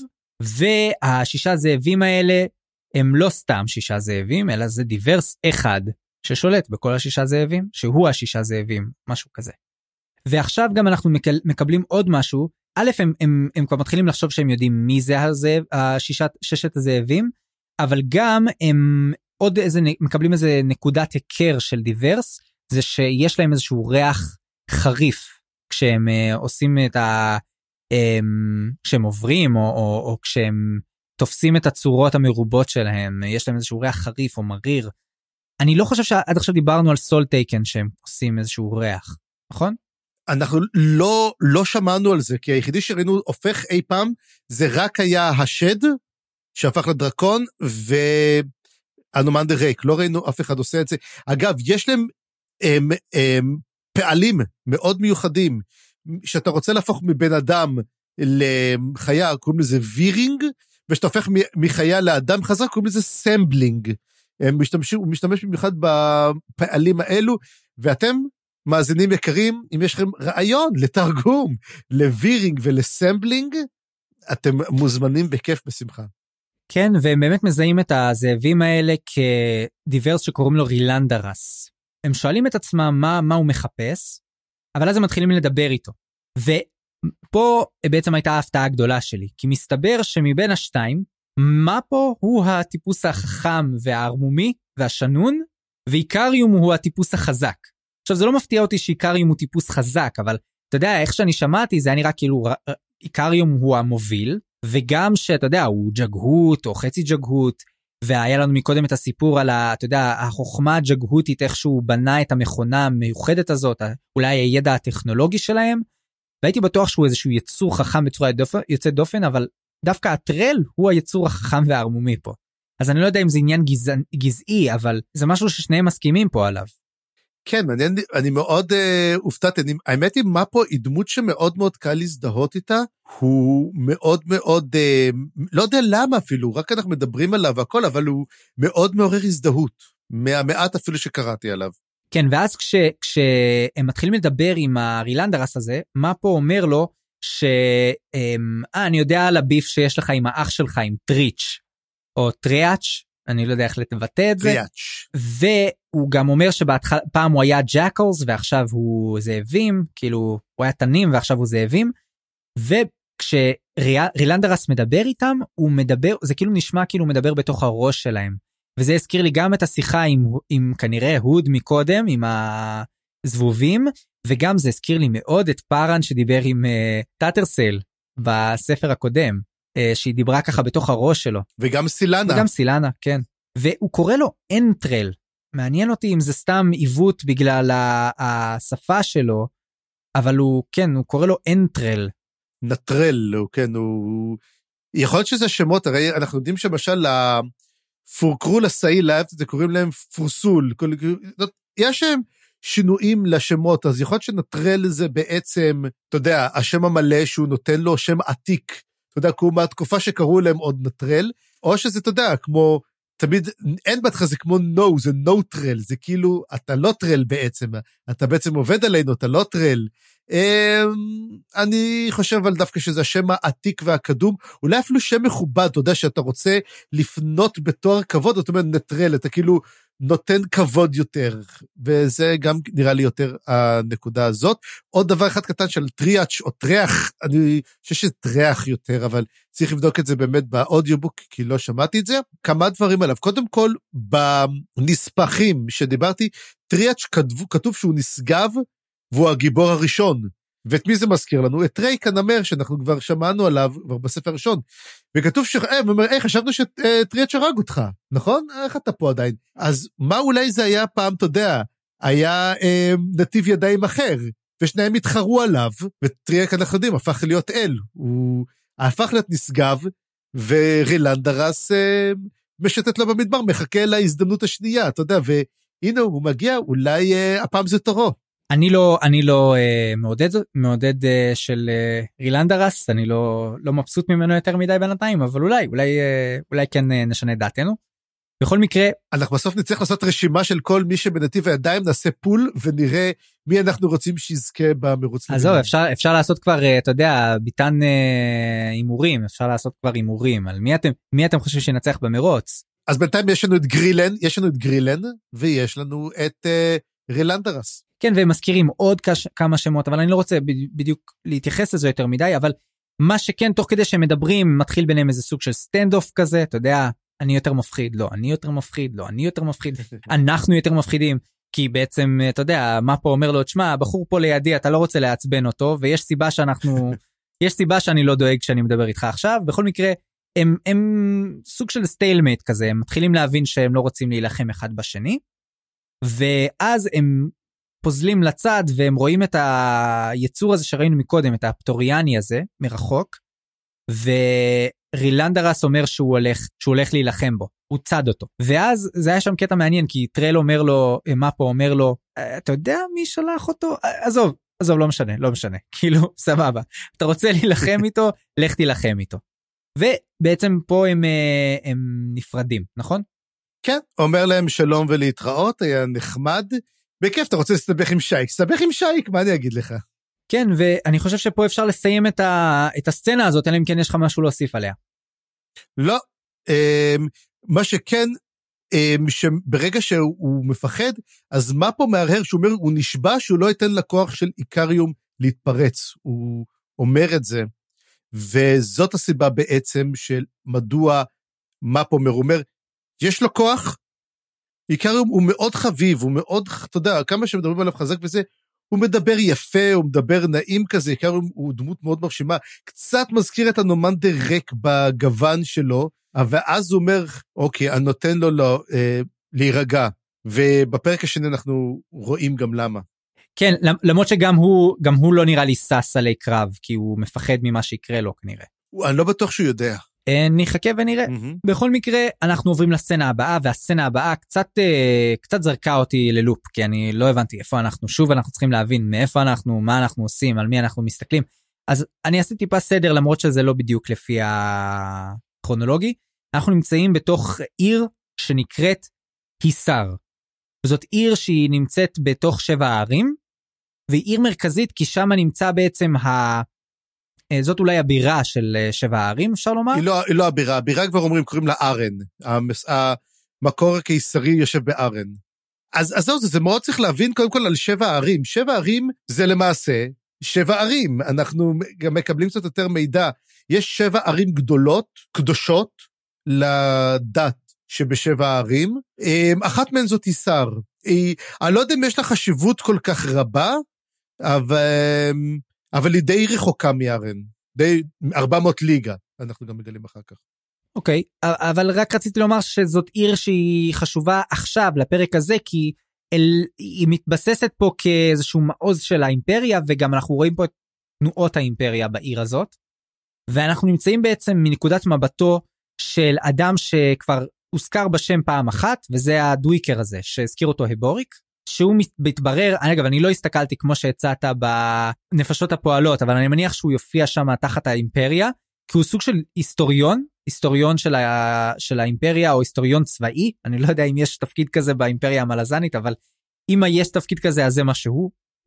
והשישה זאבים האלה הם לא סתם שישה זאבים, אלא זה דיברס אחד ששולט בכל השישה זאבים, שהוא השישה זאבים, משהו כזה. ועכשיו גם אנחנו מקבלים עוד משהו, א', הם, הם, הם כבר מתחילים לחשוב שהם יודעים מי זה הזאב, השישת, ששת הזאבים, אבל גם הם עוד איזה, מקבלים איזה נקודת הכר של דיברס, זה שיש להם איזשהו ריח חריף, כשהם uh, עושים את ה... Um, כשהם עוברים, או, או, או כשהם תופסים את הצורות המרובות שלהם, יש להם איזשהו ריח חריף או מריר. אני לא חושב שעד עכשיו דיברנו על סול טייקן, שהם עושים איזשהו ריח, נכון? אנחנו לא, לא שמענו על זה, כי היחידי שראינו הופך אי פעם, זה רק היה השד, שהפך לדרקון, ואנומנדר ריק, לא ראינו אף אחד עושה את זה. אגב, יש להם הם, הם, פעלים מאוד מיוחדים, שאתה רוצה להפוך מבן אדם לחיה, קוראים לזה וירינג, ושאתה הופך מחיה לאדם חזק, קוראים לזה סמבלינג. הם משתמשים, הוא משתמש במיוחד בפעלים האלו, ואתם, מאזינים יקרים, אם יש לכם רעיון לתרגום, לווירינג ולסמבלינג, אתם מוזמנים בכיף בשמחה. כן, והם באמת מזהים את הזאבים האלה כדיברס שקוראים לו רילנדרס. הם שואלים את עצמם מה, מה הוא מחפש, אבל אז הם מתחילים לדבר איתו. ופה בעצם הייתה ההפתעה הגדולה שלי, כי מסתבר שמבין השתיים, מה פה הוא הטיפוס החכם והערמומי והשנון, ואיקריום הוא הטיפוס החזק. עכשיו זה לא מפתיע אותי שאיקריום הוא טיפוס חזק, אבל אתה יודע, איך שאני שמעתי, זה היה נראה כאילו איקריום הוא המוביל, וגם שאתה יודע, הוא ג'גהות או חצי ג'גהות, והיה לנו מקודם את הסיפור על, ה, אתה יודע, החוכמה הג'גהותית, איך שהוא בנה את המכונה המיוחדת הזאת, אולי הידע הטכנולוגי שלהם, והייתי בטוח שהוא איזשהו יצור חכם בצורה יוצאת דופן, אבל דווקא הטרל הוא היצור החכם והערמומי פה. אז אני לא יודע אם זה עניין גזע, גזעי, אבל זה משהו ששניהם מסכימים פה עליו. כן, אני, אני מאוד uh, הופתעתי, אני, האמת היא, מה פה היא דמות שמאוד מאוד קל להזדהות איתה, הוא מאוד מאוד, uh, לא יודע למה אפילו, רק אנחנו מדברים עליו והכל, אבל הוא מאוד מעורר הזדהות, מהמעט אפילו שקראתי עליו. כן, ואז כש, כשהם מתחילים לדבר עם הרילנדרס הזה, מה פה אומר לו, ש, אה, אני יודע על הביף שיש לך עם האח שלך, עם טריץ', או טריאץ', אני לא יודע איך לבטא את זה. טריאץ'. והוא גם אומר שפעם הוא היה ג'קלס, ועכשיו הוא זאבים, כאילו הוא היה תנים ועכשיו הוא זאבים, וכשרילנדרס מדבר איתם, הוא מדבר, זה כאילו נשמע כאילו הוא מדבר בתוך הראש שלהם, וזה הזכיר לי גם את השיחה עם, עם כנראה הוד מקודם, עם הזבובים, וגם זה הזכיר לי מאוד את פארן שדיבר עם uh, טאטרסל בספר הקודם, uh, שהיא דיברה ככה בתוך הראש שלו. וגם סילנה. וגם סילנה, כן. והוא קורא לו אנטרל. מעניין אותי אם זה סתם עיוות בגלל השפה שלו, אבל הוא, כן, הוא קורא לו אנטרל. נטרל, הוא, כן, הוא... יכול להיות שזה שמות, הרי אנחנו יודעים שמשל הפורקרול הסעיל, זה קוראים להם פורסול, יש שם שינויים לשמות, אז יכול להיות שנטרל זה בעצם, אתה יודע, השם המלא שהוא נותן לו שם עתיק, אתה יודע, כמו מהתקופה שקראו להם עוד נטרל, או שזה, אתה יודע, כמו, תמיד, אין בתך, זה כמו נו, זה נו טרל, זה כאילו, אתה לא טרל בעצם, אתה בעצם עובד עלינו, אתה לא טרל. אני חושב על דווקא שזה השם העתיק והקדום, אולי אפילו שם מכובד, אתה יודע, שאתה רוצה לפנות בתואר כבוד, זאת אומרת, נטרל, אתה כאילו נותן כבוד יותר, וזה גם נראה לי יותר הנקודה הזאת. עוד דבר אחד קטן של טריאץ' או טריח, אני חושב שזה טריח יותר, אבל צריך לבדוק את זה באמת באודיובוק, כי לא שמעתי את זה. כמה דברים עליו. קודם כל, בנספחים שדיברתי, טריאץ' כתוב, כתוב שהוא נשגב, והוא הגיבור הראשון. ואת מי זה מזכיר לנו? את ריי כנמר, שאנחנו כבר שמענו עליו, כבר בספר הראשון. וכתוב ש... אה, ואומר, אה, חשבנו שטריאץ' הרג אותך, נכון? איך אתה פה עדיין? אז מה אולי זה היה פעם, אתה יודע, היה אה, נתיב ידיים אחר, ושניהם התחרו עליו, וטריאץ' אנחנו יודעים, הפך להיות אל. הוא הפך להיות נשגב, ורילנדרס אה, משתת לו במדבר, מחכה להזדמנות השנייה, אתה יודע, והנה הוא מגיע, אולי אה, הפעם זה תורו. אני לא, אני לא אה, מעודד, מעודד אה, של אה, רילנדרס, אני לא, לא מבסוט ממנו יותר מדי בינתיים, אבל אולי, אולי, אה, אולי כן אה, נשנה דעתנו. בכל מקרה... אנחנו בסוף נצטרך לעשות רשימה של כל מי שבנתיב הידיים, נעשה פול ונראה מי אנחנו רוצים שיזכה במרוץ. אז זהו, אפשר, אפשר לעשות כבר, אה, אתה יודע, ביטן אה, אימורים, אפשר לעשות כבר אימורים, על מי אתם, מי אתם חושבים שנצח במרוץ? אז בינתיים יש לנו את גרילן, יש לנו את גרילן, ויש לנו את אה, רילנדרס. כן, והם מזכירים עוד כמה שמות, אבל אני לא רוצה בדיוק להתייחס לזה יותר מדי, אבל מה שכן, תוך כדי שהם מדברים, מתחיל ביניהם איזה סוג של סטנד-אוף כזה, אתה יודע, אני יותר מפחיד, לא, אני יותר מפחיד, לא, אני יותר מפחיד, אנחנו יותר מפחידים, כי בעצם, אתה יודע, מה פה אומר לו, תשמע, הבחור פה לידי, אתה לא רוצה לעצבן אותו, ויש סיבה שאנחנו, יש סיבה שאני לא דואג כשאני מדבר איתך עכשיו, בכל מקרה, הם, הם סוג של סטיילמייט כזה, הם מתחילים להבין שהם לא רוצים להילחם אחד בשני, ואז הם פוזלים לצד, והם רואים את היצור הזה שראינו מקודם, את הפטוריאני הזה, מרחוק, רילנדרס אומר שהוא הולך, שהוא הולך להילחם בו, הוא צד אותו. ואז זה היה שם קטע מעניין, כי טרל אומר לו, מפו אומר לו, אתה יודע מי שלח אותו? עזוב, עזוב, לא משנה, לא משנה. כאילו, סבבה. אתה רוצה להילחם איתו, לך תילחם איתו. ובעצם פה הם, הם נפרדים, נכון? כן, אומר להם שלום ולהתראות, היה נחמד. בכיף, אתה רוצה להסתבך עם שייק, סתבך עם שייק, מה אני אגיד לך? כן, ואני חושב שפה אפשר לסיים את, ה, את הסצנה הזאת, אלא אם כן יש לך משהו להוסיף עליה. לא, מה שכן, שברגע שהוא מפחד, אז מה פה מהרהר שהוא אומר, הוא נשבע שהוא לא ייתן לכוח של איקריום להתפרץ, הוא אומר את זה, וזאת הסיבה בעצם של מדוע מה פה אומר, הוא אומר, יש לו כוח, איקריום הוא מאוד חביב, הוא מאוד, אתה יודע, כמה שמדברים עליו חזק וזה, הוא מדבר יפה, הוא מדבר נעים כזה, איקריום הוא דמות מאוד מרשימה, קצת מזכיר את הנומנדר ריק בגוון שלו, ואז הוא אומר, אוקיי, אני נותן לו לא, אה, להירגע, ובפרק השני אנחנו רואים גם למה. כן, למרות שגם הוא, גם הוא לא נראה לי סס עלי קרב, כי הוא מפחד ממה שיקרה לו כנראה. אני לא בטוח שהוא יודע. נחכה ונראה. Mm-hmm. בכל מקרה, אנחנו עוברים לסצנה הבאה, והסצנה הבאה קצת, קצת זרקה אותי ללופ, כי אני לא הבנתי איפה אנחנו, שוב אנחנו צריכים להבין מאיפה אנחנו, מה אנחנו עושים, על מי אנחנו מסתכלים. אז אני אעשה טיפה סדר, למרות שזה לא בדיוק לפי הכרונולוגי. אנחנו נמצאים בתוך עיר שנקראת היסר. זאת עיר שהיא נמצאת בתוך שבע הערים, והיא עיר מרכזית, כי שם נמצא בעצם ה... זאת אולי הבירה של שבע הערים, אפשר לומר? היא לא, היא לא הבירה, הבירה כבר אומרים, קוראים לה ארן. המס... המקור הקיסרי יושב בארן. אז, אז זהו, זה, זה מאוד צריך להבין קודם כל על שבע הערים. שבע הערים זה למעשה שבע ערים. אנחנו גם מקבלים קצת יותר מידע. יש שבע ערים גדולות, קדושות, לדת שבשבע הערים. אחת מהן זאת היסר. אני לא יודע אם יש לה חשיבות כל כך רבה, אבל... אבל היא די רחוקה מארן, די ארבע מאות ליגה, אנחנו גם מגלים אחר כך. אוקיי, אבל רק רציתי לומר שזאת עיר שהיא חשובה עכשיו לפרק הזה, כי אל, היא מתבססת פה כאיזשהו מעוז של האימפריה, וגם אנחנו רואים פה את תנועות האימפריה בעיר הזאת, ואנחנו נמצאים בעצם מנקודת מבטו של אדם שכבר הוזכר בשם פעם אחת, וזה הדוויקר הזה, שהזכיר אותו היבוריק, שהוא מתברר, אגב, אני לא הסתכלתי כמו שהצעת בנפשות הפועלות, אבל אני מניח שהוא יופיע שם תחת האימפריה, כי הוא סוג של היסטוריון, היסטוריון של, ה, של האימפריה, או היסטוריון צבאי, אני לא יודע אם יש תפקיד כזה באימפריה המלזנית, אבל אם יש תפקיד כזה, אז זה מה שהוא,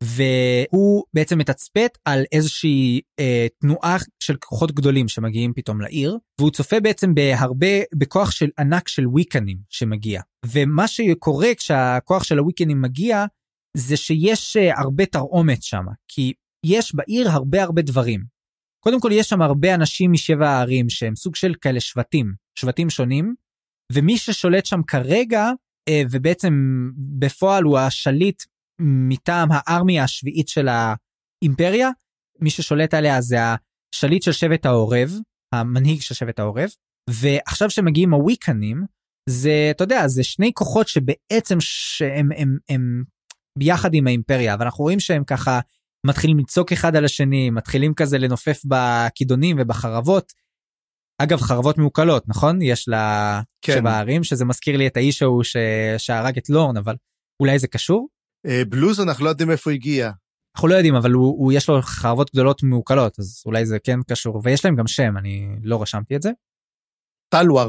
והוא בעצם מתצפת על איזושהי אה, תנועה של כוחות גדולים שמגיעים פתאום לעיר, והוא צופה בעצם בהרבה, בכוח של ענק של וויקנים שמגיע. ומה שקורה כשהכוח של הוויקנים מגיע, זה שיש אה, הרבה תרעומת שם, כי יש בעיר הרבה הרבה דברים. קודם כל יש שם הרבה אנשים משבע הערים, שהם סוג של כאלה שבטים, שבטים שונים, ומי ששולט שם כרגע, אה, ובעצם בפועל הוא השליט, מטעם הארמיה השביעית של האימפריה, מי ששולט עליה זה השליט של שבט העורב, המנהיג של שבט העורב, ועכשיו שמגיעים הוויקנים, זה, אתה יודע, זה שני כוחות שבעצם שהם, הם, הם ביחד עם האימפריה, אבל אנחנו רואים שהם ככה מתחילים לצוק אחד על השני, מתחילים כזה לנופף בכידונים ובחרבות, אגב חרבות מעוקלות, נכון? יש לה כן. שבע הערים, שזה מזכיר לי את האיש ההוא שהרג את לורן, אבל אולי זה קשור? בלוז אנחנו לא יודעים איפה הגיע. אנחנו לא יודעים, אבל הוא, הוא יש לו חרבות גדולות מעוקלות, אז אולי זה כן קשור, ויש להם גם שם, אני לא רשמתי את זה. טלואר.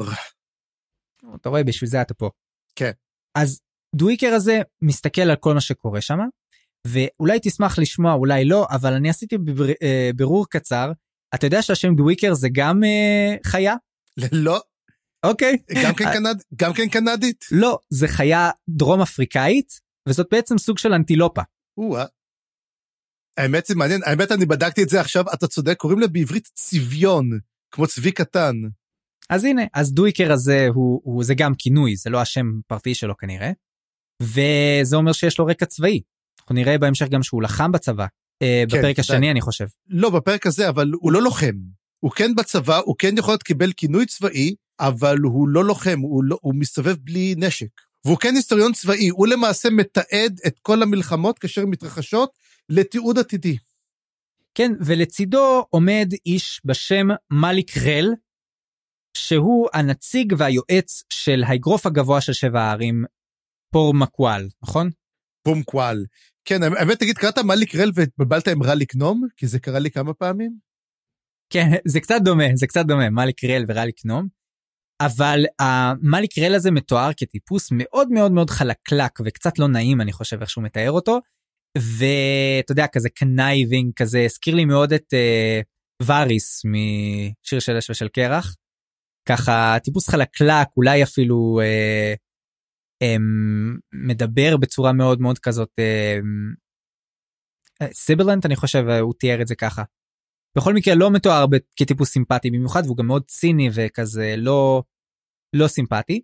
אתה רואה, בשביל זה אתה פה. כן. אז דוויקר הזה מסתכל על כל מה שקורה שם, ואולי תשמח לשמוע, אולי לא, אבל אני עשיתי בבר, אה, ברור קצר, אתה יודע שהשם דוויקר זה גם אה, חיה? לא. אוקיי. גם כן, קנד... גם כן קנדית? לא, זה חיה דרום אפריקאית, וזאת בעצם סוג של אנטילופה. וואה. האמת זה מעניין, האמת אני בדקתי את זה עכשיו, אתה צודק, קוראים לה בעברית צביון, כמו צבי קטן. אז הנה, אז דוויקר הזה, הוא, הוא, זה גם כינוי, זה לא השם פרטי שלו כנראה, וזה אומר שיש לו רקע צבאי. אנחנו נראה בהמשך גם שהוא לחם בצבא, אה, כן, בפרק השני זה... אני חושב. לא, בפרק הזה, אבל הוא לא לוחם. הוא כן בצבא, הוא כן יכול לקבל כינוי צבאי, אבל הוא לא לוחם, הוא, לא, הוא מסתובב בלי נשק. והוא כן היסטוריון צבאי, הוא למעשה מתעד את כל המלחמות כאשר מתרחשות לתיעוד עתידי. כן, ולצידו עומד איש בשם מליק רל, שהוא הנציג והיועץ של האגרוף הגבוה של שבע הערים, פורמקואל, נכון? פורמקואל. כן, האמת תגיד, קראת מליק רל ובלבלת עם רליק נום? כי זה קרה לי כמה פעמים. כן, זה קצת דומה, זה קצת דומה, מליק רל ורליק נום. אבל המליק רל הזה מתואר כטיפוס מאוד מאוד מאוד חלקלק, וקצת לא נעים, אני חושב, איך שהוא מתאר אותו. ואתה יודע, כזה קנייבינג, כזה, הזכיר לי מאוד את uh, וריס משיר של אש ושל קרח. ככה, טיפוס חלקלק, אולי אפילו uh, um, מדבר בצורה מאוד מאוד כזאת, uh, סיבלנט, אני חושב, הוא תיאר את זה ככה. בכל מקרה, לא מתואר כטיפוס סימפטי במיוחד, והוא גם מאוד ציני וכזה לא, לא סימפטי.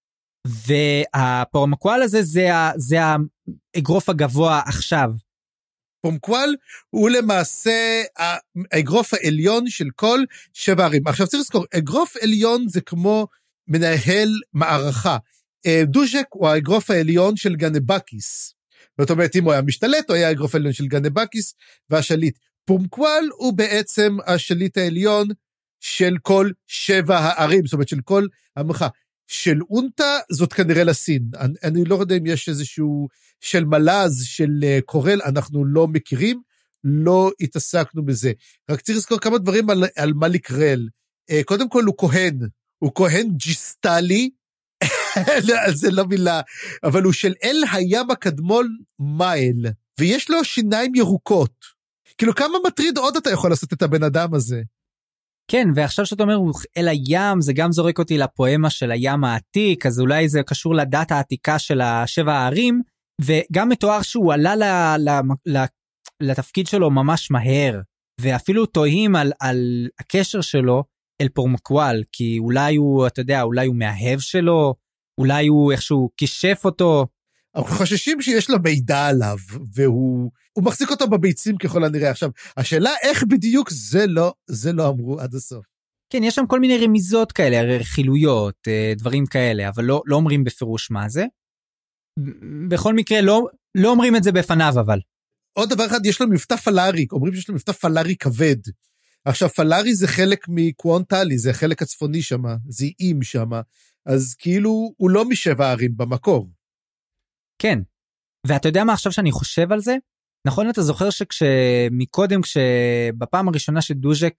והפורמקואל הזה זה, זה האגרוף הגבוה עכשיו. פורמקואל הוא למעשה האגרוף העליון של כל שבע ערים. עכשיו צריך לזכור, אגרוף עליון זה כמו מנהל מערכה. דוז'ק הוא האגרוף העליון של גנבקיס. זאת אומרת, אם הוא היה משתלט, הוא היה האגרוף העליון של גנבקיס והשליט. פורמקואל הוא בעצם השליט העליון של כל שבע הערים, זאת אומרת של כל המלכה. של אונטה זאת כנראה לסין, אני, אני לא יודע אם יש איזשהו של מלאז, של קורל, אנחנו לא מכירים, לא התעסקנו בזה. רק צריך לזכור כמה דברים על, על מליק רל. קודם כל הוא כהן, הוא כהן ג'יסטלי, זה לא מילה, אבל הוא של אל הים הקדמון מייל, ויש לו שיניים ירוקות. כאילו כמה מטריד עוד אתה יכול לעשות את הבן אדם הזה? כן, ועכשיו שאתה אומר אל הים, זה גם זורק אותי לפואמה של הים העתיק, אז אולי זה קשור לדת העתיקה של השבע הערים, וגם מתואר שהוא עלה ל, ל, ל, לתפקיד שלו ממש מהר, ואפילו תוהים על, על הקשר שלו אל פורמקואל, כי אולי הוא, אתה יודע, אולי הוא מאהב שלו, אולי הוא איכשהו קישף אותו. אנחנו חוששים שיש לו מידע עליו, והוא הוא מחזיק אותו בביצים ככל הנראה. עכשיו, השאלה איך בדיוק זה לא, זה לא אמרו עד הסוף. כן, יש שם כל מיני רמיזות כאלה, רכילויות, דברים כאלה, אבל לא, לא אומרים בפירוש מה זה. בכל מקרה, לא, לא אומרים את זה בפניו, אבל. עוד דבר אחד, יש לו מבטא פלארי, אומרים שיש לו מבטא פלארי כבד. עכשיו, פלארי זה חלק מקוונטלי, זה החלק הצפוני שם, זה איים שם, אז כאילו הוא לא משבע ערים במקור. כן, ואתה יודע מה עכשיו שאני חושב על זה? נכון, אתה זוכר שכשמקודם, כשבפעם הראשונה שדוז'ק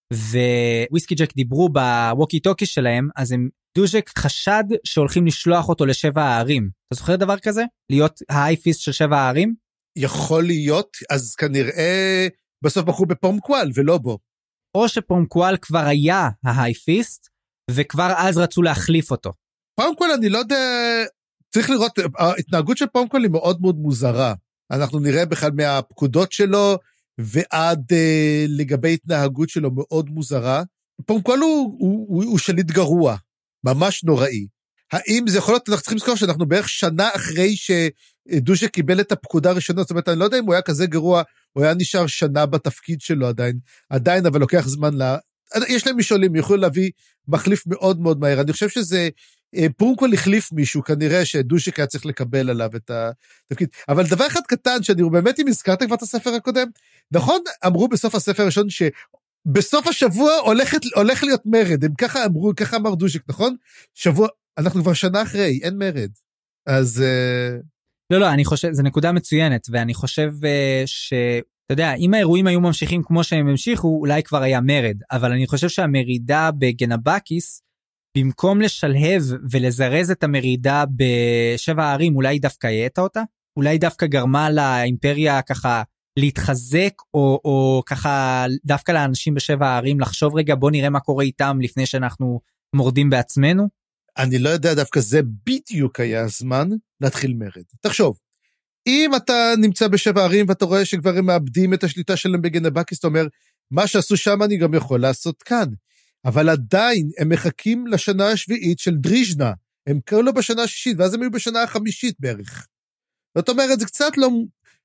וויסקי ג'ק דיברו בווקי טוקי שלהם, אז הם, דוז'ק חשד שהולכים לשלוח אותו לשבע הערים. אתה זוכר דבר כזה? להיות ההייפיסט של שבע הערים? יכול להיות, אז כנראה בסוף בחרו בפורמקואל ולא בו. או שפורמקואל כבר היה ההייפיסט, וכבר אז רצו להחליף אותו. פורמקואל אני לא יודע, צריך לראות, ההתנהגות של פורמקואל היא מאוד מאוד מוזרה. אנחנו נראה בכלל מהפקודות שלו, ועד אה, לגבי התנהגות שלו מאוד מוזרה. פורמקואל הוא, הוא, הוא, הוא שליט גרוע, ממש נוראי. האם זה יכול להיות, אנחנו צריכים לזכור שאנחנו בערך שנה אחרי שדוז'ק קיבל את הפקודה הראשונה, זאת אומרת, אני לא יודע אם הוא היה כזה גרוע, הוא היה נשאר שנה בתפקיד שלו עדיין, עדיין, אבל לוקח זמן לה... יש להם משאולים, יכולים להביא מחליף מאוד מאוד מהר. אני חושב שזה, פורמקואל החליף מישהו, כנראה שדוז'ק היה צריך לקבל עליו את התפקיד. אבל דבר אחד קטן, שאני באמת, אם הזכרת כבר את הספר הקודם, נכון, אמרו בסוף הספר הראשון, שבסוף השבוע הולכת, הולך להיות מרד, הם ככה אמרו, ככה אמר דוז'ק, נכון? שבוע, אנחנו כבר שנה אחרי, אין מרד. אז... לא, לא, אני חושב, זו נקודה מצוינת, ואני חושב ש... אתה יודע, אם האירועים היו ממשיכים כמו שהם המשיכו, אולי כבר היה מרד, אבל אני חושב שהמרידה בגנבקיס, במקום לשלהב ולזרז את המרידה בשבע הערים, אולי דווקא יעתה אותה? אולי דווקא גרמה לאימפריה ככה להתחזק, או, או ככה דווקא לאנשים בשבע הערים לחשוב רגע, בוא נראה מה קורה איתם לפני שאנחנו מורדים בעצמנו? אני לא יודע, דווקא זה בדיוק היה הזמן להתחיל מרד. תחשוב, אם אתה נמצא בשבע ערים ואתה רואה שכבר הם מאבדים את השליטה שלהם בגנבקיס, אתה אומר, מה שעשו שם אני גם יכול לעשות כאן. אבל עדיין הם מחכים לשנה השביעית של דריז'נה, הם קראו לו בשנה השישית, ואז הם היו בשנה החמישית בערך. זאת אומרת, זה קצת לא...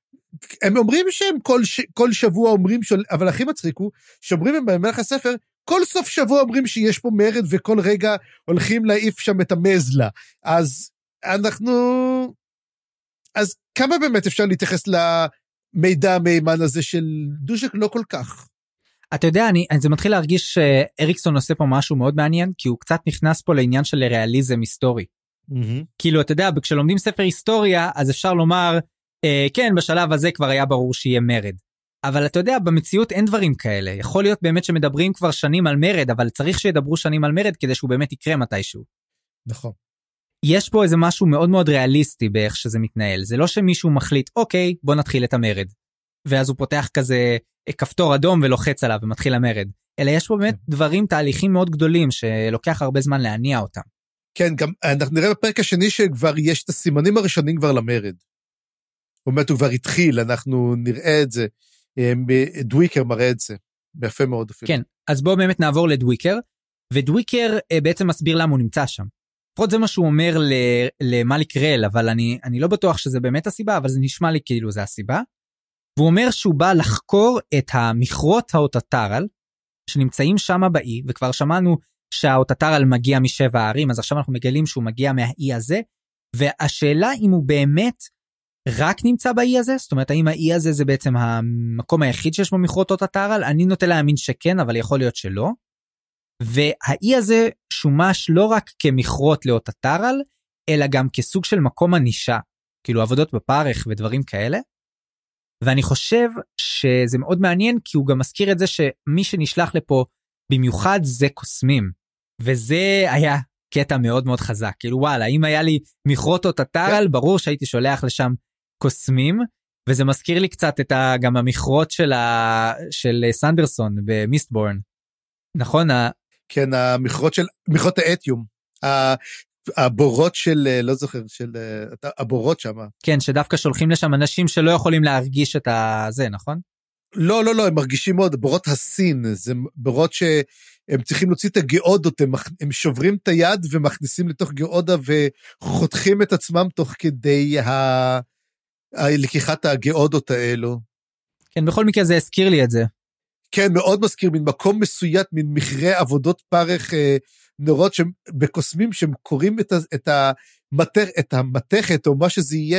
הם אומרים שהם כל, ש... כל שבוע אומרים, ש... אבל הכי מצחיק הוא, שאומרים הם במלך הספר, כל סוף שבוע אומרים שיש פה מרד, וכל רגע הולכים להעיף שם את המזלה. אז אנחנו... אז כמה באמת אפשר להתייחס למידע המהימן הזה של דוז'ק? לא כל כך. אתה יודע, אני, זה מתחיל להרגיש שאריקסון עושה פה משהו מאוד מעניין, כי הוא קצת נכנס פה לעניין של ריאליזם היסטורי. Mm-hmm. כאילו, אתה יודע, כשלומדים ספר היסטוריה, אז אפשר לומר, אה, כן, בשלב הזה כבר היה ברור שיהיה מרד. אבל אתה יודע, במציאות אין דברים כאלה. יכול להיות באמת שמדברים כבר שנים על מרד, אבל צריך שידברו שנים על מרד כדי שהוא באמת יקרה מתישהו. נכון. יש פה איזה משהו מאוד מאוד ריאליסטי באיך שזה מתנהל. זה לא שמישהו מחליט, אוקיי, בוא נתחיל את המרד. ואז הוא פותח כזה כפתור אדום ולוחץ עליו ומתחיל המרד. אלא יש פה באמת דברים, תהליכים מאוד גדולים שלוקח הרבה זמן להניע אותם. כן, גם אנחנו נראה בפרק השני שכבר יש את הסימנים הראשונים כבר למרד. זאת אומרת, הוא כבר התחיל, אנחנו נראה את זה. דוויקר מראה את זה. יפה מאוד אפילו. כן, אז בואו באמת נעבור לדוויקר, ודוויקר בעצם מסביר למה הוא נמצא שם. לפחות זה מה שהוא אומר למליק רל, אבל אני, אני לא בטוח שזה באמת הסיבה, אבל זה נשמע לי כאילו זה הסיבה. והוא אומר שהוא בא לחקור את המכרות האוטטרל, שנמצאים שם באי, וכבר שמענו שהאוטטרל מגיע משבע הערים, אז עכשיו אנחנו מגלים שהוא מגיע מהאי הזה, והשאלה אם הוא באמת רק נמצא באי הזה, זאת אומרת, האם האי הזה זה בעצם המקום היחיד שיש בו מכרות אוטטרל, אני נוטה להאמין שכן, אבל יכול להיות שלא, והאי הזה שומש לא רק כמכרות לאוטטרל, אלא גם כסוג של מקום הנישה, כאילו עבודות בפרך ודברים כאלה, ואני חושב שזה מאוד מעניין, כי הוא גם מזכיר את זה שמי שנשלח לפה במיוחד זה קוסמים, וזה היה קטע מאוד מאוד חזק, כאילו וואלה, אם היה לי מכרות אוטטרל, ברור שהייתי שולח לשם קוסמים, וזה מזכיר לי קצת את ה, גם המכרות של, ה, של סנדרסון במיסטבורן, נכון? כן, המכרות של, מכרות האתיום, הבורות של, לא זוכר, של, הבורות שם. כן, שדווקא שולחים לשם אנשים שלא יכולים להרגיש את זה, נכון? לא, לא, לא, הם מרגישים מאוד, בורות הסין, זה בורות שהם צריכים להוציא את הגאודות, הם, הם שוברים את היד ומכניסים לתוך גאודה וחותכים את עצמם תוך כדי ה... לקיחת הגאודות האלו. כן, בכל מקרה זה הזכיר לי את זה. כן, מאוד מזכיר, מן מקום מסוית, מן מכרה עבודות פרך אה, נורות בקוסמים שהם קוראים את, את, המתר, את המתכת או מה שזה יהיה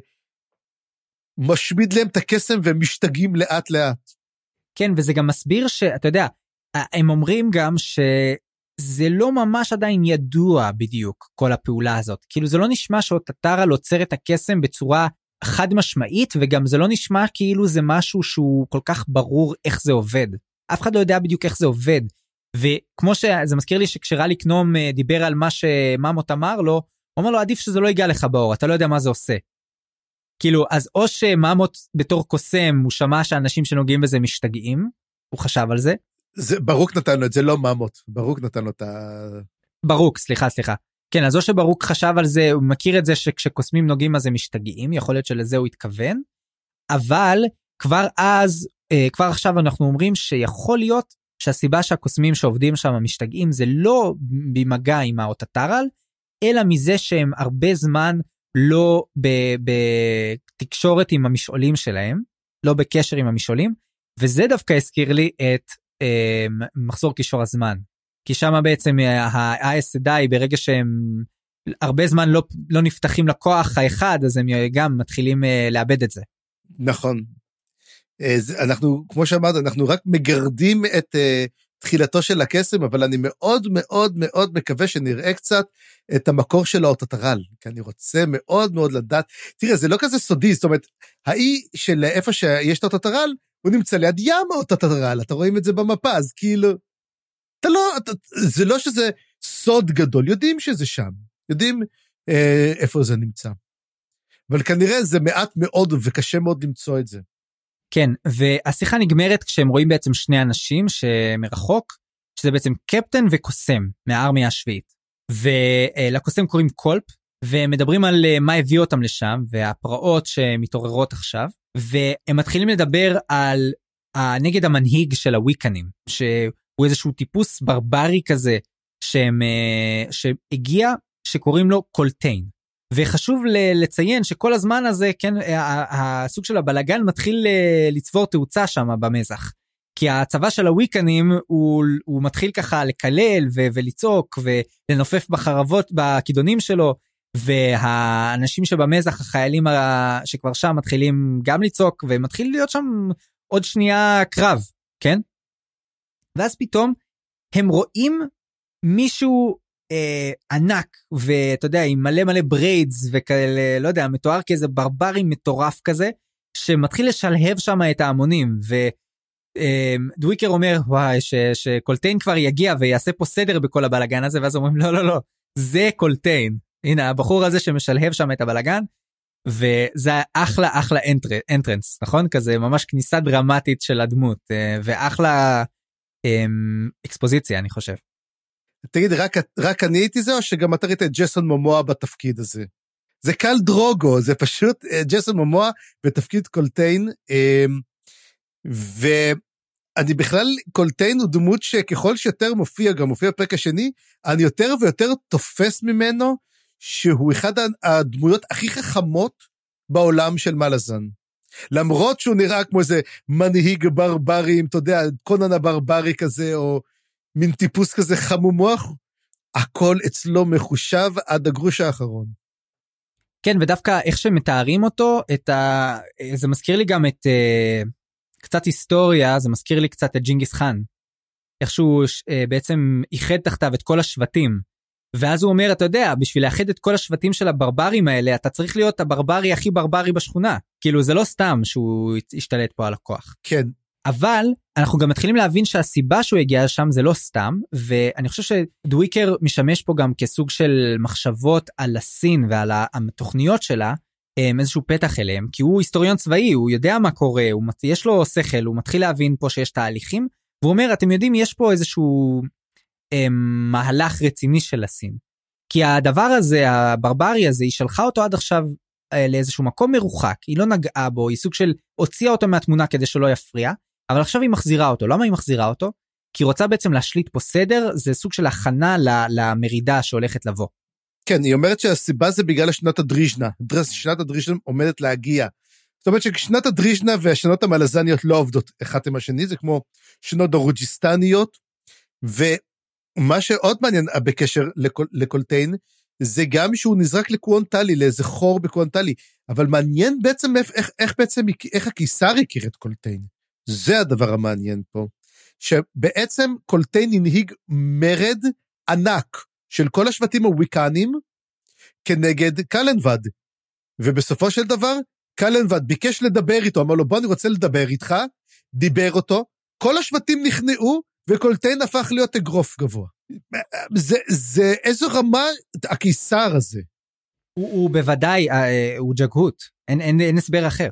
שמשמיד להם את הקסם והם משתגעים לאט לאט. כן, וזה גם מסביר שאתה יודע, הם אומרים גם שזה לא ממש עדיין ידוע בדיוק כל הפעולה הזאת. כאילו זה לא נשמע שאוטטרל עוצר את הקסם בצורה חד משמעית, וגם זה לא נשמע כאילו זה משהו שהוא כל כך ברור איך זה עובד. אף אחד לא יודע בדיוק איך זה עובד. וכמו שזה מזכיר לי שכשרלי קנום דיבר על מה שממות אמר לו, הוא אומר לו עדיף שזה לא ייגע לך באור, אתה לא יודע מה זה עושה. כאילו, אז או שממות בתור קוסם, הוא שמע שאנשים שנוגעים בזה משתגעים, הוא חשב על זה. זה ברוק נתן לו את זה, לא ממות, ברוק נתן לו את ה... ברוק, סליחה, סליחה. כן, אז או שברוק חשב על זה, הוא מכיר את זה שכשקוסמים נוגעים אז הם משתגעים, יכול להיות שלזה הוא התכוון, אבל כבר אז, כבר עכשיו אנחנו אומרים שיכול להיות שהסיבה שהקוסמים שעובדים שם משתגעים, זה לא במגע עם האוטטרל, אלא מזה שהם הרבה זמן לא בתקשורת עם המשעולים שלהם, לא בקשר עם המשעולים, וזה דווקא הזכיר לי את אה, מחזור קישור הזמן. כי שם בעצם ה-אס די ברגע שהם הרבה זמן לא, לא נפתחים לכוח האחד, אז הם גם מתחילים לאבד את זה. נכון. אנחנו, כמו שאמרת, אנחנו רק מגרדים את תחילתו של הקסם, אבל אני מאוד מאוד מאוד מקווה שנראה קצת את המקור של האוטטרל, כי אני רוצה מאוד מאוד לדעת, תראה, זה לא כזה סודי, זאת אומרת, האי של איפה שיש את האוטטרל, הוא נמצא ליד ים האוטטרל, אתה רואים את זה במפה, אז כאילו, אתה לא, אתה, זה לא שזה סוד גדול, יודעים שזה שם, יודעים אה, איפה זה נמצא. אבל כנראה זה מעט מאוד וקשה מאוד למצוא את זה. כן, והשיחה נגמרת כשהם רואים בעצם שני אנשים שמרחוק, שזה בעצם קפטן וקוסם מהארמיה השביעית. ולקוסם קוראים קולפ, ומדברים על מה הביא אותם לשם, והפרעות שמתעוררות עכשיו, והם מתחילים לדבר על נגד המנהיג של הוויקנים, שהוא איזשהו טיפוס ברברי כזה, שהם, שהגיע, שקוראים לו קולטיין. וחשוב לציין שכל הזמן הזה, כן, הסוג של הבלגן מתחיל לצבור תאוצה שם במזח. כי הצבא של הוויקנים הוא, הוא מתחיל ככה לקלל ו- ולצעוק ולנופף בחרבות בכידונים שלו, והאנשים שבמזח, החיילים שכבר שם מתחילים גם לצעוק, ומתחיל להיות שם עוד שנייה קרב, כן? ואז פתאום הם רואים מישהו אה, ענק, ואתה יודע, עם מלא מלא בריידס, וכאלה, לא יודע, מתואר כאיזה ברברי מטורף כזה, שמתחיל לשלהב שם את ההמונים, ודוויקר אומר, וואי, ש, שקולטיין כבר יגיע, ויעשה פה סדר בכל הבלגן הזה, ואז אומרים, לא, לא, לא, זה קולטיין. הנה, הבחור הזה שמשלהב שם את הבלגן, וזה אחלה, אחלה אנטרנס, נכון? כזה ממש כניסה דרמטית של הדמות, ואחלה אקספוזיציה, אני חושב. תגיד, רק, רק אני הייתי זה, או שגם אתה ראית את ג'סון מומואה בתפקיד הזה? זה קל דרוגו, זה פשוט ג'סון מומואה בתפקיד קולטיין, ואני בכלל, קולטיין הוא דמות שככל שיותר מופיע, גם מופיע בפרק השני, אני יותר ויותר תופס ממנו, שהוא אחד הדמויות הכי חכמות בעולם של מלאזן. למרות שהוא נראה כמו איזה מנהיג ברברי, אתה יודע, קונן הברברי כזה, או מין טיפוס כזה חמום מוח, הכל אצלו מחושב עד הגרוש האחרון. כן, ודווקא איך שמתארים אותו, את ה... זה מזכיר לי גם את uh, קצת היסטוריה, זה מזכיר לי קצת את ג'ינגיס חאן. איכשהו uh, בעצם איחד תחתיו את כל השבטים, ואז הוא אומר, אתה יודע, בשביל לאחד את כל השבטים של הברברים האלה, אתה צריך להיות הברברי הכי ברברי בשכונה. כאילו, זה לא סתם שהוא השתלט פה על הכוח. כן. אבל אנחנו גם מתחילים להבין שהסיבה שהוא הגיע שם זה לא סתם, ואני חושב שדוויקר משמש פה גם כסוג של מחשבות על הסין ועל התוכניות שלה, איזשהו פתח אליהם, כי הוא היסטוריון צבאי, הוא יודע מה קורה, הוא, יש לו שכל, הוא מתחיל להבין פה שיש תהליכים, והוא אומר, אתם יודעים, יש פה איזשהו מהלך רציני של הסין. כי הדבר הזה, הברברי הזה, היא שלחה אותו עד עכשיו לאיזשהו מקום מרוחק, היא לא נגעה בו, היא סוג של הוציאה אותו מהתמונה כדי שלא יפריע, אבל עכשיו היא מחזירה אותו. למה היא מחזירה אותו? כי היא רוצה בעצם להשליט פה סדר, זה סוג של הכנה למרידה שהולכת לבוא. כן, היא אומרת שהסיבה זה בגלל השנת הדריז'נה, שנת הדריז'נה עומדת להגיע. זאת אומרת ששנת הדריז'נה והשנות המלזניות לא עובדות אחד עם השני, זה כמו שנות דרוג'יסטניות, ומה שעוד מעניין בקשר לקול, לקולטיין, זה גם שהוא נזרק לקוונטלי, לאיזה חור בקוונטלי, אבל מעניין בעצם איך, איך, איך בעצם, איך הקיסר הכיר את קולטיין. זה הדבר המעניין פה, שבעצם קולטיין הנהיג מרד ענק של כל השבטים הוויקנים כנגד קלנבד, ובסופו של דבר קלנבד ביקש לדבר איתו, אמר לו בוא אני רוצה לדבר איתך, דיבר אותו, כל השבטים נכנעו וקולטיין הפך להיות אגרוף גבוה. זה, זה איזו רמה הקיסר הזה. הוא, הוא בוודאי, הוא ג'גהות, אין, אין, אין הסבר אחר.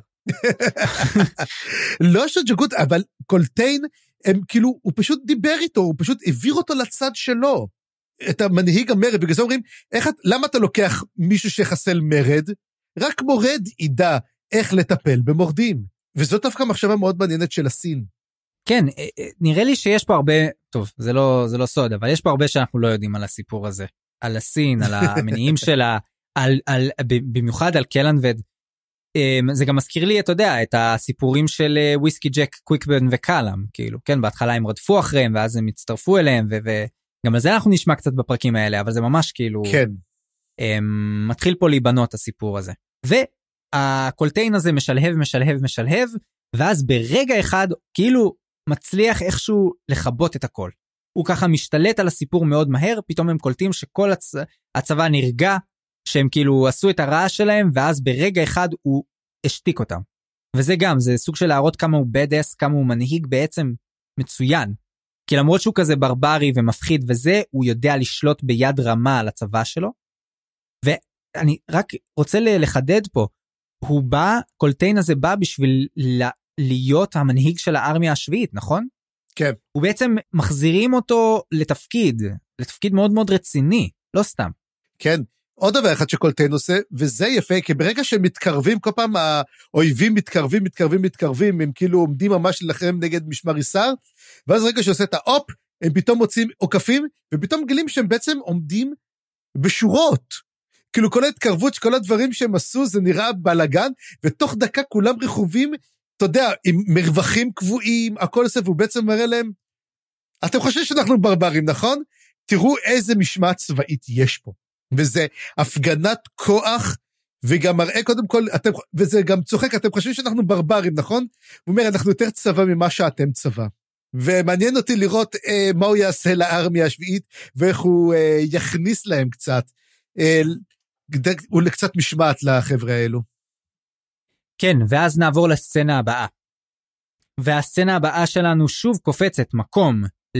לא שג'גות, אבל קולטיין, הם כאילו, הוא פשוט דיבר איתו, הוא פשוט העביר אותו לצד שלו, את המנהיג המרד, בגלל זה אומרים, איך, למה אתה לוקח מישהו שחסל מרד? רק מורד ידע איך לטפל במורדים, וזאת דווקא מחשבה מאוד מעניינת של הסין. כן, נראה לי שיש פה הרבה, טוב, זה לא, זה לא סוד, אבל יש פה הרבה שאנחנו לא יודעים על הסיפור הזה, על הסין, על המניעים שלה, על, על, במיוחד על קלנבד, זה גם מזכיר לי, אתה יודע, את הסיפורים של וויסקי ג'ק, קוויקברן וקלאם, כאילו, כן, בהתחלה הם רדפו אחריהם, ואז הם הצטרפו אליהם, וגם על זה אנחנו נשמע קצת בפרקים האלה, אבל זה ממש כאילו, כן. מתחיל פה להיבנות הסיפור הזה. והקולטיין הזה משלהב, משלהב, משלהב, ואז ברגע אחד, כאילו, מצליח איכשהו לחבות את הכל. הוא ככה משתלט על הסיפור מאוד מהר, פתאום הם קולטים שכל הצ... הצבא נרגע, שהם כאילו עשו את הרעש שלהם, ואז ברגע אחד הוא השתיק אותם. וזה גם, זה סוג של להראות כמה הוא בדס, כמה הוא מנהיג בעצם מצוין. כי למרות שהוא כזה ברברי ומפחיד וזה, הוא יודע לשלוט ביד רמה על הצבא שלו. ואני רק רוצה לחדד פה, הוא בא, קולטיין הזה בא בשביל להיות המנהיג של הארמיה השביעית, נכון? כן. הוא בעצם מחזירים אותו לתפקיד, לתפקיד מאוד מאוד רציני, לא סתם. כן. עוד דבר אחד שקולטיין עושה, וזה יפה, כי ברגע שהם מתקרבים, כל פעם האויבים מתקרבים, מתקרבים, מתקרבים, הם כאילו עומדים ממש להילחם נגד משמר איסר, ואז רגע שעושה את האופ, הם פתאום מוצאים עוקפים, ופתאום גלים שהם בעצם עומדים בשורות. כאילו כל ההתקרבות, כל הדברים שהם עשו, זה נראה בלגן, ותוך דקה כולם רחובים, אתה יודע, עם מרווחים קבועים, הכל עושה, והוא בעצם מראה להם, אתם חושבים שאנחנו ברברים, נכון? תראו איזה משמעת צבאית יש פה. וזה הפגנת כוח, וגם מראה קודם כל, אתם, וזה גם צוחק, אתם חושבים שאנחנו ברברים, נכון? הוא אומר, אנחנו יותר צבא ממה שאתם צבא. ומעניין אותי לראות אה, מה הוא יעשה לארמיה השביעית, ואיך הוא אה, יכניס להם קצת, אה, הוא לקצת משמעת לחבר'ה האלו. כן, ואז נעבור לסצנה הבאה. והסצנה הבאה שלנו שוב קופצת מקום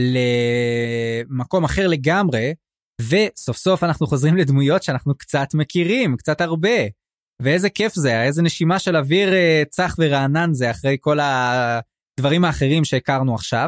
למקום אחר לגמרי, וסוף סוף אנחנו חוזרים לדמויות שאנחנו קצת מכירים, קצת הרבה. ואיזה כיף זה, איזה נשימה של אוויר צח ורענן זה, אחרי כל הדברים האחרים שהכרנו עכשיו.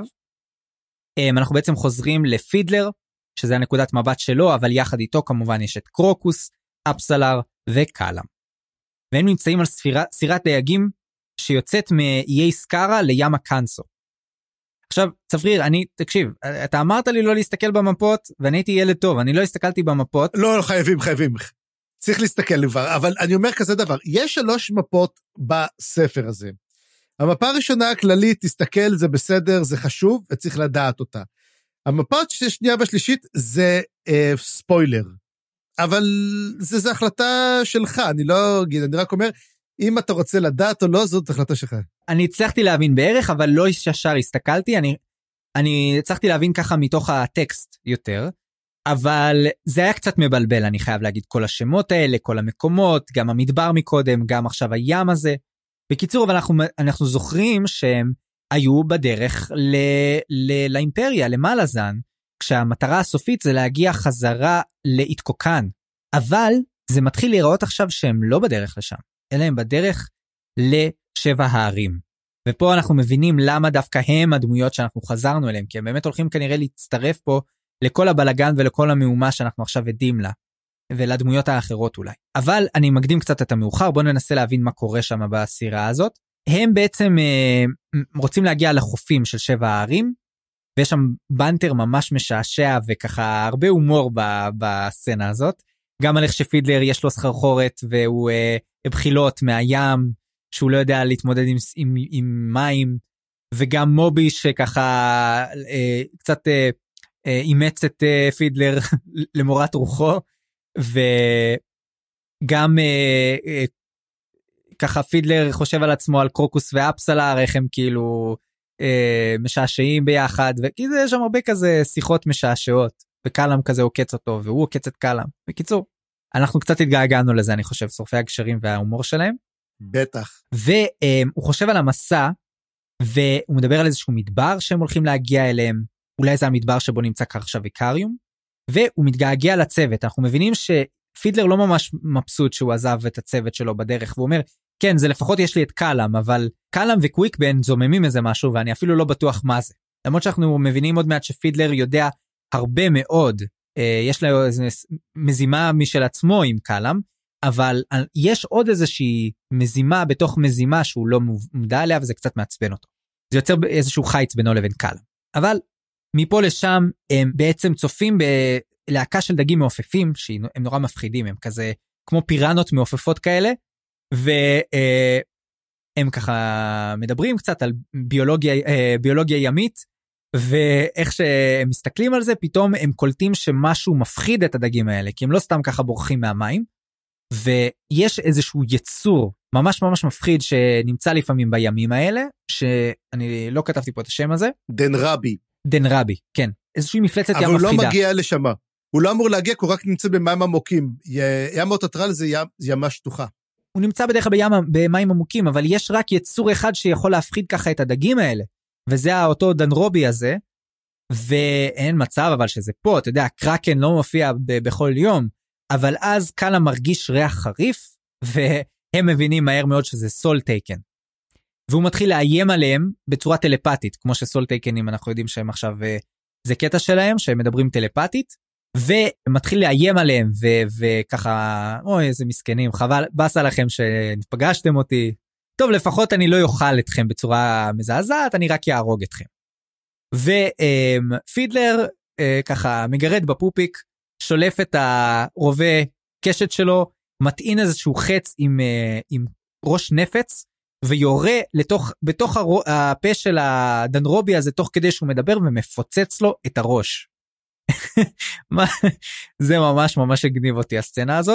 אנחנו בעצם חוזרים לפידלר, שזה הנקודת מבט שלו, אבל יחד איתו כמובן יש את קרוקוס, אפסלר וקלאם. והם נמצאים על ספירה, סירת דייגים שיוצאת מאיי סקארה לים הקאנסו. עכשיו, צפריר, אני, תקשיב, אתה אמרת לי לא להסתכל במפות, ואני הייתי ילד טוב, אני לא הסתכלתי במפות. לא, לא, חייבים, חייבים. צריך להסתכל כבר, אבל אני אומר כזה דבר, יש שלוש מפות בספר הזה. המפה הראשונה הכללית, תסתכל, זה בסדר, זה חשוב, וצריך לדעת אותה. המפות שנייה והשלישית, זה אה, ספוילר. אבל זה, זה החלטה שלך, אני לא אגיד, אני רק אומר, אם אתה רוצה לדעת או לא, זאת החלטה שלך. אני הצלחתי להבין בערך, אבל לא ישר הסתכלתי, אני, אני הצלחתי להבין ככה מתוך הטקסט יותר, אבל זה היה קצת מבלבל, אני חייב להגיד, כל השמות האלה, כל המקומות, גם המדבר מקודם, גם עכשיו הים הזה. בקיצור, אבל אנחנו, אנחנו זוכרים שהם היו בדרך ל, ל, לאימפריה, למלאזן, כשהמטרה הסופית זה להגיע חזרה להתקוקן. אבל זה מתחיל להיראות עכשיו שהם לא בדרך לשם, אלא הם בדרך לשבע הערים. ופה אנחנו מבינים למה דווקא הם הדמויות שאנחנו חזרנו אליהם, כי הם באמת הולכים כנראה להצטרף פה לכל הבלגן ולכל המאומה שאנחנו עכשיו עדים לה, ולדמויות האחרות אולי. אבל אני מקדים קצת את המאוחר, בואו ננסה להבין מה קורה שם בסירה הזאת. הם בעצם אה, רוצים להגיע לחופים של שבע הערים, ויש שם בנטר ממש משעשע, וככה הרבה הומור ב- בסצנה הזאת. גם על איך שפידלר יש לו סחרחורת, והוא אה, בחילות מהים, שהוא לא יודע להתמודד עם, עם, עם מים, וגם מובי שככה אה, קצת אה, אה, אימץ את אה, פידלר למורת רוחו, וגם אה, אה, ככה פידלר חושב על עצמו על קרוקוס ואפסלר, איך הם כאילו אה, משעשעים ביחד, וכי זה יש שם הרבה כזה שיחות משעשעות, וקלאם כזה עוקץ אותו, והוא עוקץ את קלאם. בקיצור, אנחנו קצת התגעגענו לזה, אני חושב, שורפי הגשרים וההומור שלהם. בטח. והוא חושב על המסע, והוא מדבר על איזשהו מדבר שהם הולכים להגיע אליהם, אולי זה המדבר שבו נמצא עכשיו איקריום, והוא מתגעגע לצוות. אנחנו מבינים שפידלר לא ממש מבסוט שהוא עזב את הצוות שלו בדרך, והוא אומר, כן, זה לפחות יש לי את קלאם, אבל קלאם וקוויקבן זוממים איזה משהו, ואני אפילו לא בטוח מה זה. למרות שאנחנו מבינים עוד מעט שפידלר יודע הרבה מאוד, יש לו איזו מזימה משל עצמו עם קלאם, אבל יש עוד איזושהי מזימה בתוך מזימה שהוא לא מודע עליה, וזה קצת מעצבן אותו. זה יוצר איזשהו חיץ בינו לבין קלאם. אבל מפה לשם הם בעצם צופים בלהקה של דגים מעופפים, שהם נורא מפחידים, הם כזה כמו פירנות מעופפות כאלה, והם ככה מדברים קצת על ביולוגיה, ביולוגיה ימית, ואיך שהם מסתכלים על זה, פתאום הם קולטים שמשהו מפחיד את הדגים האלה, כי הם לא סתם ככה בורחים מהמים, ויש איזשהו יצור ממש ממש מפחיד שנמצא לפעמים בימים האלה, שאני לא כתבתי פה את השם הזה. דנרבי. דנרבי, כן. איזושהי מפלצת ים מפחידה. אבל הוא לא מגיע לשם. הוא לא אמור להגיע, הוא רק נמצא במים עמוקים. ים אוטוטרל זה ימה שטוחה. הוא נמצא בדרך כלל בים, במים עמוקים, אבל יש רק יצור אחד שיכול להפחיד ככה את הדגים האלה. וזה אותו דנרובי הזה, ואין מצב אבל שזה פה, אתה יודע, קרקן לא מופיע ב- בכל יום, אבל אז קלאם מרגיש ריח חריף, והם מבינים מהר מאוד שזה סול טייקן. והוא מתחיל לאיים עליהם בצורה טלפתית, כמו שסול טייקנים אנחנו יודעים שהם עכשיו, זה קטע שלהם, שהם מדברים טלפתית, ומתחיל לאיים עליהם, ו- וככה, אוי איזה מסכנים, חבל, בסה לכם שנפגשתם אותי, טוב לפחות אני לא יאכל אתכם בצורה מזעזעת, אני רק יהרוג אתכם. ופידלר ככה מגרד בפופיק, שולף את הרובה קשת שלו, מטעין איזשהו חץ עם, עם ראש נפץ, ויורה לתוך, בתוך הפה של הדנרובי הזה, תוך כדי שהוא מדבר, ומפוצץ לו את הראש. זה ממש ממש הגניב אותי הסצנה הזאת,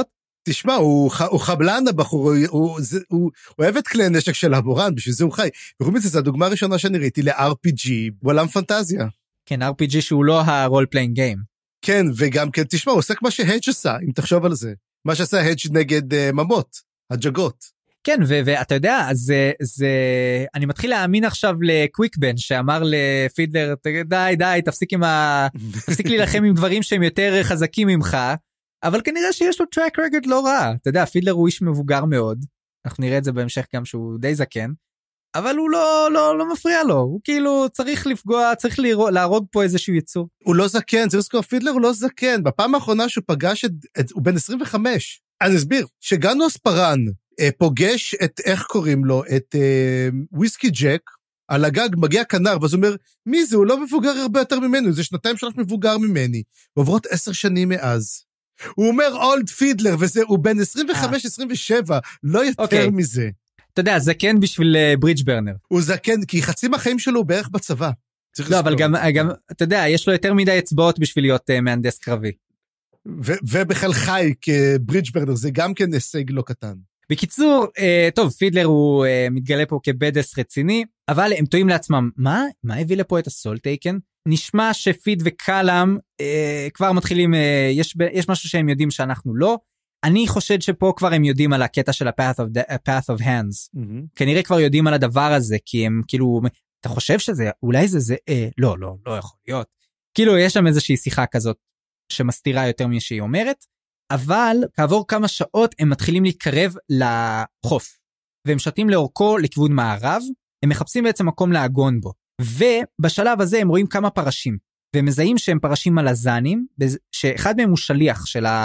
תשמע, הוא, הוא חבלן הבחור, הוא, הוא, זה, הוא, הוא אוהב את כלי נשק של הבורן, בשביל זה הוא חי. וחוץ מזה, זו הדוגמה הראשונה שאני ראיתי ל-אר פי ג'י בעולם פנטזיה. כן, אר פי ג'י שהוא לא ה-role playing game. כן, וגם כן, תשמע, הוא עושה כמו שהדג' עשה, אם תחשוב על זה. מה שעשה הדג' נגד uh, ממות, הג'גות. כן, ואתה יודע, אז זה, אני מתחיל להאמין עכשיו לקוויקבן, שאמר לפידלר, די, די, תפסיק עם ה... תפסיק להילחם עם דברים שהם יותר חזקים ממך, אבל כנראה שיש לו טרק רגרד לא רע. אתה יודע, פידלר הוא איש מבוגר מאוד, אנחנו נראה את זה בהמשך גם שהוא די זקן, אבל הוא לא, לא, לא מפריע לו, הוא כאילו צריך לפגוע, צריך להרוג פה איזשהו יצור. הוא לא זקן, זה לזכור, פידלר הוא לא זקן, בפעם האחרונה שהוא פגש, את, את, הוא בן עשרים וחמש. אני אסביר, שגנוס פרן, פוגש את, איך קוראים לו, את אה, וויסקי ג'ק, על הגג מגיע כנר, ואז הוא אומר, מי זה? הוא לא מבוגר הרבה יותר ממנו, זה שנתיים שלוש מבוגר ממני, ועוברות עשר שנים מאז. הוא אומר אולד פידלר, וזה, הוא בן עשרים וחמש עשרים ושבע, לא יותר okay. מזה. אתה יודע, זקן בשביל uh, ברידג'ברנר. הוא זקן, כי חצי מהחיים שלו הוא בערך בצבא. לא, אבל גם, גם, אתה יודע, יש לו יותר מדי אצבעות בשביל להיות uh, מהנדס קרבי. ו- ובכלל חי כברידג'ברנר, זה גם כן הישג לא קטן. בקיצור, אה, טוב, פידלר הוא אה, מתגלה פה כבדס רציני, אבל הם טועים לעצמם, מה? מה הביא לפה את הסול טייקן? נשמע שפיד וקלאם אה, כבר מתחילים, אה, יש, יש משהו שהם יודעים שאנחנו לא, אני חושד שפה כבר הם יודעים על הקטע של ה-path of, the, path of hands, mm-hmm. כנראה כבר יודעים על הדבר הזה, כי הם כאילו, אתה חושב שזה, אולי זה זה, אה, לא, לא, לא יכול להיות, כאילו יש שם איזושהי שיחה כזאת, שמסתירה יותר משהיא אומרת, אבל כעבור כמה שעות הם מתחילים להתקרב לחוף, והם שתים לאורכו לכיוון מערב, הם מחפשים בעצם מקום להגון בו, ובשלב הזה הם רואים כמה פרשים, והם מזהים שהם פרשים מלזנים, שאחד מהם הוא שליח של, ה,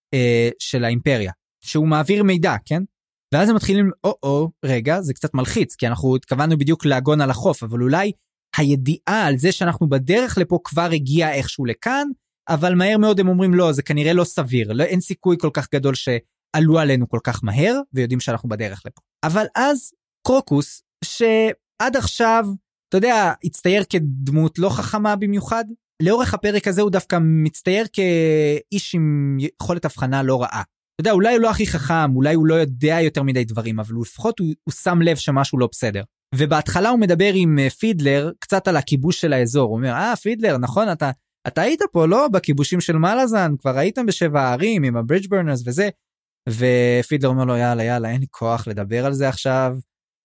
של האימפריה, שהוא מעביר מידע, כן? ואז הם מתחילים, או או, רגע, זה קצת מלחיץ, כי אנחנו התכוונו בדיוק להגון על החוף, אבל אולי הידיעה על זה שאנחנו בדרך לפה כבר הגיע איכשהו לכאן, אבל מהר מאוד הם אומרים לא, זה כנראה לא סביר, לא, אין סיכוי כל כך גדול שעלו עלינו כל כך מהר, ויודעים שאנחנו בדרך לפה. אבל אז קרוקוס, שעד עכשיו, אתה יודע, הצטייר כדמות לא חכמה במיוחד, לאורך הפרק הזה הוא דווקא מצטייר כאיש עם יכולת הבחנה לא רעה. אתה יודע, אולי הוא לא הכי חכם, אולי הוא לא יודע יותר מדי דברים, אבל הוא לפחות הוא, הוא שם לב שמשהו לא בסדר. ובהתחלה הוא מדבר עם פידלר, קצת על הכיבוש של האזור, הוא אומר, אה, פידלר, נכון, אתה... אתה היית פה, לא? בכיבושים של מלאזן, כבר הייתם בשבע הערים עם הברידג'ברנרס וזה, ופידלר אומר לו, יאללה, יאללה, אין לי כוח לדבר על זה עכשיו,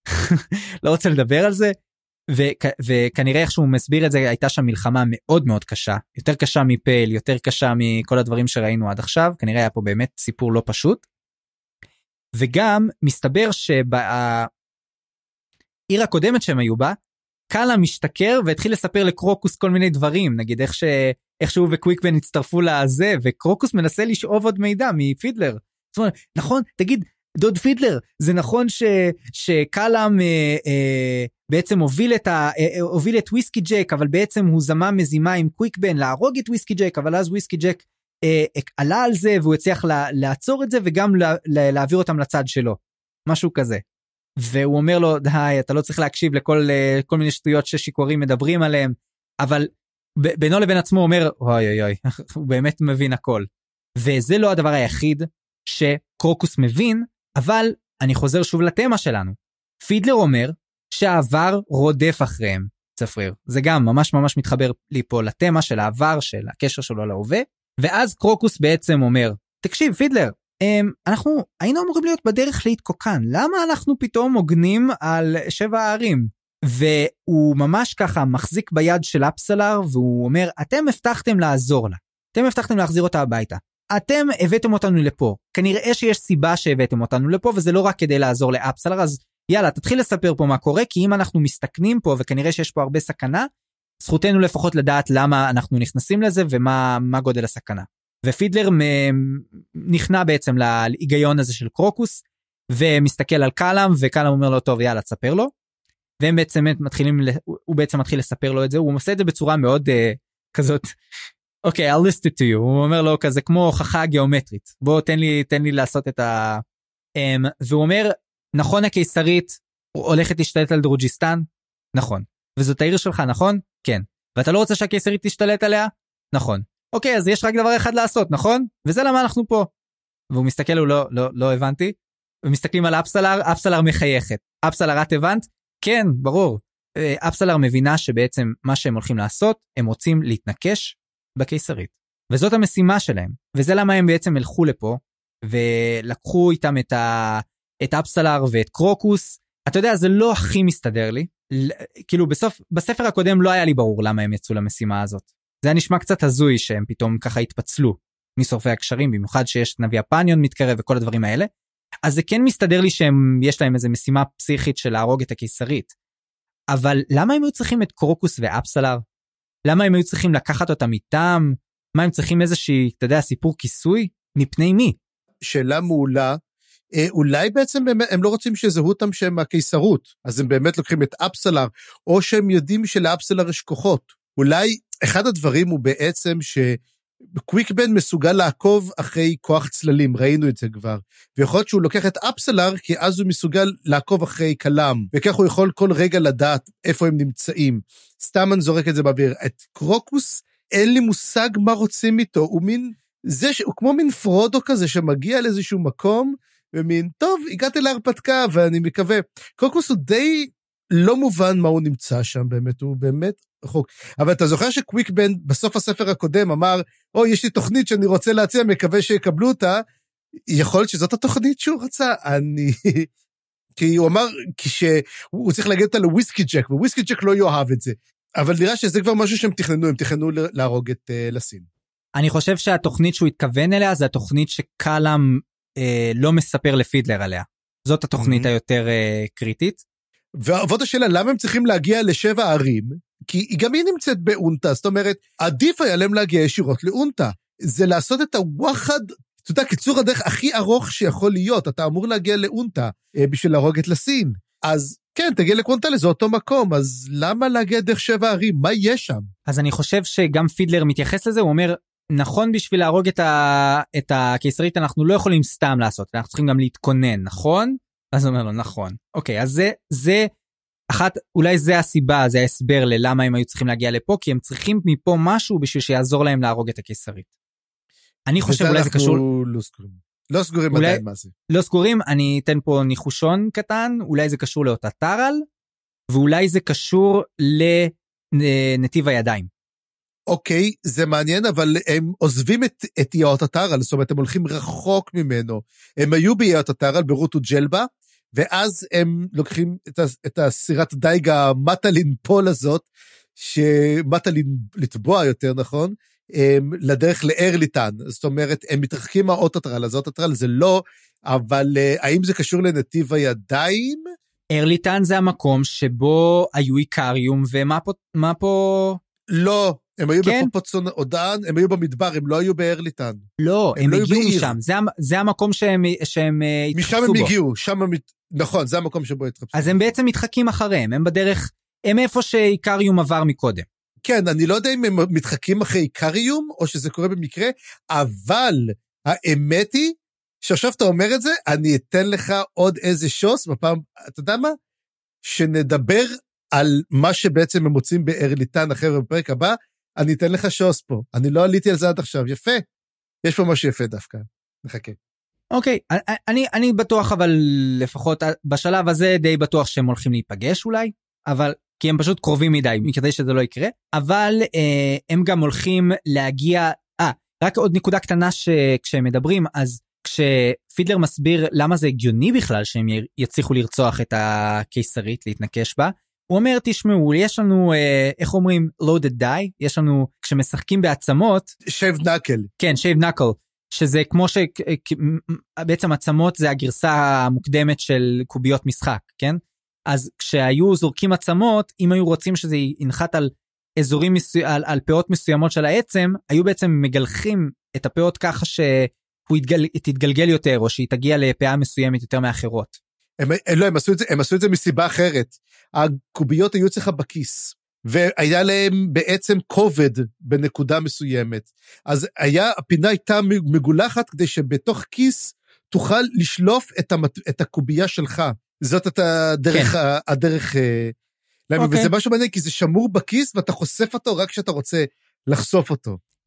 לא רוצה לדבר על זה, וכ- וכנראה איך שהוא מסביר את זה, הייתה שם מלחמה מאוד מאוד קשה, יותר קשה מפייל, יותר קשה מכל הדברים שראינו עד עכשיו, כנראה היה פה באמת סיפור לא פשוט, וגם מסתבר שבעיר הקודמת שהם היו בה, קאלה משתכר והתחיל לספר לקרוקוס כל מיני דברים, נגיד איך, ש... איך שהוא וקוויקבן הצטרפו לזה, וקרוקוס מנסה לשאוב עוד מידע מפידלר. זאת אומרת, נכון, תגיד, דוד פידלר, זה נכון ש... שקאלם אה, אה, בעצם הוביל את, ה... אה, הוביל את וויסקי ג'ק, אבל בעצם הוא זמה מזימה עם קוויקבן להרוג את וויסקי ג'ק, אבל אז וויסקי ג'ק אה, עלה על זה, והוא הצליח לה... לעצור את זה, וגם לה... להעביר אותם לצד שלו. משהו כזה. והוא אומר לו, די, אתה לא צריך להקשיב לכל כל מיני שטויות ששיקורים מדברים עליהם, אבל בינו לבין עצמו אומר, אוי אוי אוי, הוא באמת מבין הכל. וזה לא הדבר היחיד שקרוקוס מבין, אבל אני חוזר שוב לתמה שלנו. פידלר אומר שהעבר רודף אחריהם, צפריר. זה גם ממש ממש מתחבר לי פה לתמה של העבר, של הקשר שלו להווה, ואז קרוקוס בעצם אומר, תקשיב פידלר, אנחנו היינו אמורים להיות בדרך להתקוקן, למה אנחנו פתאום מוגנים על שבע הערים? והוא ממש ככה מחזיק ביד של אפסלר, והוא אומר, אתם הבטחתם לעזור לה, אתם הבטחתם להחזיר אותה הביתה, אתם הבאתם אותנו לפה, כנראה שיש סיבה שהבאתם אותנו לפה, וזה לא רק כדי לעזור לאפסלר, אז יאללה, תתחיל לספר פה מה קורה, כי אם אנחנו מסתכנים פה, וכנראה שיש פה הרבה סכנה, זכותנו לפחות לדעת למה אנחנו נכנסים לזה, ומה מה גודל הסכנה. ופידלר נכנע בעצם להיגיון הזה של קרוקוס, ומסתכל על קאלם, וקאלם אומר לו, טוב, יאללה, תספר לו, והם בעצם מתחילים, הוא בעצם מתחיל לספר לו את זה, הוא עושה את זה בצורה מאוד uh, כזאת, אוקיי, okay, I'll list it to you, הוא אומר לו כזה, כמו הוכחה גיאומטרית, בוא תן לי, תן לי לעשות את ה... Um, והוא אומר, נכון הקיסרית, הולכת להשתלט על דרוג'יסטן? נכון. וזאת העיר שלך, נכון? כן. ואתה לא רוצה שהקיסרית תשתלט עליה? נכון. אוקיי, אז יש רק דבר אחד לעשות, נכון? וזה למה אנחנו פה. והוא מסתכל, הוא לא, לא, לא הבנתי, ומסתכלים על אפסלר, אפסלר מחייכת. אפסלר, את הבנת? כן, ברור. אפסלר מבינה שבעצם מה שהם הולכים לעשות, הם רוצים להתנקש בקיסרית. וזאת המשימה שלהם. וזה למה הם בעצם הלכו לפה, ולקחו איתם את, ה... את אפסלר ואת קרוקוס. אתה יודע, זה לא הכי מסתדר לי. כאילו בסוף, בספר הקודם לא היה לי ברור למה הם יצאו למשימה הזאת. זה היה נשמע קצת הזוי שהם פתאום ככה התפצלו משורפי הקשרים, במיוחד שיש נביא הפניון מתקרב וכל הדברים האלה. אז זה כן מסתדר לי שיש להם איזו משימה פסיכית של להרוג את הקיסרית. אבל למה הם היו צריכים את קרוקוס ואפסלר? למה הם היו צריכים לקחת אותם איתם? מה הם צריכים איזושהי, אתה יודע, סיפור כיסוי? מפני מי? שאלה מעולה. אולי בעצם הם לא רוצים שזהו אותם שהם הקיסרות, אז הם באמת לוקחים את אפסלר, או שהם יודעים שלאפסלר יש כוחות. אולי אחד הדברים הוא בעצם שקוויקבן מסוגל לעקוב אחרי כוח צללים, ראינו את זה כבר, ויכול להיות שהוא לוקח את אפסלר, כי אז הוא מסוגל לעקוב אחרי כלם, וכך הוא יכול כל רגע לדעת איפה הם נמצאים. סתם אני זורק את זה באוויר. את קרוקוס, אין לי מושג מה רוצים איתו, הוא מין, זה ש... הוא כמו מין פרודו כזה, שמגיע לאיזשהו מקום, ומין, טוב, הגעתי להרפתקה, ואני מקווה. קרוקוס הוא די לא מובן מה הוא נמצא שם, באמת, הוא באמת רחוק. אבל אתה זוכר שקוויקבן, בסוף הספר הקודם, אמר, או, יש לי תוכנית שאני רוצה להציע, מקווה שיקבלו אותה, יכול להיות שזאת התוכנית שהוא רצה, אני... כי הוא אמר, כשהוא צריך להגיד אותה לוויסקי ג'ק, וויסקי ג'ק לא יאהב את זה. אבל נראה שזה כבר משהו שהם תכננו, הם תכננו להרוג את uh, לסין. אני חושב שהתוכנית שהוא התכוון אליה, זה התוכנית שקלאם אה, לא מספר לפידלר עליה. זאת התוכנית mm-hmm. היותר אה, קריטית. אז אני חושב שגם פידלר מתייחס לזה, הוא אומר, נכון, בשביל להרוג את, ה... את הקיסרית, אנחנו לא יכולים סתם לעשות, אנחנו צריכים גם להתכונן, נכון? אז הוא אומר לו, נכון. אוקיי, אז זה, זה, אחת, אולי זה הסיבה, זה ההסבר ללמה הם היו צריכים להגיע לפה, כי הם צריכים מפה משהו בשביל שיעזור להם להרוג את הקיסרית. אני חושב אולי זה קשור... לא סגורים. לא סגורים אולי... עדיין מה זה. לא סגורים, אני אתן פה ניחושון קטן, אולי זה קשור לאותה טרל, ואולי זה קשור לנתיב הידיים. אוקיי, זה מעניין, אבל הם עוזבים את, את יאות הטרל, זאת אומרת, הם הולכים רחוק ממנו. הם היו ביאות הטרל, ברוטו ג'לבה, ואז הם לוקחים את, את הסירת דייג המטלין פול הזאת, שמטלין לטבוע יותר, נכון? הם, לדרך לארליטן, זאת אומרת, הם מתרחקים מהאות הטרל, אז אות הטרל זה לא, אבל האם זה קשור לנתיב הידיים? ארליטן זה המקום שבו היו איקריום, ומה פה... מה פה... לא, הם היו כן? בפופוצון עודן, הם היו במדבר, הם לא היו בארליטן. לא, הם, הם לא הגיעו משם, זה, זה המקום שהם, שהם משם הם בו. הגיעו, שם הם, נכון, זה המקום שבו התחפשו. אז הם בעצם מתחקים אחריהם, הם בדרך, הם איפה שאיקריום עבר מקודם. כן, אני לא יודע אם הם מתחקים אחרי איקריום, או שזה קורה במקרה, אבל האמת היא, שעכשיו אתה אומר את זה, אני אתן לך עוד איזה שוס, בפעם, אתה יודע מה? שנדבר על מה שבעצם הם מוצאים בארליטן אחר בפרק הבא, אני אתן לך שוס פה. אני לא עליתי על זה עד עכשיו. יפה. יש פה משהו יפה דווקא. נחכה. אוקיי, אני, אני בטוח, אבל לפחות בשלב הזה די בטוח שהם הולכים להיפגש אולי, אבל, כי הם פשוט קרובים מדי, כדי שזה לא יקרה, אבל אה, הם גם הולכים להגיע, אה, רק עוד נקודה קטנה שכשהם מדברים, אז כשפידלר מסביר למה זה הגיוני בכלל שהם יצליחו לרצוח את הקיסרית, להתנקש בה, הוא אומר, תשמעו, יש לנו, אה, איך אומרים, loaded die, יש לנו, כשמשחקים בעצמות, shave knuckle. כן, shave knuckle, שזה כמו ש... בעצם עצמות זה הגרסה המוקדמת של קוביות משחק, כן? אז כשהיו זורקים עצמות, אם היו רוצים שזה ינחת על אזורים, מסו... על, על פאות מסוימות של העצם, היו בעצם מגלחים את הפאות ככה שהוא יתגל... תתגלגל יותר, או שהיא תגיע לפאה מסוימת יותר מאחרות. הם, לא, הם עשו את זה, הם עשו את זה מסיבה אחרת. הקוביות היו צריכה בכיס, והיה להם בעצם כובד בנקודה מסוימת. אז היה, הפינה הייתה מגולחת, כדי שבתוך כיס תוכל לשלוף את, המת, את הקובייה שלך. זאת את הדרך, כן. הדרך, למה, okay. וזה משהו מעניין, כי זה שמור בכיס, ואתה חושף אותו רק כשאתה רוצה לחשוף אותו.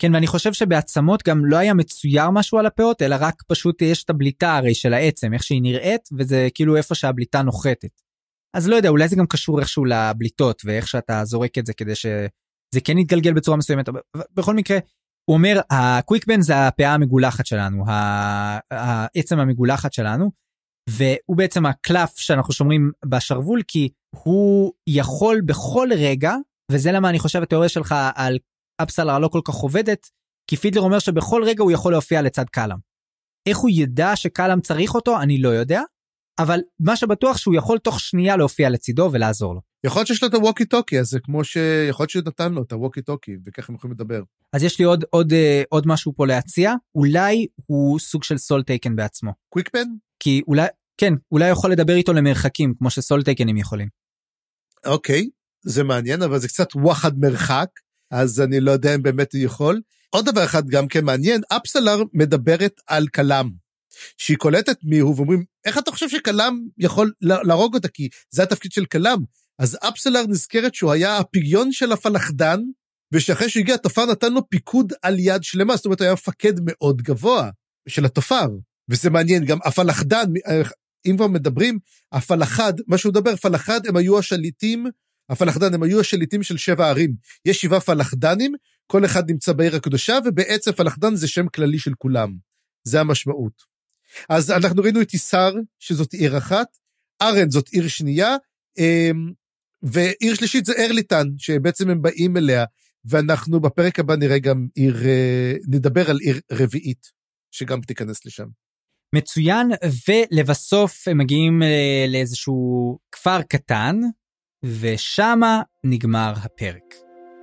כן, ואני חושב שבעצמות גם לא היה מצויר משהו על הפאות, אלא רק פשוט יש את הבליטה הרי של העצם, איך שהיא נראית, וזה כאילו איפה שהבליטה נוחתת. אז לא יודע, אולי זה גם קשור איכשהו לבליטות, ואיך שאתה זורק את זה כדי שזה כן יתגלגל בצורה מסוימת. בכל מקרה, הוא אומר, הקוויקבן זה הפאה המגולחת שלנו, העצם המגולחת שלנו, והוא בעצם הקלף שאנחנו שומרים בשרוול, כי הוא יכול בכל רגע, וזה למה אני חושב התיאוריה שלך על אפסלר לא כל כך עובדת, כי פידלר אומר שבכל רגע הוא יכול להופיע לצד קלאם. איך הוא ידע שקלאם צריך אותו, אני לא יודע, אבל מה שבטוח שהוא יכול תוך שנייה להופיע לצידו ולעזור לו. יכול להיות שיש לו את הווקי טוקי, אז זה כמו שיכול להיות שנתן לו את הווקי טוקי, וכך הם יכולים לדבר. אז יש לי עוד, עוד, עוד משהו פה להציע, אולי הוא סוג של סול טייקן בעצמו. קוויקפן? כי אולי, כן, אולי יכול לדבר איתו למרחקים, כמו שסול טייקנים יכולים. אוקיי, זה מעניין, אבל זה קצת ווחד מרחק, אז אני לא יודע אם באמת הוא יכול. עוד דבר אחד גם כן מעניין, אפסלר מדברת על קלאם, שהיא קולטת מיהו, ואומרים, איך אתה חושב שקלאם יכול להרוג אותה, כי זה התפקיד של קלאם. אז אפסלר נזכרת שהוא היה הפיגיון של הפלחדן, ושאחרי שהוא הגיע, התופר נתן לו פיקוד על יד שלמה, זאת אומרת, הוא היה מפקד מאוד גבוה של התופר, וזה מעניין, גם הפלחדן, אם כבר מדברים, הפלחד, מה שהוא מדבר, פלחד הם היו השליטים, הפלחדן הם היו השליטים של שבע ערים, יש שבעה פלחדנים, כל אחד נמצא בעיר הקדושה, ובעצם פלחדן זה שם כללי של כולם, זה המשמעות. אז אנחנו ראינו את איסר, שזאת עיר אחת, ארן זאת עיר שנייה, ועיר שלישית זה ארליטן, שבעצם הם באים אליה, ואנחנו בפרק הבא נראה גם עיר, נדבר על עיר רביעית, שגם תיכנס לשם. מצוין, ולבסוף הם מגיעים לאיזשהו כפר קטן, ושמה נגמר הפרק.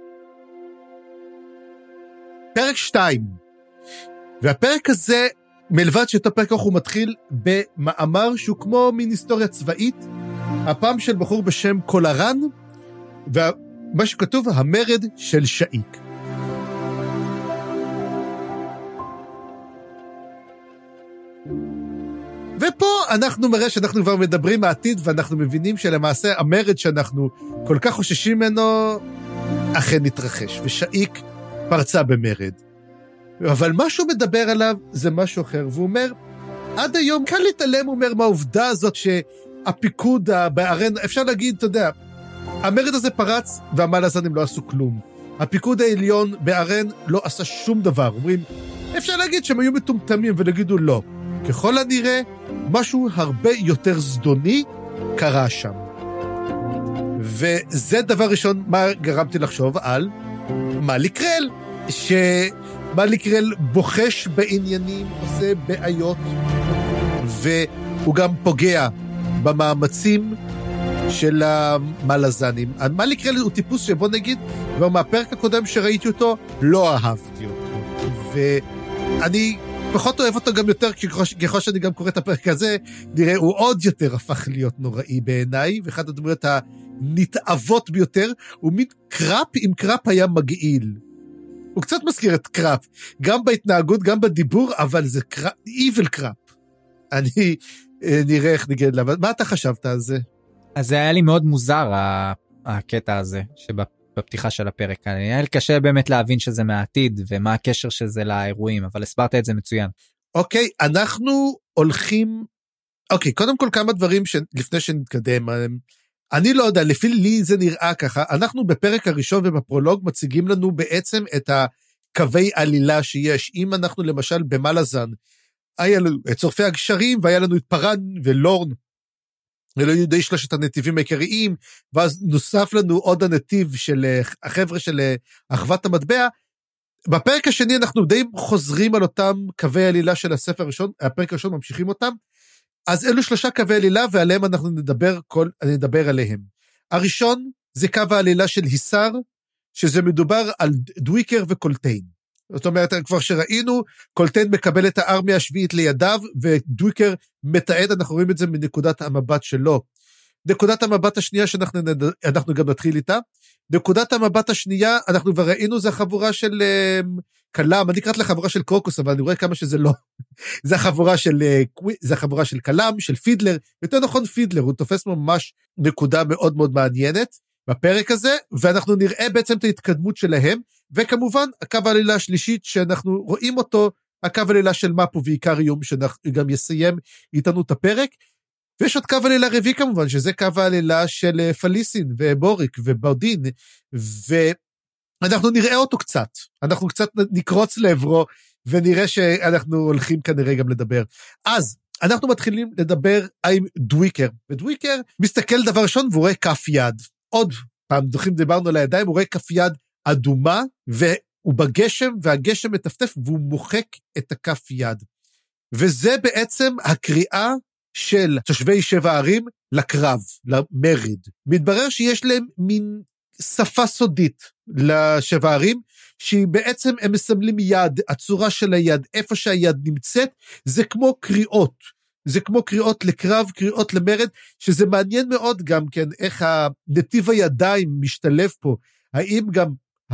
פרק שתיים, והפרק הזה, מלבד שאותו פרק הוא מתחיל במאמר שהוא כמו מין היסטוריה צבאית, הפעם של בחור בשם קולרן, ומה שכתוב, המרד של שאיק. ופה אנחנו מראה שאנחנו כבר מדברים מהעתיד, ואנחנו מבינים שלמעשה המרד שאנחנו כל כך חוששים ממנו, אכן נתרחש, ושאיק פרצה במרד. אבל מה שהוא מדבר עליו זה משהו אחר, והוא אומר, עד היום קל להתעלם, הוא אומר, מהעובדה הזאת שהפיקוד בארן, אפשר להגיד, אתה יודע, המרד הזה פרץ, והמלאזנים לא עשו כלום. הפיקוד העליון בארן לא עשה שום דבר. אומרים, אפשר להגיד שהם היו מטומטמים, ולהגידו לא. ככל הנראה, משהו הרבה יותר זדוני קרה שם. וזה דבר ראשון, מה גרמתי לחשוב על מליקרל, שמליקרל בוחש בעניינים, עושה בעיות, והוא גם פוגע במאמצים של המלאזנים. מליקרל הוא טיפוס שבוא נגיד, כבר מהפרק הקודם שראיתי אותו, לא אהבתי אותו. ואני פחות אוהב אותו גם יותר, ככל שאני גם קורא את הפרק הזה, נראה, הוא עוד יותר הפך להיות נוראי בעיניי, ואחת הדמויות הנתאבות ביותר, הוא מין קראפ, אם קראפ היה מגעיל. הוא קצת מזכיר את קראפ, גם בהתנהגות, גם בדיבור, אבל זה קראפ, איבל קראפ. אני נראה איך נגד לה, מה אתה חשבת על זה? אז זה היה לי מאוד מוזר, הקטע הזה, שבפתיחה של הפרק. היה לי קשה באמת להבין שזה מהעתיד, ומה הקשר שזה לאירועים, אבל הסברת את זה מצוין. אוקיי, אנחנו הולכים, אוקיי, קודם כל כמה דברים לפני שנתקדם, אני לא יודע, לפי לי זה נראה ככה, אנחנו בפרק הראשון ובפרולוג מציגים לנו בעצם את הקווי עלילה שיש, אם אנחנו למשל במלאזן, היה לנו את צורפי הגשרים, והיה לנו את פרן ולורן, ולא יהודי שלושת הנתיבים העיקריים, ואז נוסף לנו עוד הנתיב של החבר'ה של אחוות המטבע. בפרק השני אנחנו די חוזרים על אותם קווי עלילה של הספר הראשון, הפרק הראשון ממשיכים אותם, אז אלו שלושה קווי עלילה, ועליהם אנחנו נדבר, כל, נדבר עליהם. הראשון זה קו העלילה של היסר, שזה מדובר על דוויקר וקולטיין. זאת אומרת, כבר שראינו, קולטיין מקבל את הארמיה השביעית לידיו, ודוויקר מתעד, אנחנו רואים את זה מנקודת המבט שלו. נקודת המבט השנייה שאנחנו נד... אנחנו גם נתחיל איתה, נקודת המבט השנייה, אנחנו כבר ראינו, זה החבורה של um, קלאם, אני קראת לחבורה של קרוקוס, אבל אני רואה כמה שזה לא. זה החבורה של, uh, זה החבורה של קלאם, של פידלר, יותר נכון פידלר, הוא תופס ממש נקודה מאוד מאוד מעניינת בפרק הזה, ואנחנו נראה בעצם את ההתקדמות שלהם, וכמובן, הקו העלילה השלישית שאנחנו רואים אותו, הקו העלילה של מפו ועיקר איום, שגם יסיים איתנו את הפרק, ויש עוד קו העלילה רביעי כמובן, שזה קו העלילה של פליסין ובוריק ובאודין, ואנחנו נראה אותו קצת, אנחנו קצת נקרוץ לעברו, ונראה שאנחנו הולכים כנראה גם לדבר. אז, אנחנו מתחילים לדבר עם דוויקר, ודוויקר מסתכל דבר ראשון, והוא רואה כף יד. עוד פעם, דוחים דיברנו על הידיים, הוא רואה כף יד אדומה, והוא בגשם, והגשם מטפטף, והוא מוחק את הכף יד. וזה בעצם הקריאה של תושבי שבע הערים לקרב, למרד. מתברר שיש להם מין שפה סודית לשבע הערים, שהיא בעצם הם מסמלים יד, הצורה של היד, איפה שהיד נמצאת, זה כמו קריאות, זה כמו קריאות לקרב, קריאות למרד, שזה מעניין מאוד גם כן, איך הנתיב הידיים משתלב פה, האם גם,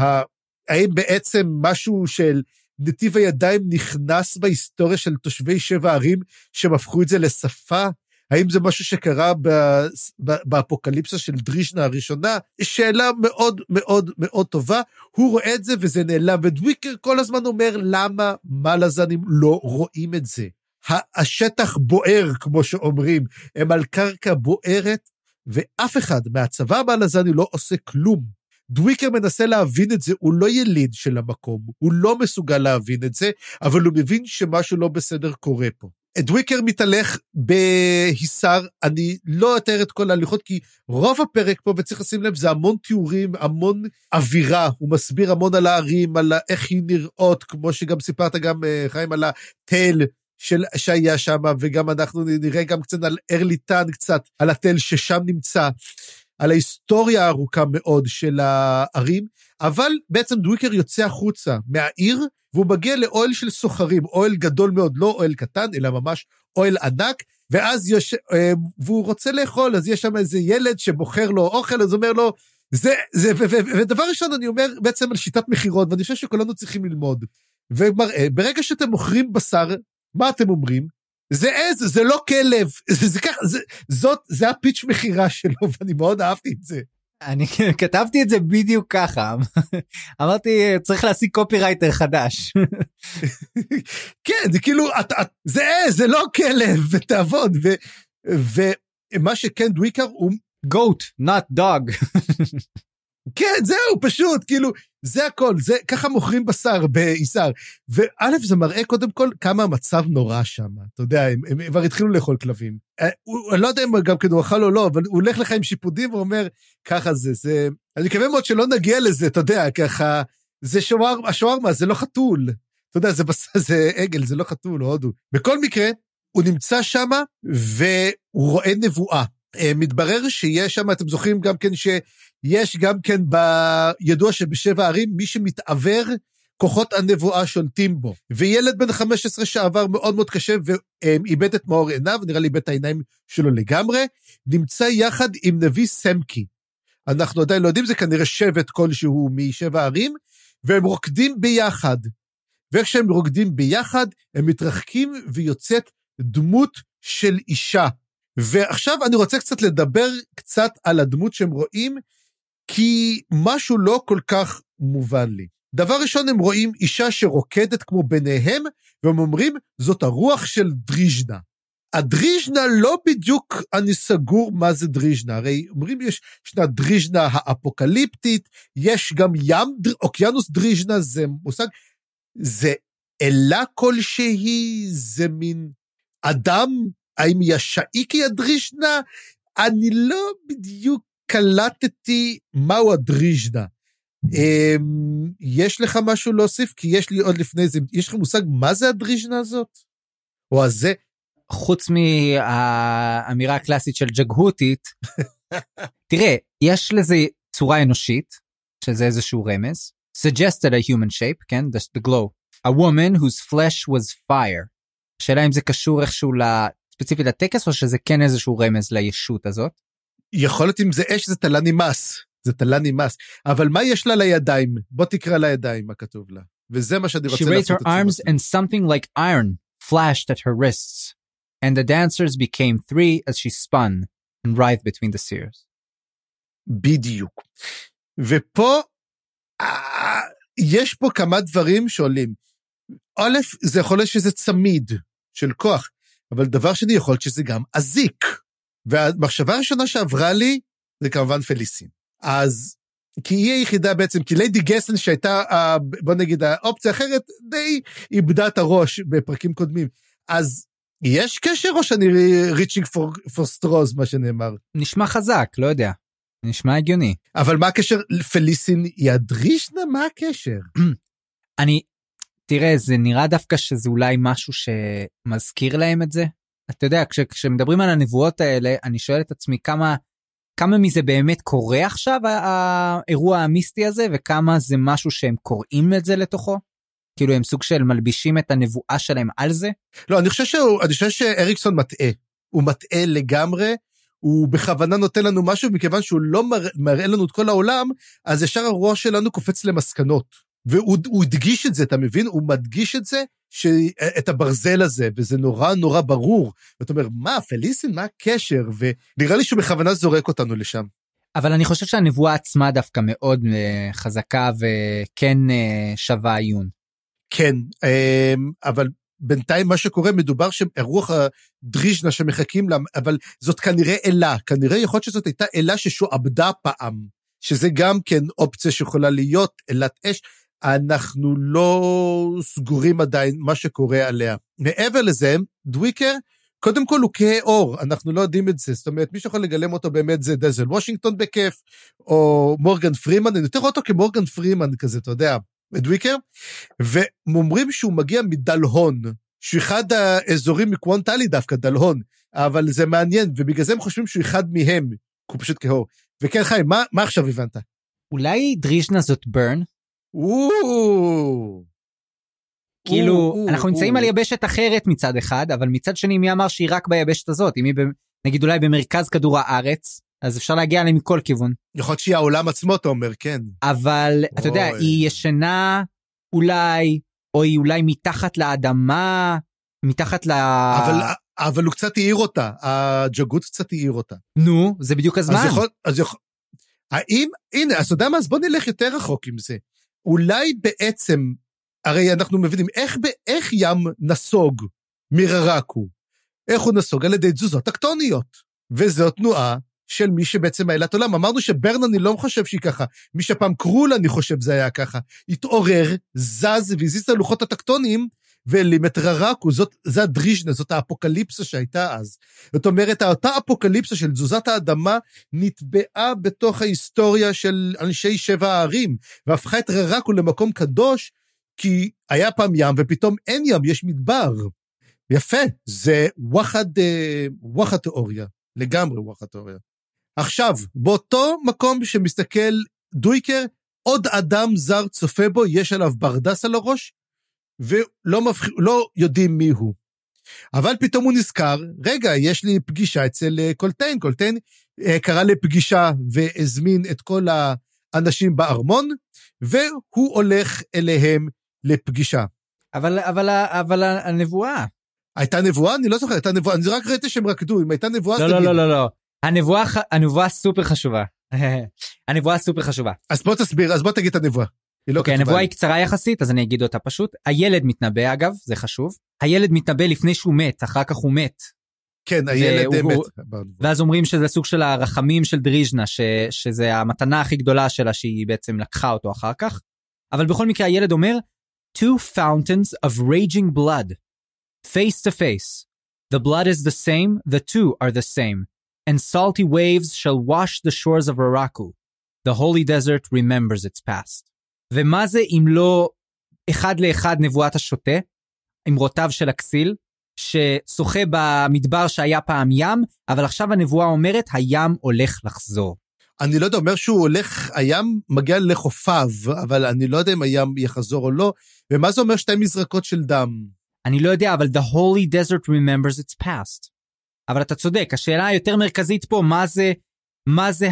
האם בעצם משהו של נתיב הידיים נכנס בהיסטוריה של תושבי שבע הערים, שהם הפכו את זה לשפה, האם זה משהו שקרה באפוקליפסה של דריז'נה הראשונה? שאלה מאוד מאוד מאוד טובה, הוא רואה את זה וזה נעלם, ודוויקר כל הזמן אומר, למה מלאזנים לא רואים את זה? השטח בוער, כמו שאומרים, הם על קרקע בוערת, ואף אחד מהצבא המלאזני לא עושה כלום. דוויקר מנסה להבין את זה, הוא לא יליד של המקום, הוא לא מסוגל להבין את זה, אבל הוא מבין שמשהו לא בסדר קורה פה. דוויקר מתהלך בהיסר, אני לא אתאר את כל ההליכות, כי רוב הפרק פה, וצריך לשים לב, זה המון תיאורים, המון אווירה, הוא מסביר המון על הערים, על איך היא נראות, כמו שגם סיפרת גם, חיים, על התל של, שהיה שם, וגם אנחנו נראה גם קצת על ארליטן, קצת על התל ששם נמצא, על ההיסטוריה הארוכה מאוד של הערים, אבל בעצם דוויקר יוצא החוצה מהעיר, והוא מגיע לאוהל של סוחרים, אוהל גדול מאוד, לא אוהל קטן, אלא ממש אוהל ענק, ואז יש, והוא רוצה לאכול, אז יש שם איזה ילד שבוחר לו אוכל, אז הוא אומר לו, זה, זה, ו, ו, ו, ודבר ראשון אני אומר בעצם על שיטת מחירות, ואני חושב שכולנו צריכים ללמוד, ומראה, ברגע שאתם מוכרים בשר, מה אתם אומרים? זה עז, זה לא כלב, זה, זה כך, זה, זאת, זה הפיץ' מחירה שלו, ואני מאוד אהבתי את זה. אני כתבתי את זה בדיוק ככה, אמרתי צריך להשיג קופירייטר חדש. כן, זה כאילו, זה עז, זה לא כלב, ותעבוד, ומה שכן דוויקר הוא... goat, not dog. כן, זהו, פשוט, כאילו, זה הכל, זה, ככה מוכרים בשר באיסר, וא' זה מראה קודם כל כמה המצב נורא שם, אתה יודע, הם, הם כבר התחילו לאכול כלבים, אני לא יודע אם גם כדור אכל או לא, אבל הוא הולך לך עם שיפודים ואומר, ככה זה, זה, אני מקווה מאוד שלא נגיע לזה, אתה יודע, ככה, זה שווארמה, השווארמה, זה לא חתול, אתה יודע, זה, בס... זה עגל, זה לא חתול, או הודו, בכל מקרה, הוא נמצא שם, והוא רואה נבואה, מתברר שיש שם, אתם זוכרים גם כן ש... יש גם כן בידוע שבשבע ערים, מי שמתעבר, כוחות הנבואה שולטים בו. וילד בן חמש עשרה שעבר מאוד מאוד קשה, ואיבד את מאור עיניו, נראה לי איבד את העיניים שלו לגמרי, נמצא יחד עם נביא סמקי. אנחנו עדיין לא יודעים, זה כנראה שבט כלשהו משבע ערים, והם רוקדים ביחד. וכשהם רוקדים ביחד, הם מתרחקים ויוצאת דמות של אישה. ועכשיו אני רוצה קצת לדבר קצת על הדמות שהם רואים, כי משהו לא כל כך מובן לי. דבר ראשון, הם רואים אישה שרוקדת כמו ביניהם, והם אומרים, זאת הרוח של דריז'נה. הדריז'נה לא בדיוק אני סגור מה זה דריז'נה, הרי אומרים יש שנה דריז'נה האפוקליפטית, יש גם ים, אוקיינוס דריז'נה, זה מושג, זה אלה כלשהי, זה מין אדם, האם ישעי כי הדריז'נה, אני לא בדיוק קלטתי מהו הדריז'נה. יש לך משהו להוסיף? כי יש לי עוד לפני זה, יש לך מושג מה זה הדריז'נה הזאת? או הזה? חוץ מהאמירה הקלאסית של ג'גהותית, תראה, יש לזה צורה אנושית, שזה איזשהו רמז, suggested a human shape, כן? The, the glow. A woman whose flesh was fire. השאלה אם זה קשור איכשהו ספציפית לטקס, או שזה כן איזשהו רמז לישות הזאת? יכול להיות אם זה אש, זה תלה נימס. זה תלה נימס. אבל מה יש לה לידיים? בוא תקרא לידיים מה כתוב לה. וזה מה שאני רוצה לעשות את זה. She raised her arms and something like iron flashed at her wrists. And the dancers became three as she spun and writhed between the sears. בדיוק. ופה, יש פה כמה דברים שעולים. א', זה יכול להיות שזה צמיד של כוח, אבל דבר שני יכול להיות שזה גם אזיק. והמחשבה הראשונה שעברה לי, זה כמובן פליסין. אז, כי היא היחידה בעצם, כי ליידי גסן שהייתה, בוא נגיד, האופציה אחרת, די איבדה את הראש בפרקים קודמים. אז יש קשר או שאני ריצ'ינג פור סטרוז, מה שנאמר? נשמע חזק, לא יודע. נשמע הגיוני. אבל מה הקשר? פליסין ידרישנה? מה הקשר? אני, תראה, זה נראה דווקא שזה אולי משהו שמזכיר להם את זה. אתה יודע, כש, כשמדברים על הנבואות האלה, אני שואל את עצמי כמה, כמה מזה באמת קורה עכשיו, האירוע המיסטי הזה, וכמה זה משהו שהם קוראים את זה לתוכו? כאילו הם סוג של מלבישים את הנבואה שלהם על זה? לא, אני חושב שהוא, אני חושב שאריקסון מטעה. הוא מטעה לגמרי, הוא בכוונה נותן לנו משהו, מכיוון שהוא לא מראה, מראה לנו את כל העולם, אז ישר הראש שלנו קופץ למסקנות. והוא הדגיש את זה, אתה מבין? הוא מדגיש את זה, את הברזל הזה, וזה נורא נורא ברור. ואתה אומר, מה, פליסין, מה הקשר? ונראה לי שהוא בכוונה זורק אותנו לשם. אבל אני חושב שהנבואה עצמה דווקא מאוד חזקה, וכן שווה עיון. כן, אבל בינתיים מה שקורה, מדובר שרוח הדריז'נה שמחכים לה, אבל זאת כנראה אלה, כנראה יכול להיות שזאת הייתה אלה ששועבדה פעם, שזה גם כן אופציה שיכולה להיות אלת אש, אנחנו לא סגורים עדיין מה שקורה עליה. מעבר לזה, דוויקר, קודם כל הוא כהה אור, אנחנו לא יודעים את זה, זאת אומרת, מי שיכול לגלם אותו באמת זה דזל וושינגטון בכיף, או מורגן פרימן, אני יותר רואה אותו כמורגן פרימן כזה, אתה יודע, דוויקר, ואומרים שהוא מגיע מדלהון, שהוא אחד האזורים מקוונטלי דווקא, דלהון, אבל זה מעניין, ובגלל זה הם חושבים שהוא אחד מהם, הוא פשוט כהור. וכן חיים, מה, מה עכשיו הבנת? אולי דריז'נה זאת ברן? כאילו, אנחנו נמצאים על יבשת אחרת מצד אחד, אבל מצד שני מי אמר שהיא רק ביבשת הזאת, אם היא נגיד אולי במרכז כדור הארץ, אז אפשר להגיע עליהם מכל כיוון. יכול להיות שהיא העולם עצמו, אתה אומר, כן. אבל, אתה יודע, היא ישנה אולי, או היא אולי מתחת לאדמה, מתחת ל... אבל, אבל הוא קצת העיר אותה, הג'גות קצת העיר אותה. נו, זה בדיוק הזמן. אז יכול, אז יכול... האם, הנה, אז אתה יודע מה, אז בוא נלך יותר רחוק עם זה. אולי בעצם, הרי אנחנו מבינים, איך, איך ים נסוג מררקו? איך הוא נסוג? על ידי תזוזות טקטוניות. וזו תנועה של מי שבעצם העלת עולם. אמרנו שברן אני לא חושב שהיא ככה. מי שפעם קרול אני חושב זה היה ככה. התעורר, זז והזיז את הלוחות הטקטוניים, ואלים את ררקו. זאת, זה הדריז'נה, זאת האפוקליפסה שהייתה אז. זאת אומרת, אותה אפוקליפסה של תזוזת האדמה, נטבעה בתוך ההיסטוריה של אנשי שבע הערים, והפכה את ררקו למקום קדוש, כי היה פעם ים, ופתאום אין ים, יש מדבר. יפה, זה ווחד, ווחד תיאוריה, לגמרי ווחד תיאוריה. עכשיו, באותו מקום שמסתכל דוויקר, עוד אדם זר צופה בו, יש עליו ברדס על הראש, ולא מבח... לא יודעים מי הוא. אבל פתאום הוא נזכר, רגע, יש לי פגישה אצל קולטיין, קולטיין קרא לפגישה והזמין את כל האנשים בארמון, והוא הולך אליהם לפגישה. אבל, אבל, אבל הנבואה. הייתה נבואה? אני לא זוכר, הייתה נבואה, אני רק ראיתי שהם רקדו, אם הייתה נבואה... לא, לא, לא, לא, לא. הנבואה, הנבואה סופר חשובה. הנבואה סופר חשובה. אז בוא תסביר, אז בוא תגיד את הנבואה. אוקיי, הנבואה היא קצרה יחסית, אז אני אגיד אותה פשוט. הילד מתנבא, אגב, זה חשוב. הילד מתנבא לפני שהוא מת, אחר כך הוא מת. כן, הילד מת. ואז אומרים שזה סוג של הרחמים של דריז'נה, שזה המתנה הכי גדולה שלה, שהיא בעצם לקחה אותו אחר כך. אבל בכל מקרה, הילד אומר, Two fountains of raging blood, face to face. The blood is the same, the two are the same. And salty waves shall wash the shores of Araku. The holy desert remembers its past. ומה זה אם לא אחד לאחד נבואת השוטה, עם רותיו של הכסיל, ששוחה במדבר שהיה פעם ים, אבל עכשיו הנבואה אומרת, הים הולך לחזור. אני לא יודע, אומר שהוא הולך, הים מגיע לחופיו, אבל אני לא יודע אם הים יחזור או לא, ומה זה אומר שתי מזרקות של דם? אני לא יודע, אבל the holy desert remembers its past. אבל אתה צודק, השאלה היותר מרכזית פה, מה זה, מה זה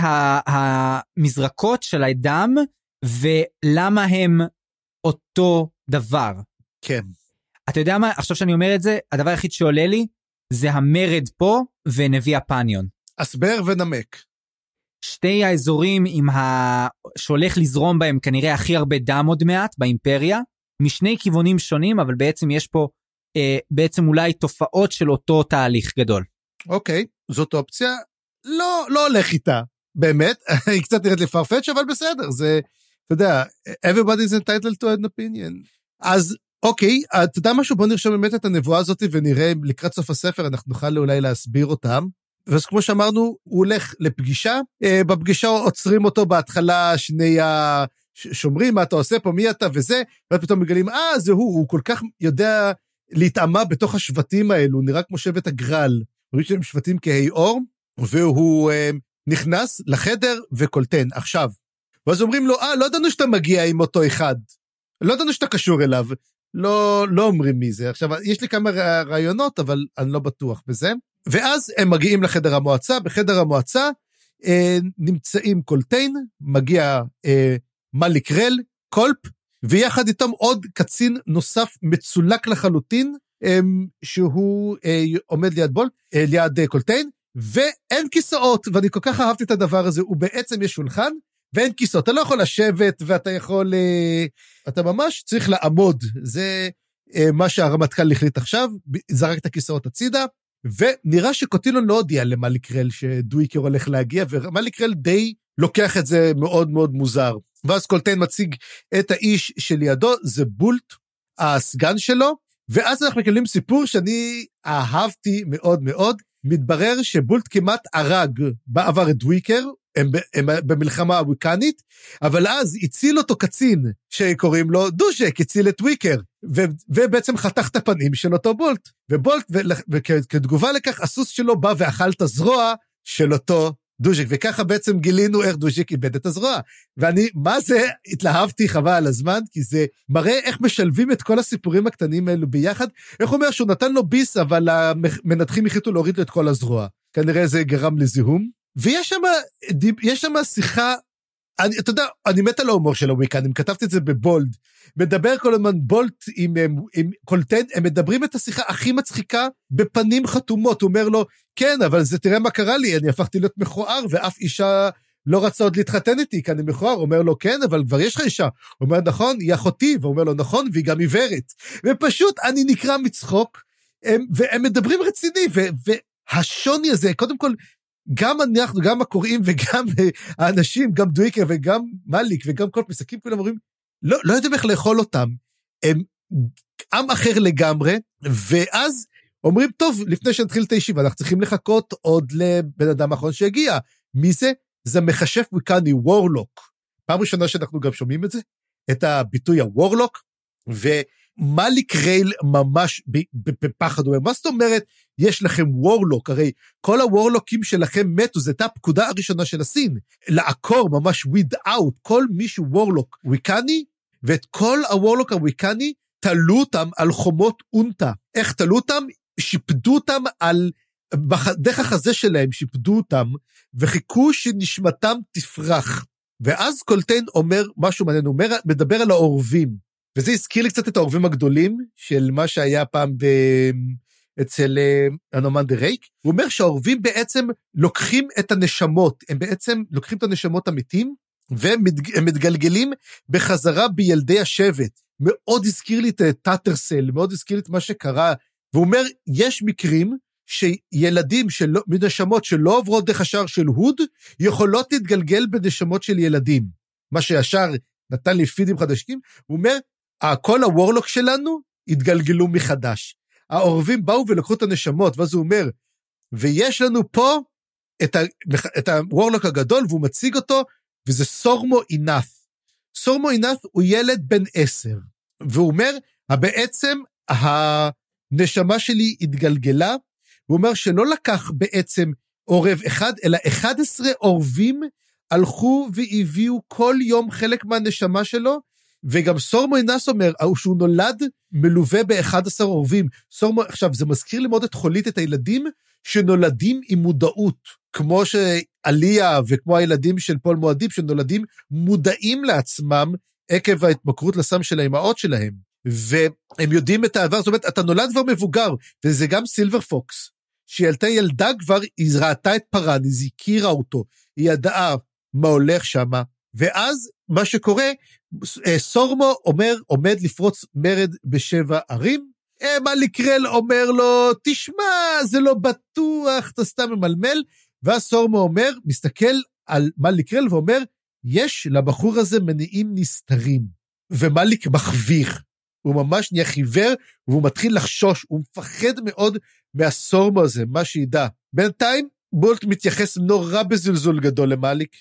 המזרקות של הדם, ולמה הם אותו דבר. כן. אתה יודע מה, עכשיו שאני אומר את זה, הדבר היחיד שעולה לי, זה המרד פה ונביא הפניון. אסבר ונמק. שתי האזורים עם ה... שהולך לזרום בהם כנראה הכי הרבה דם עוד מעט באימפריה, משני כיוונים שונים, אבל בעצם יש פה אה, בעצם אולי תופעות של אותו תהליך גדול. אוקיי, זאת אופציה, לא, לא הולך איתה, באמת, היא קצת נראית לפרפץ' אבל בסדר, זה, אתה יודע, everybody is entitled to an opinion. אז אוקיי, אתה יודע משהו, בוא נרשום באמת את הנבואה הזאת, ונראה לקראת סוף הספר, אנחנו נוכל אולי להסביר אותם, ואז כמו שאמרנו, הוא הולך לפגישה, בפגישה עוצרים אותו בהתחלה, שני השומרים, מה אתה עושה פה, מי אתה וזה, ואז פתאום מגלים, אה, זה הוא, הוא כל כך יודע להתאמה בתוך השבטים האלו, הוא נראה כמו שבט הגרל, רואים שהם שבטים כהי אור, והוא אה, נכנס לחדר וקולטן, עכשיו, ואז אומרים לו, אה, לא ידענו שאתה מגיע עם אותו אחד, לא ידענו שאתה קשור אליו, לא, לא אומרים מי זה, עכשיו, יש לי כמה רעיונות, אבל אני לא בטוח בזה, ואז הם מגיעים לחדר המועצה, בחדר המועצה אה, נמצאים קולטיין, מגיע אה, מליק רל, קולפ, ויחד איתם עוד קצין נוסף מצולק לחלוטין, אה, שהוא אה, עומד ליד בולט, אה, ליד אה, קולטיין, ואין כיסאות, ואני כל כך אהבתי את הדבר הזה, הוא בעצם יש שולחן, ואין כיסאות, אתה לא יכול לשבת, ואתה יכול, אה, אתה ממש צריך לעמוד, זה אה, מה שהרמטכ"ל החליט עכשיו, זרק את הכיסאות הצידה, ונראה שקוטילון לא הודיע למליק רל שדוויקר הולך להגיע, ומליק רל די לוקח את זה מאוד מאוד מוזר. ואז קולטיין מציג את האיש שלידו, זה בולט, הסגן שלו, ואז אנחנו מקבלים סיפור שאני אהבתי מאוד מאוד, מתברר שבולט כמעט הרג בעבר את דוויקר, הם, הם במלחמה הוויקנית, אבל אז הציל אותו קצין שקוראים לו דוז'ק, הציל את דוויקר, ו, ובעצם חתך את הפנים של אותו בולט, ובולט, וכתגובה לכך, הסוס שלו בא ואכל את הזרוע של אותו דוז'ק, וככה בעצם גילינו איך דוז'ק איבד את הזרוע, ואני, מה זה, התלהבתי חבל על הזמן, כי זה מראה איך משלבים את כל הסיפורים הקטנים האלו ביחד, איך הוא אומר שהוא נתן לו ביס, אבל המנתחים החליטו להוריד לו את כל הזרוע, כנראה זה גרם לזיהום, ויש שם, יש שם שיחה, אני, אתה יודע, אני מת על ההומור של הוויקן, אם כתבתי את זה בבולד, מדבר כל הזמן בולט עם, עם, עם קולטיין, הם מדברים את השיחה הכי מצחיקה בפנים חתומות, הוא אומר לו, כן, אבל זה תראה מה קרה לי, אני הפכתי להיות מכוער, ואף אישה לא רצה עוד להתחתן איתי, כי אני מכוער, הוא אומר לו, כן, אבל כבר יש לך אישה, הוא אומר, נכון, היא אחותי, והוא אומר לו, נכון, והיא גם עיוורת, ופשוט אני נקרא מצחוק, הם, והם מדברים רציני, ו, והשוני הזה, קודם כל, גם אנחנו, גם הקוראים וגם האנשים, גם דוויקר וגם מליק וגם כל פסקים, כולם אומרים, לא, לא יודעים איך לאכול אותם, הם עם אחר לגמרי, ואז אומרים, טוב, לפני שנתחיל את הישיבה, אנחנו צריכים לחכות עוד לבן אדם האחרון שהגיע, מי זה? זה מחשף ויקני, וורלוק, פעם ראשונה שאנחנו גם שומעים את זה, את הביטוי הוורלוק, ומליק רייל ממש בפחד, הוא אומר, מה זאת אומרת, יש לכם וורלוק, הרי כל הוורלוקים שלכם מתו, זו הייתה הפקודה הראשונה של הסין, לעקור ממש without, כל מישהו וורלוק ויקני, ואת כל הוורלוק הויקני, תלו אותם על חומות אונטה, איך תלו אותם? שיפדו אותם על, דרך החזה שלהם שיפדו אותם, וחיכו שנשמתם תפרח, ואז קולטיין אומר משהו מעניין, הוא אומר, מדבר על העורבים, וזה הזכיר לי קצת את העורבים הגדולים, של מה שהיה פעם ב... אצל אנומן דה רייק, הוא אומר שהעורבים בעצם לוקחים את הנשמות, הם בעצם לוקחים את הנשמות המתים, והם מתגלגלים בחזרה בילדי השבט, מאוד הזכיר לי את טאטרסל, מאוד הזכיר לי את מה שקרה, והוא אומר, יש מקרים שילדים, שלא, מנשמות שלא עוברות דרך השער של הוד, יכולות להתגלגל בנשמות של ילדים, מה שישר נתן לי פידים חדשים, הוא אומר, כל הוורלוק שלנו התגלגלו מחדש, העורבים באו ולקחו את הנשמות, ואז הוא אומר, ויש לנו פה את, ה, את הוורלוק הגדול, והוא מציג אותו, וזה סורמו אינף. סורמו אינף הוא ילד בן עשר, והוא אומר, בעצם הנשמה שלי התגלגלה, הוא אומר שלא לקח בעצם עורב אחד, אלא אחד עשר עורבים הלכו והביאו כל יום חלק מהנשמה שלו, וגם סורמו אינס אומר, שהוא נולד מלווה ב-אחד עשר עורבים. סורמו, עכשיו, זה מזכיר לי מאוד את חולית את הילדים שנולדים עם מודעות, כמו שעליה וכמו הילדים של פול מועדים, שנולדים מודעים לעצמם עקב ההתמכרות לסם של האמהות שלהם. והם יודעים את העבר, זאת אומרת, אתה נולד כבר מבוגר, וזה גם סילבר פוקס, שהיא ילתה ילדה כבר, היא ראתה את פרניס, היא הכירה אותו, היא ידעה מה הולך שם, ואז מה שקורה, סורמו אומר, עומד לפרוץ מרד בשבע ערים, מליקרל אומר לו, תשמע, זה לא בטוח, אתה סתם ממלמל, ואז סורמו אומר, מסתכל על מליקרל ואומר, יש לבחור הזה מניעים נסתרים, ומליק מחוויך, הוא ממש נהיה חיוור, והוא מתחיל לחשוש, הוא מפחד מאוד מהסורמו הזה, מה שידע. בינתיים, בולט מתייחס נורא בזלזול גדול למליק,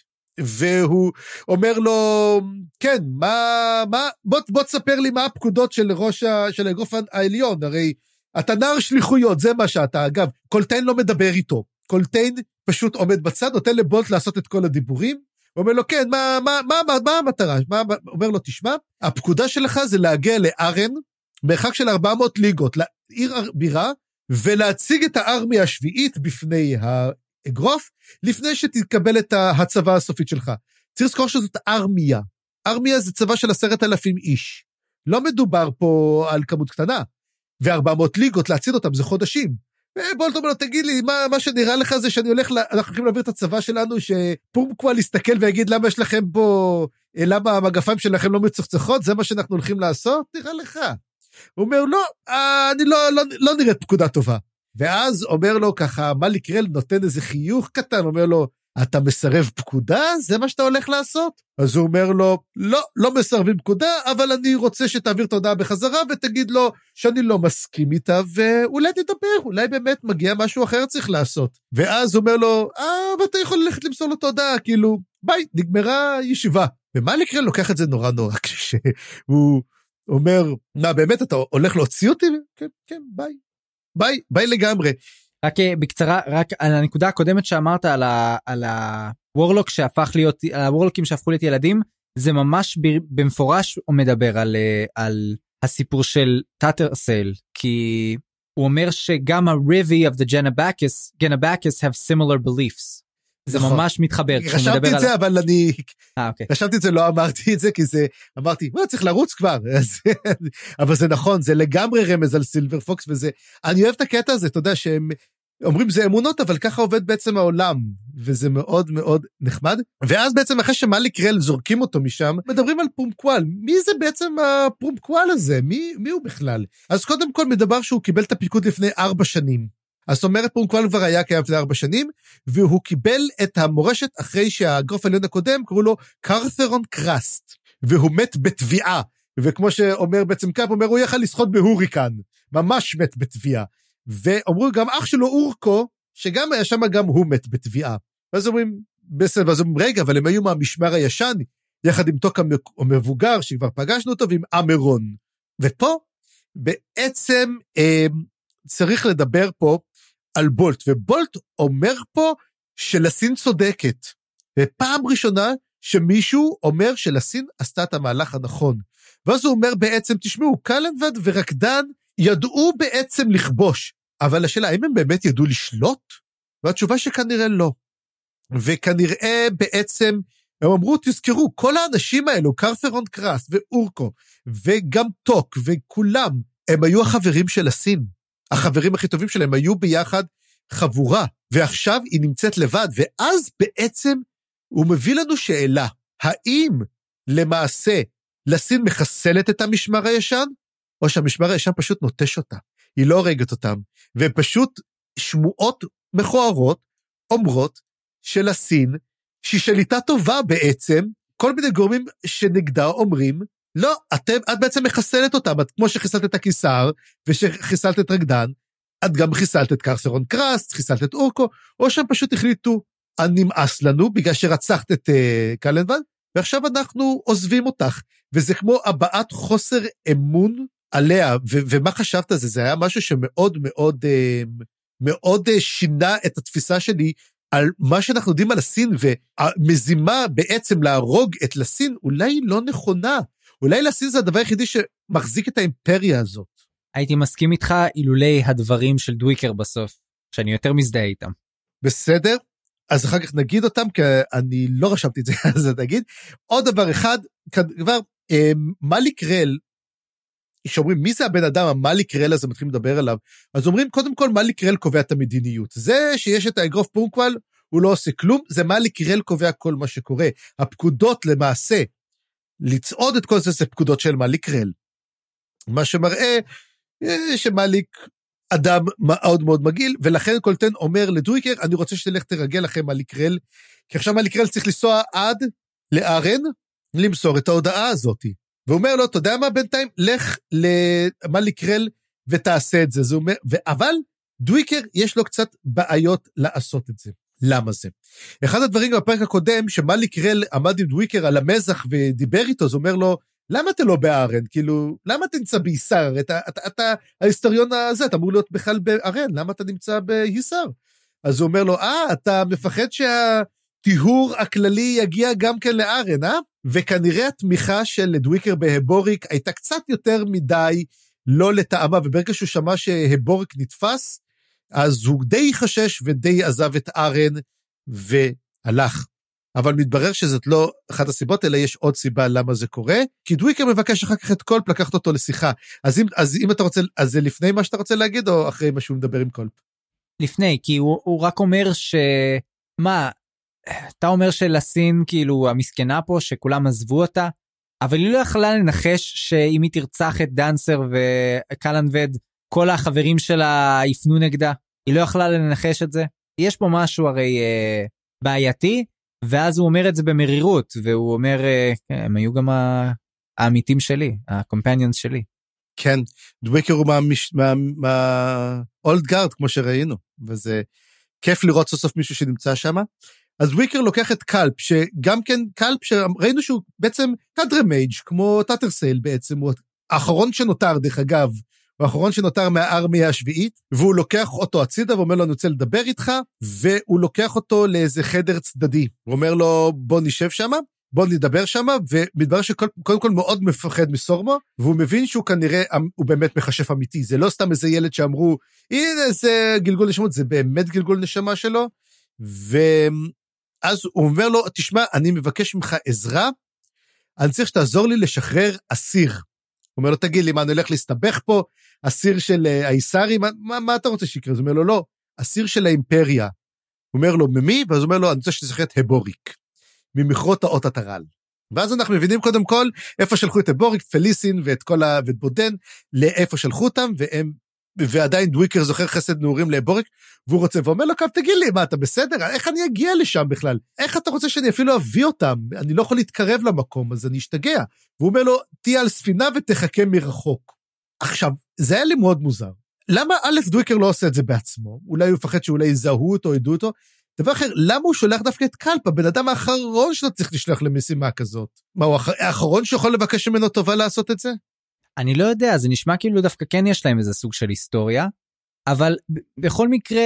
והוא אומר לו, כן, מה, מה, בוא, בוא תספר לי מה הפקודות של ראש, של האגרוף העליון, הרי אתה נער שליחויות, זה מה שאתה, אגב, קולטיין לא מדבר איתו, קולטיין פשוט עומד בצד, נותן לבולט לעשות את כל הדיבורים, הוא אומר לו, כן, מה, מה, מה, מה, מה המטרה? מה, אומר לו, תשמע, הפקודה שלך זה להגיע לארן, מרחק של ארבע מאות ליגות, לעיר בירה, ולהציג את הארמיה השביעית בפני האגרוף, לפני שתקבל את ההצבה הסופית שלך. צריך לזכור שזאת ארמיה. ארמיה זה צבא של עשרת אלפים איש. לא מדובר פה על כמות קטנה, ו-ארבע מאות ליגות להציד אותם, זה חודשים. ובולט אומר לו, תגיד לי, מה, מה שנראה לך זה שאני הולך, אנחנו הולכים להעביר את הצבא שלנו, שפורמקוואל יסתכל ויגיד, למה יש לכם פה, למה המגפיים שלכם לא מצוחצחות, זה מה שאנחנו הולכים לעשות? נראה לך. הוא אומר, לא, אני לא, לא, לא נראית פקודה טובה. ואז אומר לו ככה, מליקרל נותן איזה חיוך קטן, אומר לו, אתה מסרב פקודה? זה מה שאתה הולך לעשות? אז הוא אומר לו, לא, לא מסרבים פקודה, אבל אני רוצה שתעביר את ההודעה בחזרה, ותגיד לו שאני לא מסכים איתה, ואולי תדבר, אולי באמת מגיע משהו אחר צריך לעשות. ואז הוא אומר לו, אה, ואתה יכול ללכת למסור לו את ההודעה, כאילו, ביי, נגמרה ישיבה. ומליקרל לוקח את זה נורא נורא, כשהוא אומר, מה, באמת אתה הולך להוציא אותי? כן, כן, ביי. ביי, ביי לגמרי. רק בקצרה, רק על הנקודה הקודמת שאמרת על ה, על הוורלוק שהפך להיות, על הוורלוקים שהפכו להיות ילדים, זה ממש במפורש הוא מדבר על, על הסיפור של טאטרסייל, כי הוא אומר שגם ה-Rivi of the Genabacchus, Genabacchus have similar beliefs. זה ממש מתחבר. רשמתי את זה, אבל אני, רשמתי את זה, לא אמרתי את זה, כי זה, אמרתי, מה, צריך לרוץ כבר, אבל זה נכון, זה לגמרי רמז על סילבר פוקס, וזה, אני אוהב את הקטע הזה, אתה יודע, שהם אומרים, זה אמונות, אבל ככה עובד בעצם העולם, וזה מאוד מאוד נחמד, ואז בעצם אחרי שמליקרל זורקים אותו משם, מדברים על פורמקוואל, מי זה בעצם הפורמקוואל הזה, מי, מי הוא בכלל? אז קודם כל מדבר שהוא קיבל את הפיקוד לפני ארבע שנים, אז זאת אומרת, פורמקוואל כבר היה קיים לפני ארבע שנים, והוא קיבל את המורשת אחרי שהאגרוף העליון הקודם, קראו לו קרת'רון קראסט, והוא מת בתביעה, וכמו שאומר בעצם קאפ, אומר, הוא יכל לשחות בהוריקן, ממש מת בתביעה, ואומרו גם אח שלו אורקו, שגם היה שם גם הוא מת בתביעה, ואז אומרים, בסדר, ואז אומרים, רגע, אבל הם היו מהמשמר הישן, יחד עם תוק המבוגר, שכבר פגשנו אותו, ועם אמרון, ופה, בעצם, צריך לדבר פה, על בולט, ובולט אומר פה שלסין צודקת, ופעם ראשונה שמישהו אומר שלסין עשתה את המהלך הנכון, ואז הוא אומר בעצם, תשמעו, קלנבד ורקדן ידעו בעצם לכבוש, אבל השאלה, האם הם באמת ידעו לשלוט? והתשובה שכנראה לא, וכנראה בעצם, הם אמרו, תזכרו, כל האנשים האלו, קרת'רון קראסט ואורקו, וגם טוק, וכולם, הם היו החברים של הסין, החברים הכי טובים שלהם היו ביחד חבורה, ועכשיו היא נמצאת לבד, ואז בעצם הוא מביא לנו שאלה, האם למעשה לסין מחסלת את המשמר הישן, או שהמשמר הישן פשוט נוטש אותה, היא לא הורגת אותם, ופשוט שמועות מכוערות אומרות שלסין, שהיא שליטה טובה בעצם, כל מיני גורמים שנגדה אומרים, לא, אתם, את בעצם מחסלת אותם, את כמו שחיסלת את הקיסר, ושחיסלת את רקדן, את גם חיסלת את קרת'רון קראסט, חיסלת את אורקו, או שהם פשוט החליטו, נמאס לנו, בגלל שרצחת את uh, קלנבד, ועכשיו אנחנו עוזבים אותך, וזה כמו הבעת חוסר אמון עליה, ו- ומה חשבת על זה? זה היה משהו שמאוד מאוד, uh, מאוד uh, שינה את התפיסה שלי, על מה שאנחנו יודעים על הסין, והמזימה בעצם להרוג את לסין, אולי לא נכונה, אולי לסין זה הדבר היחידי שמחזיק את האימפריה הזאת. הייתי מסכים איתך אילולי הדברים של דוויקר בסוף, שאני יותר מזדהה איתם. בסדר, אז אחר כך נגיד אותם, כי אני לא רשמתי את זה, אז נגיד. עוד דבר אחד, כבר, מליקרל שאומרים, מי זה הבן אדם, המאלי קרל הזה, מתחילים לדבר עליו, אז אומרים, קודם כל, מאלי קרל קובע את המדיניות. זה שיש את האגרוף פונקוול, הוא לא עושה כלום, זה מאלי קרל קובע כל מה שקורה. הפקודות למעשה, לצעוד את כל זה, זה פקודות של מאלי קרל. מה שמראה שמאליק אדם מאוד מאוד מגעיל, ולכן קולטיין אומר לדוויקר, אני רוצה שתלך תרגל לכם מאלי קרל, כי עכשיו מאלי קרל צריך לנסוע עד לארן, למסור את ההודעה הזאת. והוא אומר לו, אתה יודע מה בינתיים? לך למאלי קרל ותעשה את זה. זה אומר, ו... אבל דוויקר יש לו קצת בעיות לעשות את זה. למה זה? אחד הדברים בפרק הקודם, שמאלי קרל עמד עם דוויקר על המזח ודיבר איתו, אז הוא אומר לו, למה אתה לא בארן? כאילו, למה אתה נמצא בישר? אתה, אתה, אתה, ההיסטוריון הזה, אתה אמור להיות בכלל בארן, למה אתה נמצא בישר? אז הוא אומר לו, אה, אתה מפחד שהטיהור הכללי יגיע גם כן לארן, אה? וכנראה התמיכה של דוויקר בהבוריק הייתה קצת יותר מדי לא לטעמה, וברגע שהוא שמע שהבוריק נתפס, אז הוא די חשש ודי עזב את ארן והלך. אבל מתברר שזאת לא אחת הסיבות, אלא יש עוד סיבה למה זה קורה, כי דוויקר מבקש אחר כך את קולפ לקחת אותו לשיחה. אז אם, אז אם אתה רוצה, אז זה לפני מה שאתה רוצה להגיד, או אחרי מה שהוא מדבר עם קולפ? לפני, כי הוא, הוא רק אומר ש... מה, אתה אומר שלסין, כאילו, המסכנה פה, שכולם עזבו אותה, אבל היא לא יכלה לנחש שאם היא תרצח את דנסר וקלנבד, כל החברים שלה יפנו נגדה, היא לא יכלה לנחש את זה. יש פה משהו הרי אה, בעייתי, ואז הוא אומר את זה במרירות, והוא אומר, הם היו גם העמיתים שלי, הקומפניונס שלי. כן, דוויקר הוא מהאולד גארד, כמו שראינו, וזה כיף לראות סוף סוף מישהו שנמצא שם. אז דוויקר לוקח את קלפ, שגם כן קלפ, שראינו שהוא בעצם טאדרמייג', כמו טאטרסייל בעצם, הוא האחרון שנותר, דרך אגב, הוא האחרון שנותר מהארמיה השביעית, והוא לוקח אותו הצידה, ואומר לו, אני רוצה לדבר איתך, והוא לוקח אותו לאיזה חדר צדדי. הוא אומר לו, בוא נשב שם, בוא נדבר שם, ומדבר שקודם כל מאוד מפחד מסורמו, והוא מבין שהוא כנראה, הוא באמת מחשף אמיתי, זה לא סתם איזה ילד שאמרו, הנה זה גלגול נשמות, זה באמת גלגול נשמה שלו, ואז הוא אומר לו, תשמע, אני מבקש ממך עזרה, אני צריך שתעזור לי לשחרר אסיר. הוא אומר לו, תגיד לי, מה, אני הולך להסתבך פה? אסיר של האיסרי, מה, מה, מה אתה רוצה שיקרה? אז הוא אומר לו, לא, אסיר של האימפריה. הוא אומר לו, ממי? ואז הוא אומר לו, אני רוצה שתזכר את הבוריק, ממכרות האות הטרל. ואז אנחנו מבינים קודם כל, איפה שלחו את הבוריק, פליסין ואת כל ה... ואת בודן, לאיפה שלחו אותם, והם, ועדיין דוויקר זוכר חסד נעורים לבוריק, והוא רוצה, ואומר לו, קו, תגיד לי, מה, אתה בסדר? איך אני אגיע לשם בכלל? איך אתה רוצה שאני אפילו אביא אותם? אני לא יכול להתקרב למקום, אז אני אשתגע. והוא אומר לו, תהיה על ספינה ותחכה מרחוק. עכשיו, זה היה לי מאוד מוזר. למה א' דוויקר לא עושה את זה בעצמו? אולי הוא מפחד שאולי יזהו אותו, ידעו אותו. דבר אחר, למה הוא שולח דווקא את קלפ, הבן אדם האחרון שאתה צריך לשלוח למשימה כזאת? מה, הוא האחרון שיכול לבקש ממנו טובה לעשות את זה? אני לא יודע, זה נשמע כאילו דווקא כן יש להם איזה סוג של היסטוריה, אבל בכל מקרה,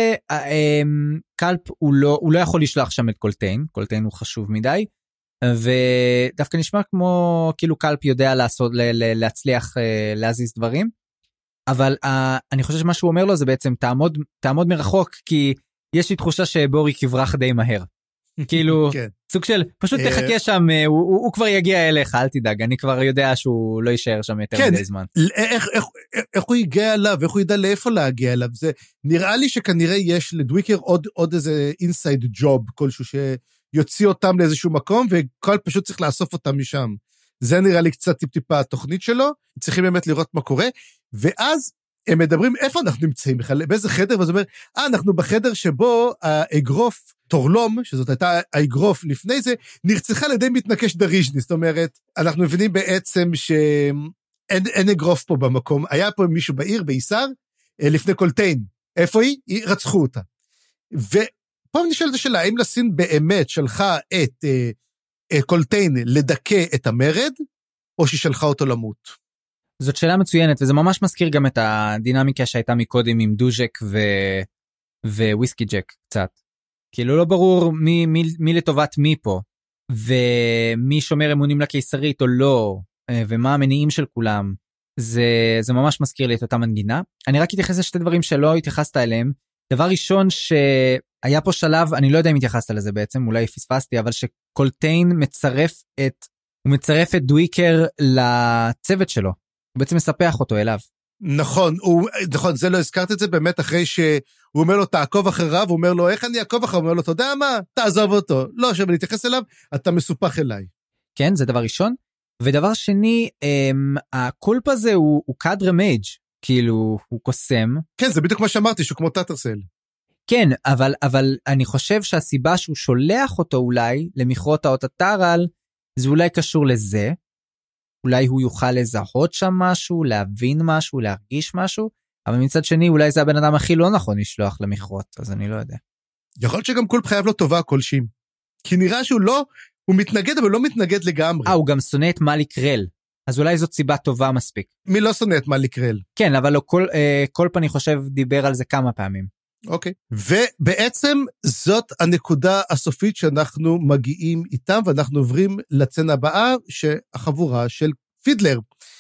קלפ הוא לא, הוא לא יכול לשלוח שם את קולטיין, קולטיין הוא חשוב מדי, ודווקא נשמע כמו כאילו קלפ יודע לעשות, להצליח להזיז דברים, אבל אני חושב שמה שהוא אומר לו זה בעצם תעמוד, תעמוד מרחוק, כי יש לי תחושה שבוריק יברח די מהר. כאילו, סוג של, פשוט תחכה שם, הוא כבר יגיע אליך, אל תדאג, אני כבר יודע שהוא לא יישאר שם יותר מדי זמן. איך הוא יגיע אליו, איך הוא ידע לאיפה להגיע אליו, זה נראה לי שכנראה יש לדוויקר עוד איזה אינסייד ג'וב כלשהו, שיוציא אותם לאיזשהו מקום, וכל פשוט צריך לאסוף אותם משם. זה נראה לי קצת טיפ-טיפה התוכנית שלו, צריכים באמת לראות מה קורה, ואז הם מדברים איפה אנחנו נמצאים, באיזה חדר, ואז אומר, אה, אנחנו בחדר שבו האגרוף תורלום, שזאת הייתה האגרוף לפני זה, נרצחה על ידי מתנקש דריז'ני, זאת אומרת, אנחנו מבינים בעצם שאין אין אגרוף פה במקום, היה פה מישהו בעיר, בישר, לפני קולטיין, איפה היא? היא רצחו אותה. ופה נשאלת השאלה, האם לסין באמת שלחה את אה, קולטיין לדכא את המרד, או ששלחה אותו למות? זאת שאלה מצוינת, וזה ממש מזכיר גם את הדינמיקה שהייתה מקודם עם דוז'ק ו... וויסקי ג'ק קצת. כאילו לא ברור מי, מי, מי לטובת מי פה, ומי שומר אמונים לקיסרית או לא, ומה המניעים של כולם. זה, זה ממש מזכיר לי את אותה מנגינה. אני רק אתייחס לשתי דברים שלא התייחסת אליהם. דבר ראשון שהיה פה שלב, אני לא יודע אם התייחסת לזה בעצם, אולי פספסתי, אבל שקולטיין מצרף את, הוא מצרף את דוויקר לצוות שלו. הוא בעצם מספח אותו אליו. נכון, הוא, נכון, זה לא הזכרת את זה באמת אחרי שהוא אומר לו, תעקוב אחריו, הוא אומר לו, איך אני אעקוב אחריו? הוא אומר לו, אתה יודע מה? תעזוב אותו. לא, עכשיו אני אתייחס אליו, אתה מסופח אליי. כן, זה דבר ראשון. ודבר שני, אמ, הקולפ הזה הוא, הוא קאדרה מייג', כאילו, הוא קוסם. כן, זה בדיוק מה שאמרתי, שהוא כמו טאטרסל. כן, אבל, אבל אני חושב שהסיבה שהוא שולח אותו אולי למכרות האוטטרל, זה אולי קשור לזה. אולי הוא יוכל לזהות שם משהו, להבין משהו, להרגיש משהו, אבל מצד שני אולי זה הבן אדם הכי לא נכון לשלוח למכרות, אז אני לא יודע. יכול להיות שגם קולפ חייב לו טובה כלשהים. כי נראה שהוא לא, הוא מתנגד, אבל לא מתנגד לגמרי. אה, הוא גם שונא את מאליק רל, אז אולי זאת סיבה טובה מספיק. מי לא שונא את מאליק רל? כן, אבל כל, אה, קולפ אני חושב דיבר על זה כמה פעמים. אוקיי. ובעצם זאת הנקודה הסופית שאנחנו מגיעים איתם, ואנחנו עוברים לצנה הבאה, שהחבורה של פידלר.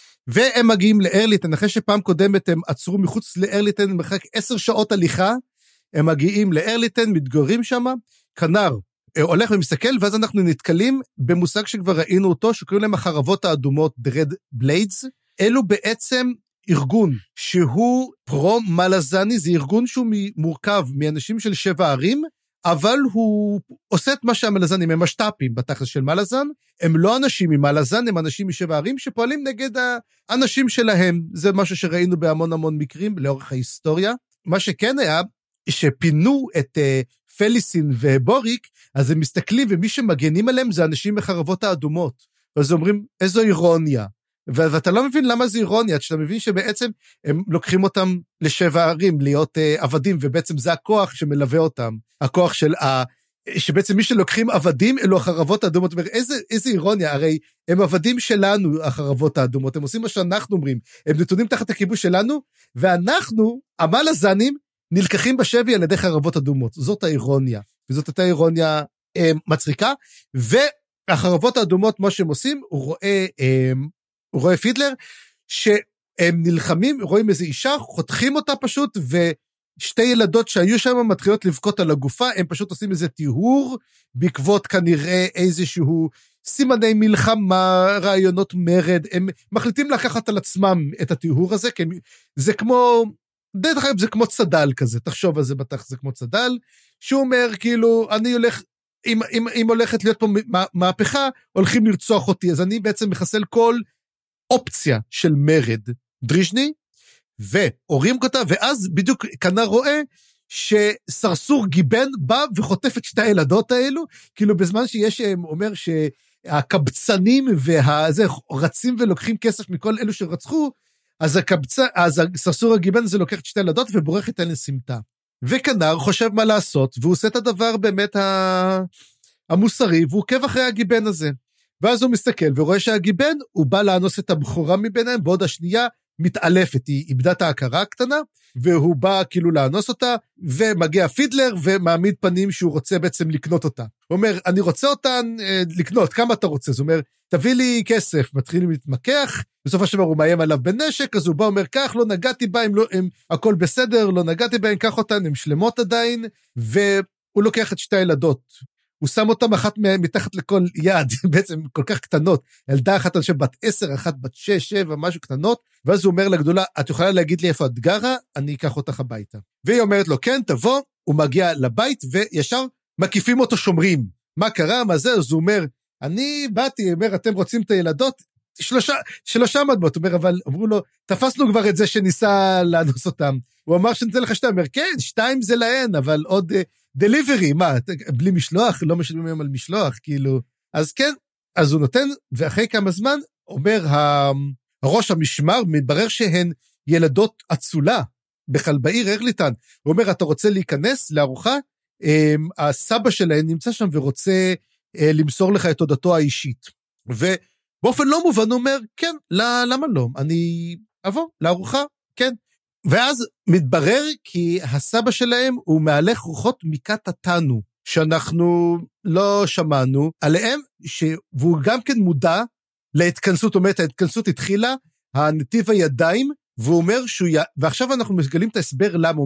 והם מגיעים לארליטן, אחרי שפעם קודמת הם עצרו מחוץ לארליטן, מרחק עשר שעות הליכה, הם מגיעים לארליטן, מתגוררים שם, כנר הולך ומסתכל, ואז אנחנו נתקלים במושג שכבר ראינו אותו, שקוראים להם החרבות האדומות, The Red Blades, אלו בעצם ארגון שהוא פרו-מלזני, זה ארגון שהוא מורכב מאנשים של שבע ערים, אבל הוא עושה את מה שהמלזנים, הם משת"פים בתכלס של מלזן, הם לא אנשים ממלזן, הם אנשים משבע ערים שפועלים נגד האנשים שלהם, זה משהו שראינו בהמון המון מקרים לאורך ההיסטוריה. מה שכן היה, שפינו את uh, פליסין ובוריק, אז הם מסתכלים ומי שמגנים עליהם זה אנשים מחרבות האדומות, ואז אומרים איזו אירוניה, ואתה לא מבין למה זה אירוניה, שאתה מבין שבעצם הם לוקחים אותם לשבע ערים, להיות uh, עבדים, ובעצם זה הכוח שמלווה אותם, הכוח של, uh, שבעצם מי שלוקחים עבדים, אלו החרבות האדומות, אומר, איזה, איזה אירוניה, הרי הם עבדים שלנו, החרבות האדומות, הם עושים מה שאנחנו אומרים, הם נתונים תחת הכיבוש שלנו, ואנחנו, המלזנים, נלקחים בשבי על ידי חרבות אדומות, זאת האירוניה, וזאת הייתה אירוניה אה, מצחיקה, והחרבות האדומות, מה שהם עושים, הוא רואה, אה, הוא רואה פידלר, שהם נלחמים, רואים איזו אישה, חותכים אותה פשוט, ושתי ילדות שהיו שם מתחילות לבכות על הגופה, הם פשוט עושים איזה טיהור, בעקבות כנראה איזשהו סימני מלחמה, רעיונות מרד, הם מחליטים לקחת על עצמם את הטיהור הזה, כי זה כמו, דרך אגב זה כמו צדל כזה, תחשוב על זה בטח, זה כמו צדל, שהוא אומר כאילו, אני הולך, אם, אם, אם הולכת להיות פה מהפכה, הולכים לרצוח אותי, אז אני בעצם מחסל כל אופציה של מרד דרישני, והורים אותה, ואז בדיוק כנר רואה, שסרסור גיבן בא וחוטף את שתי הילדות האלו, כאילו בזמן שיש, אומר שהקבצנים והזה רצים ולוקחים כסף מכל אלו שרצחו, אז, הקבצ... אז הסרסור הגיבן הזה לוקח את שתי ילדות ובורח את אלה סמטה. וכנר חושב מה לעשות, והוא עושה את הדבר באמת ה... המוסרי, והוא עוקב אחרי הגיבן הזה. ואז הוא מסתכל ורואה שהגיבן, הוא בא לאנוס את הבחורה מביניהם, בעוד השנייה מתעלפת, היא איבדה את ההכרה הקטנה, והוא בא כאילו לאנוס אותה, ומגיע פידלר ומעמיד פנים שהוא רוצה בעצם לקנות אותה. הוא אומר, אני רוצה אותן אה, לקנות, כמה אתה רוצה? הוא אומר, תביא לי כסף, מתחילים להתמקח, בסופו של דבר הוא מאיים עליו בנשק, אז הוא בא אומר, כך, לא נגעתי בהם, לא, הם, הכל בסדר, לא נגעתי בהם, קח אותן, הן שלמות עדיין, והוא לוקח את שתי הילדות, הוא שם אותם אחת מתחת לכל יד, בעצם כל כך קטנות, ילדה אחת אנשי בת עשר, אחת בת שש, שבע, משהו קטנות, ואז הוא אומר לגדולה, את יכולה להגיד לי איפה את גרה, אני אקח אותך הביתה. והיא אומרת לו, כן, תבוא, הוא מגיע לבית, וישר מקיפים אותו שומרים. מה קרה, מה זה? אז הוא אומר, אני באתי, אומר, אתם רוצים את הילדות? שלושה, שלושה מדמות, הוא אומר, אבל אמרו לו, תפסנו כבר את זה שניסה לאנוס אותם. הוא אמר שניתן לך שתיים, הוא אומר, כן, שתיים זה להן, אבל עוד דליברי, מה, בלי משלוח, לא משלמים היום על משלוח, כאילו. אז כן, אז הוא נותן, ואחרי כמה זמן, אומר, הראש המשמר, מתברר שהן ילדות אצולה, בכלל בעיר ארליטן. הוא אומר, אתה רוצה להיכנס לארוחה? הסבא שלהן נמצא שם ורוצה למסור לך את תודתו האישית. ובאופן לא מובן הוא אומר, כן, למה לא? אני אבוא לארוחה, כן. ואז מתברר כי הסבא שלהם הוא מהלך רוחות מכת התנו, שאנחנו לא שמענו עליהם, והוא גם כן מודע להתכנסות, זאת אומרת, ההתכנסות התחילה, הנתיב הידיים, והוא אומר שהוא, ועכשיו אנחנו מגלים את ההסבר למה הוא אומר,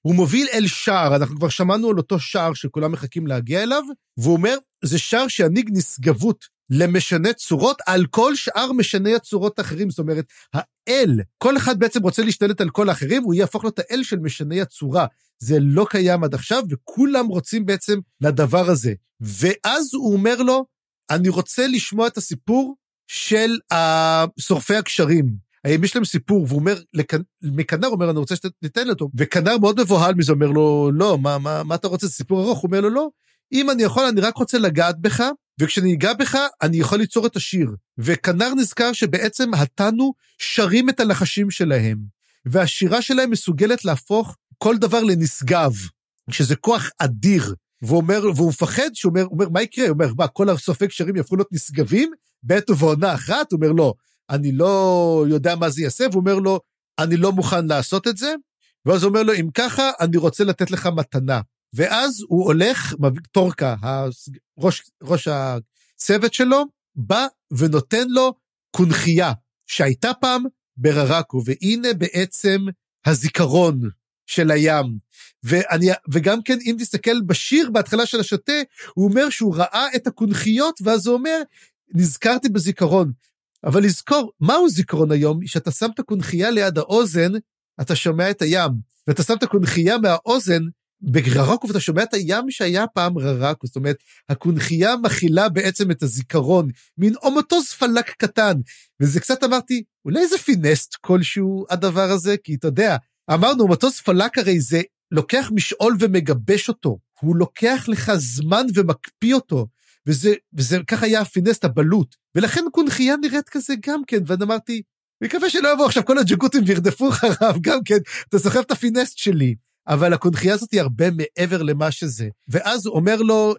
הוא מוביל אל שער, אנחנו כבר שמענו על אותו שער שכולם מחכים להגיע אליו, והוא אומר, זה שער שיניג נשגבות למשנה צורות, על כל שאר משני הצורות האחרים, זאת אומרת, האל, כל אחד בעצם רוצה להשתלט על כל האחרים, הוא יהפוך לו את האל של משני הצורה, זה לא קיים עד עכשיו, וכולם רוצים בעצם לדבר הזה, ואז הוא אומר לו, אני רוצה לשמוע את הסיפור של שורפי הקשרים, האם יש להם סיפור, והוא אומר, מכנר אומר, אני רוצה שתתן אותו, וכנר מאוד מבוהל מזה, אומר לו, לא, מה, מה, מה אתה רוצה, זה סיפור ארוך, הוא אומר לו, לא, אם אני יכול, אני רק רוצה לגעת בך, וכשאני אגע בך, אני יכול ליצור את השיר, וכנר נזכר שבעצם התנו שרים את הלחשים שלהם, והשירה שלהם מסוגלת להפוך כל דבר לנשגב, שזה כוח אדיר, והוא אומר, והוא מפחד, שהוא אומר, אומר, מה יקרה? הוא אומר, מה, כל הסופי קשרים יהפכו להיות נשגבים, בעת ובעונה אחת, הוא אומר, לא, אני לא יודע מה זה יעשה, והוא אומר לו, אני לא מוכן לעשות את זה, ואז הוא אומר לו, אם ככה, אני רוצה לתת לך מתנה. ואז הוא הולך, טורקה, ראש, ראש הצוות שלו, בא ונותן לו קונחייה, שהייתה פעם בררקו, והנה בעצם הזיכרון של הים. ואני, וגם כן, אם תסתכל בשיר, בהתחלה של השוטה, הוא אומר שהוא ראה את הקונחיות, ואז הוא אומר, נזכרתי בזיכרון. אבל לזכור, מהו זיכרון היום? שאתה שם את הקונחייה ליד האוזן, אתה שומע את הים, ואתה שם את הקונחייה מהאוזן, בררקו, ואתה שומע את הים שהיה פעם ררקו, זאת אומרת, הקונחייה מכילה בעצם את הזיכרון, מין אומטוס פלק קטן, וזה קצת אמרתי, אולי זה פינסט כלשהו הדבר הזה, כי אתה יודע, אמרנו, אומטוס פלק הרי זה לוקח משעול ומגבש אותו, הוא לוקח לך זמן ומקפיא אותו, וזה, וזה ככה היה הפינסט הבלוט, ולכן קונחייה נראית כזה גם כן, ואני אמרתי, מקווה שלא יבוא עכשיו כל הג'גותים וירדפו אחריו, גם כן, אתה סוחב את הפינסט שלי, אבל הקונחייה הזאת היא הרבה מעבר למה שזה, ואז הוא אומר לו,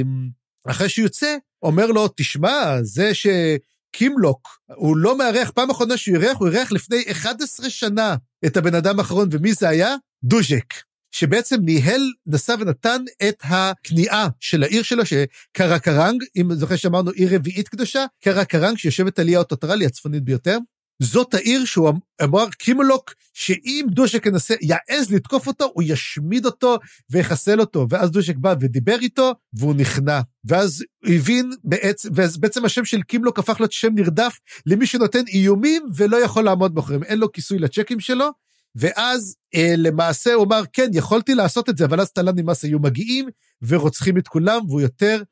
אחרי שהוא יוצא, אומר לו, תשמע, זה שקימלוק, הוא לא מערך, פעם אחרונה שהוא ירח, הוא ירח לפני אחת עשרה שנה, את הבן אדם האחרון, ומי זה היה? דוז'ק. שבעצם ניהל, נסע ונתן את הכניעה של העיר שלו, שקרקרנג, אם זוכר שאמרנו עיר רביעית קדושה, קרקרנג שיושבת על אי האוטוטרלי הצפונית ביותר, זאת העיר שהוא אמר קימולוק, שאם דושק ינסה, יעז לתקוף אותו, הוא ישמיד אותו ויחסל אותו, ואז דושק בא ודיבר איתו, והוא נכנע, ואז הוא הבין, בעצם, ואז בעצם השם של קימולוק הפך להיות שם נרדף, למי שנותן איומים ולא יכול לעמוד בחורים, אין לו כיסוי לצ'קים שלו, ואז אה, למעשה הוא אמר, כן, יכולתי לעשות את זה, אבל אז תלן נמאס היו מגיעים, ורוצחים את כולם, והוא יותר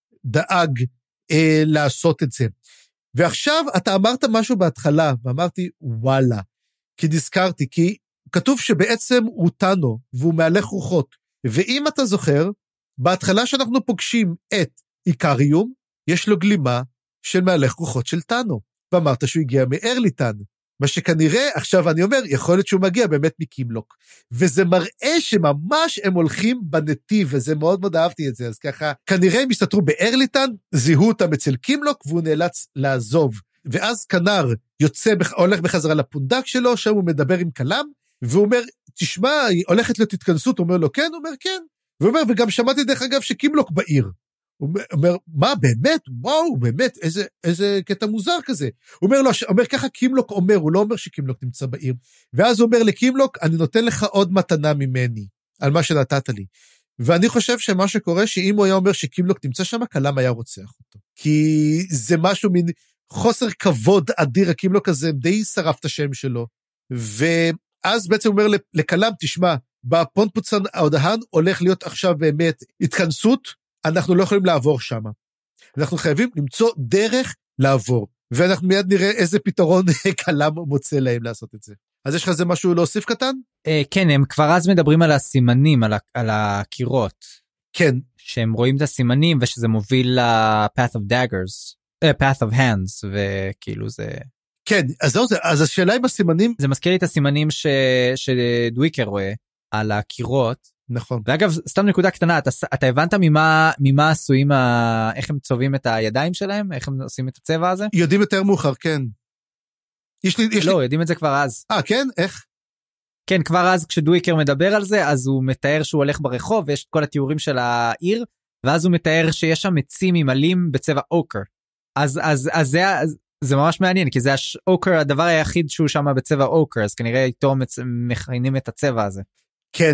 דאג אה, לעשות את זה. ועכשיו אתה אמרת משהו בהתחלה, ואמרתי, וואלה, כי נזכרתי, כי כתוב שבעצם הוא טאנו, והוא מהלך רוחות, ואם אתה זוכר, בהתחלה שאנחנו פוגשים את איקריום, יש לו גלימה של מהלך רוחות של טאנו, ואמרת שהוא הגיע מארליטן, מה שכנראה, עכשיו אני אומר, יכול להיות שהוא מגיע באמת מקימלוק, וזה מראה שממש הם הולכים בנתיב, וזה מאוד מאוד אהבתי את זה, אז ככה, כנראה הם הסתתרו בארליטן, זיהו אותם אצל קימלוק, והוא נאלץ לעזוב, ואז כנר יוצא, הולך בחזרה לפונדק שלו, שם הוא מדבר עם קלם, והוא אומר, תשמע, הולכת להיות התכנסות, הוא אומר לו, כן, הוא אומר, כן, והוא אומר, וגם שמעתי דרך אגב שקימלוק בעיר, הוא אומר, מה, באמת? וואו, באמת, איזה, איזה קטע מוזר כזה. הוא אומר לו, אומר ככה קימלוק אומר, הוא לא אומר שקימלוק נמצא בעיר. ואז הוא אומר לקימלוק, אני נותן לך עוד מתנה ממני, על מה שנתת לי. ואני חושב שמה שקורה, שאם הוא היה אומר שקימלוק נמצא שם, קלם היה רוצח אותו. כי זה משהו מין חוסר כבוד אדיר, הקימלוק הזה די שרף את השם שלו. ואז בעצם הוא אומר לקלם, תשמע, בפונפוצן ההודהן הולך להיות עכשיו באמת התכנסות, אנחנו לא יכולים לעבור שם. אנחנו חייבים למצוא דרך לעבור, ואנחנו מיד נראה איזה פתרון קלם מוצא להם לעשות את זה. אז יש לך זה משהו להוסיף קטן? כן, הם כבר אז מדברים על הסימנים, על הקירות. כן. שהם רואים את הסימנים, ושזה מוביל ל-path of daggers, path of hands, וכאילו זה... כן, אז זהו זה, אז השאלה עם הסימנים... זה מזכיר לי את הסימנים שדוויקר רואה, על הקירות, נכון. ואגב, סתם נקודה קטנה, אתה, אתה הבנת ממה, ממה עשויים, ה... איך הם צובעים את הידיים שלהם? איך הם עושים את הצבע הזה? יודעים יותר מאוחר, כן. יש לי, יש לא, לי... יודעים את זה כבר אז. אה, כן? איך? כן, כבר אז כשדוויקר מדבר על זה, אז הוא מתאר שהוא הולך ברחוב, ויש את כל התיאורים של העיר, ואז הוא מתאר שיש שם עצים עם עלים בצבע אוקר. אז, אז, אז זה, אז, זה ממש מעניין, כי זה אוקר, הדבר היחיד שהוא שם בצבע אוקר, אז כנראה איתו מכינים את הצבע הזה. כן.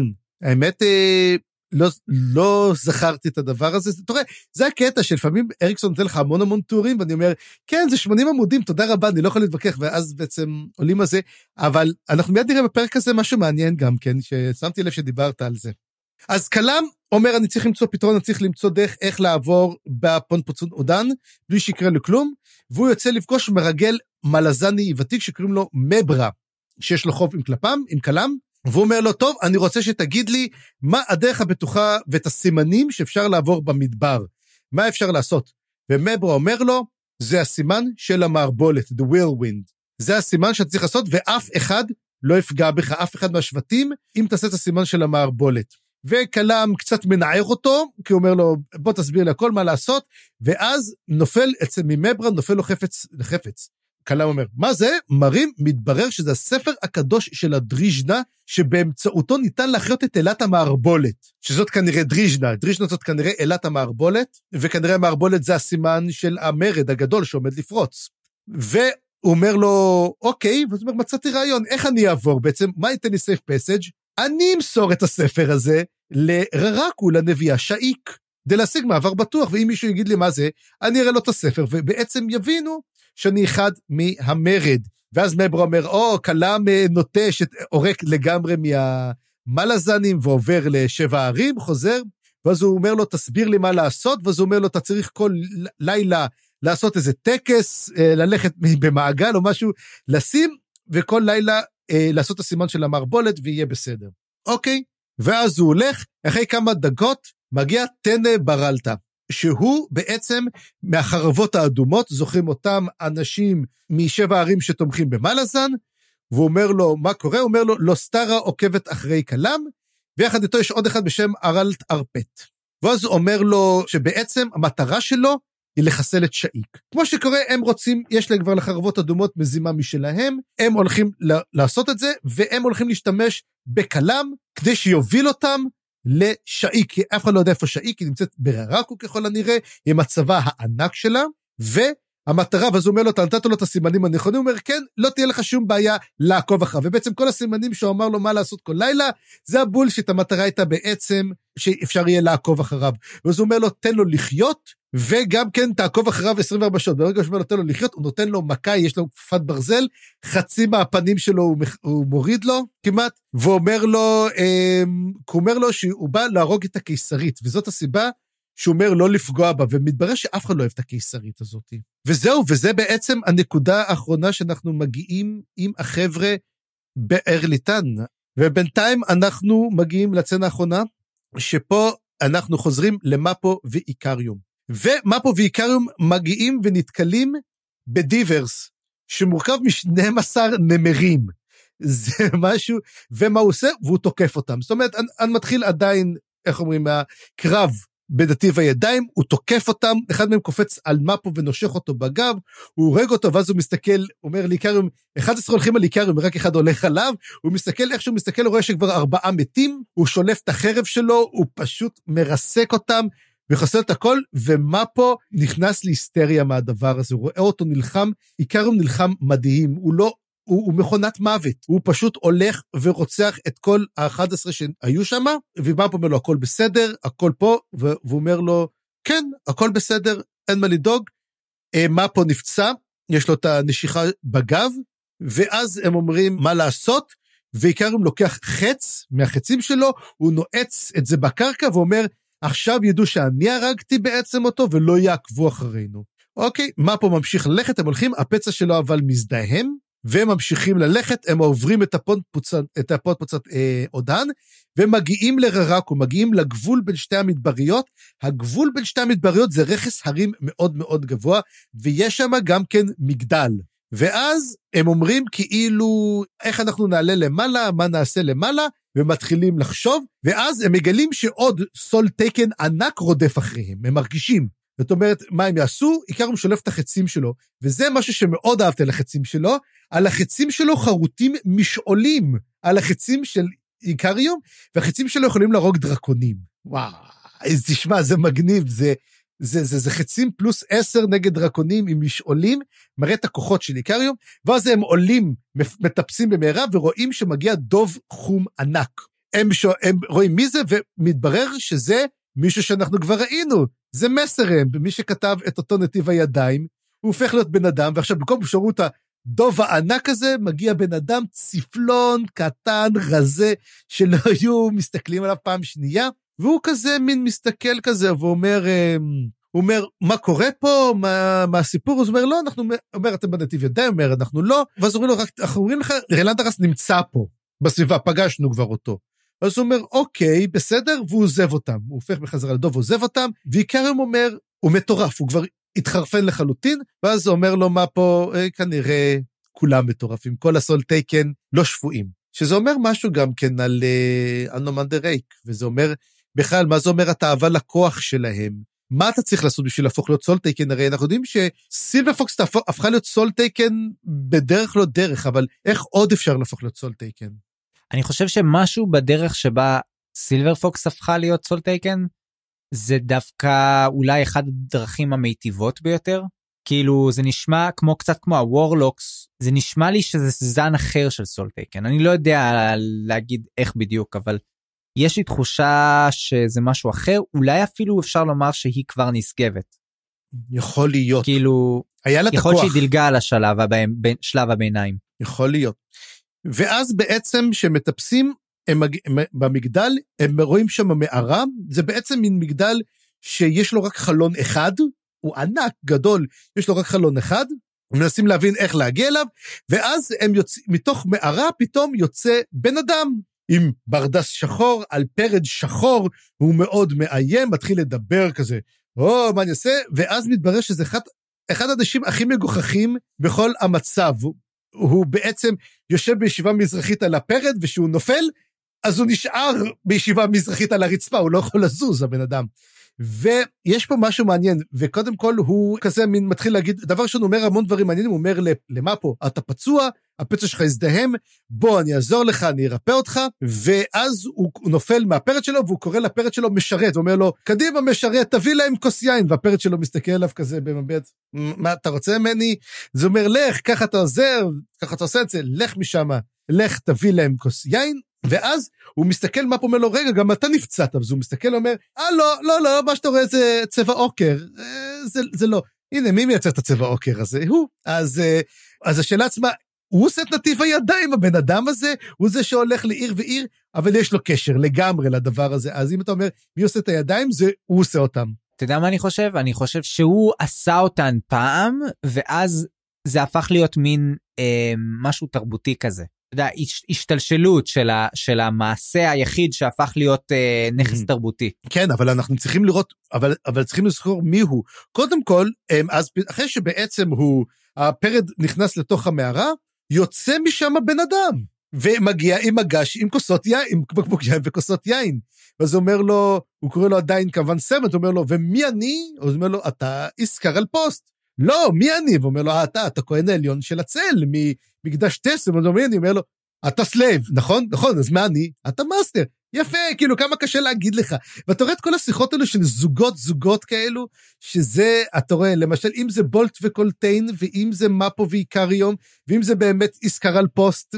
האמת, לא, לא זכרתי את הדבר הזה. תראה, זה הקטע שלפעמים אריקסון נותן לך המון המון טורים, ואני אומר, כן, זה שמונים עמודים, תודה רבה, אני לא יכול להתווכח, ואז בעצם עולים על זה, אבל אנחנו מיד נראה בפרק הזה משהו מעניין גם כן, ששמתי לב שדיברת על זה. אז קלאם אומר, אני צריך למצוא פתרון, אני צריך למצוא דרך איך לעבור בפונפוצון עודן, בלי שיקרה לו כלום, והוא יוצא לפגוש מרגל מלזני ותיק שקוראים לו מברה, שיש לו חוב עם קלפם, עם קלאם, והוא אומר לו, טוב, אני רוצה שתגיד לי מה הדרך הבטוחה ואת הסימנים שאפשר לעבור במדבר. מה אפשר לעשות? ומברה אומר לו, זה הסימן של המערבולת, the whirlwind. זה הסימן שאתה צריך לעשות, ואף אחד לא יפגע בך, אף אחד מהשבטים, אם תעשה את הסימן של המערבולת. וקלאם קצת מנער אותו, כי הוא אומר לו, בוא תסביר לי הכל מה לעשות, ואז נופל, אצל ממברה נופל לו חפץ לחפץ. קלאם אומר, מה זה? מרים, מתברר שזה הספר הקדוש של הדריז'נה, שבאמצעותו ניתן להחיות את אלת המערבולת, שזאת כנראה דריז'נה, דריז'נה זאת כנראה אלת המערבולת, וכנראה המערבולת זה הסימן של המרד הגדול שעומד לפרוץ. והוא אומר לו, אוקיי, והוא אומר, מצאתי רעיון, איך אני אעבור בעצם? מה ייתן לי סייף פסאג'? אני אמסור את הספר הזה לררקו, לנביאה שאיק, כדי להשיג מעבר בטוח, ואם מישהו יגיד לי מה זה, אני אראה לו את הספר, ובעצם יבינו שאני אחד מהמרד. ואז מברה אומר, או, קלאם נוטש, עורק לגמרי מהמלזנים, ועובר לשבע הערים, חוזר, ואז הוא אומר לו, תסביר לי מה לעשות, ואז הוא אומר לו, אתה צריך כל לילה לעשות איזה טקס, ללכת במעגל או משהו, לשים, וכל לילה לעשות את הסימן של המערבולת, ויהיה בסדר. אוקיי? ואז הוא הולך, אחרי כמה דקות, מגיע טנה ברלטה, שהוא בעצם מהחרבות האדומות, זוכרים אותם אנשים משבע הערים שתומכים במלזן, והוא אומר לו, מה קורה? הוא אומר לו, לא סתרה עוקבת אחרי קלאם, ויחד איתו יש עוד אחד בשם ארלט ארפט. ואז הוא אומר לו, שבעצם המטרה שלו, היא לחסל את שאיק. כמו שקורה, הם רוצים, יש להם כבר לחרבות אדומות מזימה משלהם, הם הולכים לעשות את זה, והם הולכים להשתמש בקלאם, כדי שיוביל אותם לשאיק, כי אף אחד לא יודע איפה שאיק, היא נמצאת בררקו ככל הנראה, עם הצבא הענק שלה, והמטרה, ואז הוא אומר לו, אתה נתת לו את הסימנים הנכונים, הוא אומר, כן, לא תהיה לך שום בעיה לעקוב אחריו, ובעצם כל הסימנים שהוא אמר לו מה לעשות כל לילה, זה הבולשיט, המטרה הייתה בעצם, שאפשר יהיה לעקוב אחריו, ואז הוא אומר לו, תן לו לחיות, וגם כן תעקוב אחריו עשרים וארבע שעות, ברגע שהוא נותן לו לחיות, הוא נותן לו מכה, יש לו כפפת ברזל, חצי מהפנים שלו הוא, הוא מוריד לו כמעט, ואומר לו, הוא אומר לו שהוא בא להרוג את הקיסרית, וזאת הסיבה שהוא אומר לא לפגוע בה, ומתברר שאף אחד לא אוהב את הקיסרית הזאת. וזהו, וזה בעצם הנקודה האחרונה שאנחנו מגיעים עם החבר'ה בארליטן, ובינתיים אנחנו מגיעים לצנה האחרונה, שפה אנחנו חוזרים למפו ואיקריום. ומפו ואיקריום מגיעים ונתקלים בדיברס, שמורכב מ-שנים עשר נמרים. זה משהו, ומה הוא עושה? והוא תוקף אותם. זאת אומרת, אני, אני מתחיל עדיין, איך אומרים, הקרב בנתיב הידיים, הוא תוקף אותם, אחד מהם קופץ על מפו ונושך אותו בגב, הוא הורג אותו, ואז הוא מסתכל, אומר לאיקריום, אחד עשרה הולכים על איקריום, רק אחד הולך עליו, הוא מסתכל, איך שהוא מסתכל, הוא רואה שכבר ארבעה מתים, הוא שולף את החרב שלו, הוא פשוט מרסק אותם, וחסל את הכל, ומפו נכנס להיסטריה מהדבר הזה, הוא רואה אותו נלחם, איקריום נלחם מדהים, הוא לא, הוא, הוא מכונת מוות, הוא פשוט הולך ורוצח את כל ה-אחד עשר שהיו שם, ומפו אומר לו, הכל בסדר, הכל פה, והוא אומר לו, כן, הכל בסדר, אין מה לדאוג, מפו נפצע, יש לו את הנשיכה בגב, ואז הם אומרים מה לעשות, ואיקריום לוקח חץ מהחצים שלו, הוא נועץ את זה בקרקע, ואומר, עכשיו ידעו שאני הרגתי בעצם אותו, ולא יעקבו אחרינו. אוקיי, מפו ממשיך ללכת, הם הולכים, הפצע שלו אבל מזדהם, והם ממשיכים ללכת, הם עוברים את הפונפוצת, את הפונפוצת אה, עודן, ומגיעים לררקו, מגיעים לגבול בין שתי המדבריות, הגבול בין שתי המדבריות זה רכס הרים מאוד מאוד גבוה, ויש שם גם כן מגדל. ואז הם אומרים כאילו, איך אנחנו נעלה למעלה, מה נעשה למעלה, ומתחילים לחשוב, ואז הם מגלים שעוד סול תקן ענק רודף אחריהם, הם מרגישים. זאת אומרת, מה הם יעשו? איקריום שולף את החצים שלו, וזה משהו שמאוד אהבתי על החצים שלו, על החצים שלו חרוטים משעולים, על החצים של איקריום, והחצים שלו יכולים להרוג דרקונים. וואו, אז תשמע, זה מגניב, זה, זה, זה, זה חצים פלוס עשר נגד דרקונים עם משעולים, מראה את הכוחות של איקריום, ואז הם עולים, מטפסים במהרה, ורואים שמגיע דוב חום ענק. הם, שו, הם רואים מי זה, ומתברר שזה מישהו שאנחנו כבר ראינו, זה מסרם, ומי שכתב את אותו נתיב הידיים, הוא הופך להיות בן אדם, ועכשיו במקום אפשרות הדוב הענק הזה, מגיע בן אדם צפלון, קטן, רזה, שלא היו מסתכלים עליו פעם שנייה, והוא כזה מין מסתכל כזה, ואומר, הוא אומר, מה קורה פה, מה, מה הסיפור? הוא אומר, לא, אנחנו, אומר, אתם בנתיב ידיים, אומר, אנחנו לא, ואז אומרים לו, אנחנו אומרים לך, רלנדרס נמצא פה, בסביבה, פגשנו כבר אותו. אז הוא אומר, אוקיי, בסדר, והוא עוזב אותם. הוא הופך בחזרה לדוב, עוזב אותם, ועיקרם אומר, הוא מטורף, הוא כבר התחרפן לחלוטין, ואז הוא אומר לו, מה פה, אה, כנראה כולם מטורפים, כל הסולטייקן לא שפויים. שזה אומר משהו גם כן על אנומנדר רייק, וזה אומר, בכלל, מה זה אומר התאווה לכוח שלהם? מה אתה צריך לעשות בשביל להפוך להיות סולטייקן? הרי אנחנו יודעים שסילבר פוקס הפכה להיות סולטייקן בדרך לא דרך, אבל איך עוד אפשר להפוך להיות סולטייקן? אני חושב שמשהו בדרך שבה סילבר פוקס הפכה להיות סולטייקן, זה דווקא אולי אחד הדרכים המיטיבות ביותר. כאילו זה נשמע כמו קצת כמו הוורלוקס, זה נשמע לי שזה זן אחר של סולטייקן. אני לא יודע להגיד איך בדיוק, אבל יש לי תחושה שזה משהו אחר, אולי אפילו אפשר לומר שהיא כבר נשגבת. יכול להיות. כאילו, היה לה את יכול הכוח. שהיא דילגה על השלב הבא, שלב הביניים. יכול להיות. ואז בעצם שמטפסים הם, הם, במגדל, הם רואים שם מערה, זה בעצם מין מגדל שיש לו רק חלון אחד, הוא ענק, גדול, יש לו רק חלון אחד, מנסים להבין איך להגיע אליו, ואז הם יוצא, מתוך מערה פתאום יוצא בן אדם, עם ברדס שחור, על פרד שחור, הוא מאוד מאיים, מתחיל לדבר כזה, או, מה אני אעשה? ואז מתברר שזה אחד, אחד האנשים הכי מגוחכים בכל המצב, הוא, הוא בעצם יושב בישיבה מזרחית על הפרד, ושהוא נופל, אז הוא נשאר בישיבה מזרחית על הרצפה, הוא לא יכול לזוז, הבן אדם. ויש פה משהו מעניין, וקודם כל הוא כזה מין מתחיל להגיד, דבר ראשון הוא אומר המון דברים מעניינים, הוא אומר למה פה, אתה פצוע, הפצע שלך יזדהם, בוא אני אעזור לך, אני ארפא אותך, ואז הוא נופל מהפרד שלו, והוא קורא לפרד שלו משרת, ואומר לו, קדימה משרת, תביא להם כוס יין, והפרד שלו מסתכל עליו כזה במבט, מה אתה רוצה ממני? זה אומר, לך, ככה אתה עוזר, ככה אתה עושה את זה, לך משם, לך תביא להם כוס יין, ואז הוא מסתכל מה פה אומר לו, רגע, גם אתה נפצעת, אז הוא מסתכל ואומר, אה, לא, לא, לא, מה שאתה רואה זה צבע אוקר, זה, זה לא. הנה, מי מייצר את הצבע אוקר הזה? הוא. אז, אז השאלה עצמה, הוא עושה את נתיב הידיים, הבן אדם הזה, הוא זה שהולך לעיר ועיר, אבל יש לו קשר לגמרי לדבר הזה, אז אם אתה אומר, מי עושה את הידיים, זה הוא עושה אותם. אתה יודע מה אני חושב? אני חושב שהוא עשה אותן פעם, ואז זה הפך להיות מין אה, משהו תרבותי כזה. אתה יודע, השתלשלות של, ה, של המעשה היחיד שהפך להיות אה, נכס תרבותי. כן, אבל אנחנו צריכים לראות, אבל, אבל צריכים לזכור מי הוא. קודם כל, אז אחרי שבעצם הוא, הפרד נכנס לתוך המערה, יוצא משם הבן אדם, ומגיע עם מגש, עם כוסות יין, עם בקבוק יין וכוסות יין. ואז הוא אומר לו, הוא קורא לו עדיין כמובן סרמנט, הוא אומר לו, ומי אני? הוא אומר לו, אתה איסקר על פוסט. לא, מי אני? והוא אומר לו, אתה, אתה כהן העליון של הצל, ממקדש טסם, הוא אומר לו, אתה סלייב, נכון? נכון, אז מה אני? אתה מאסטר. יפה, כאילו, כמה קשה להגיד לך. ואתה רואה את כל השיחות האלו של זוגות, זוגות כאלו, שזה, אתה רואה, למשל, אם זה בולט וקולטיין, ואם זה מפו ואיקריום, ואם זה באמת איסקרל פוסט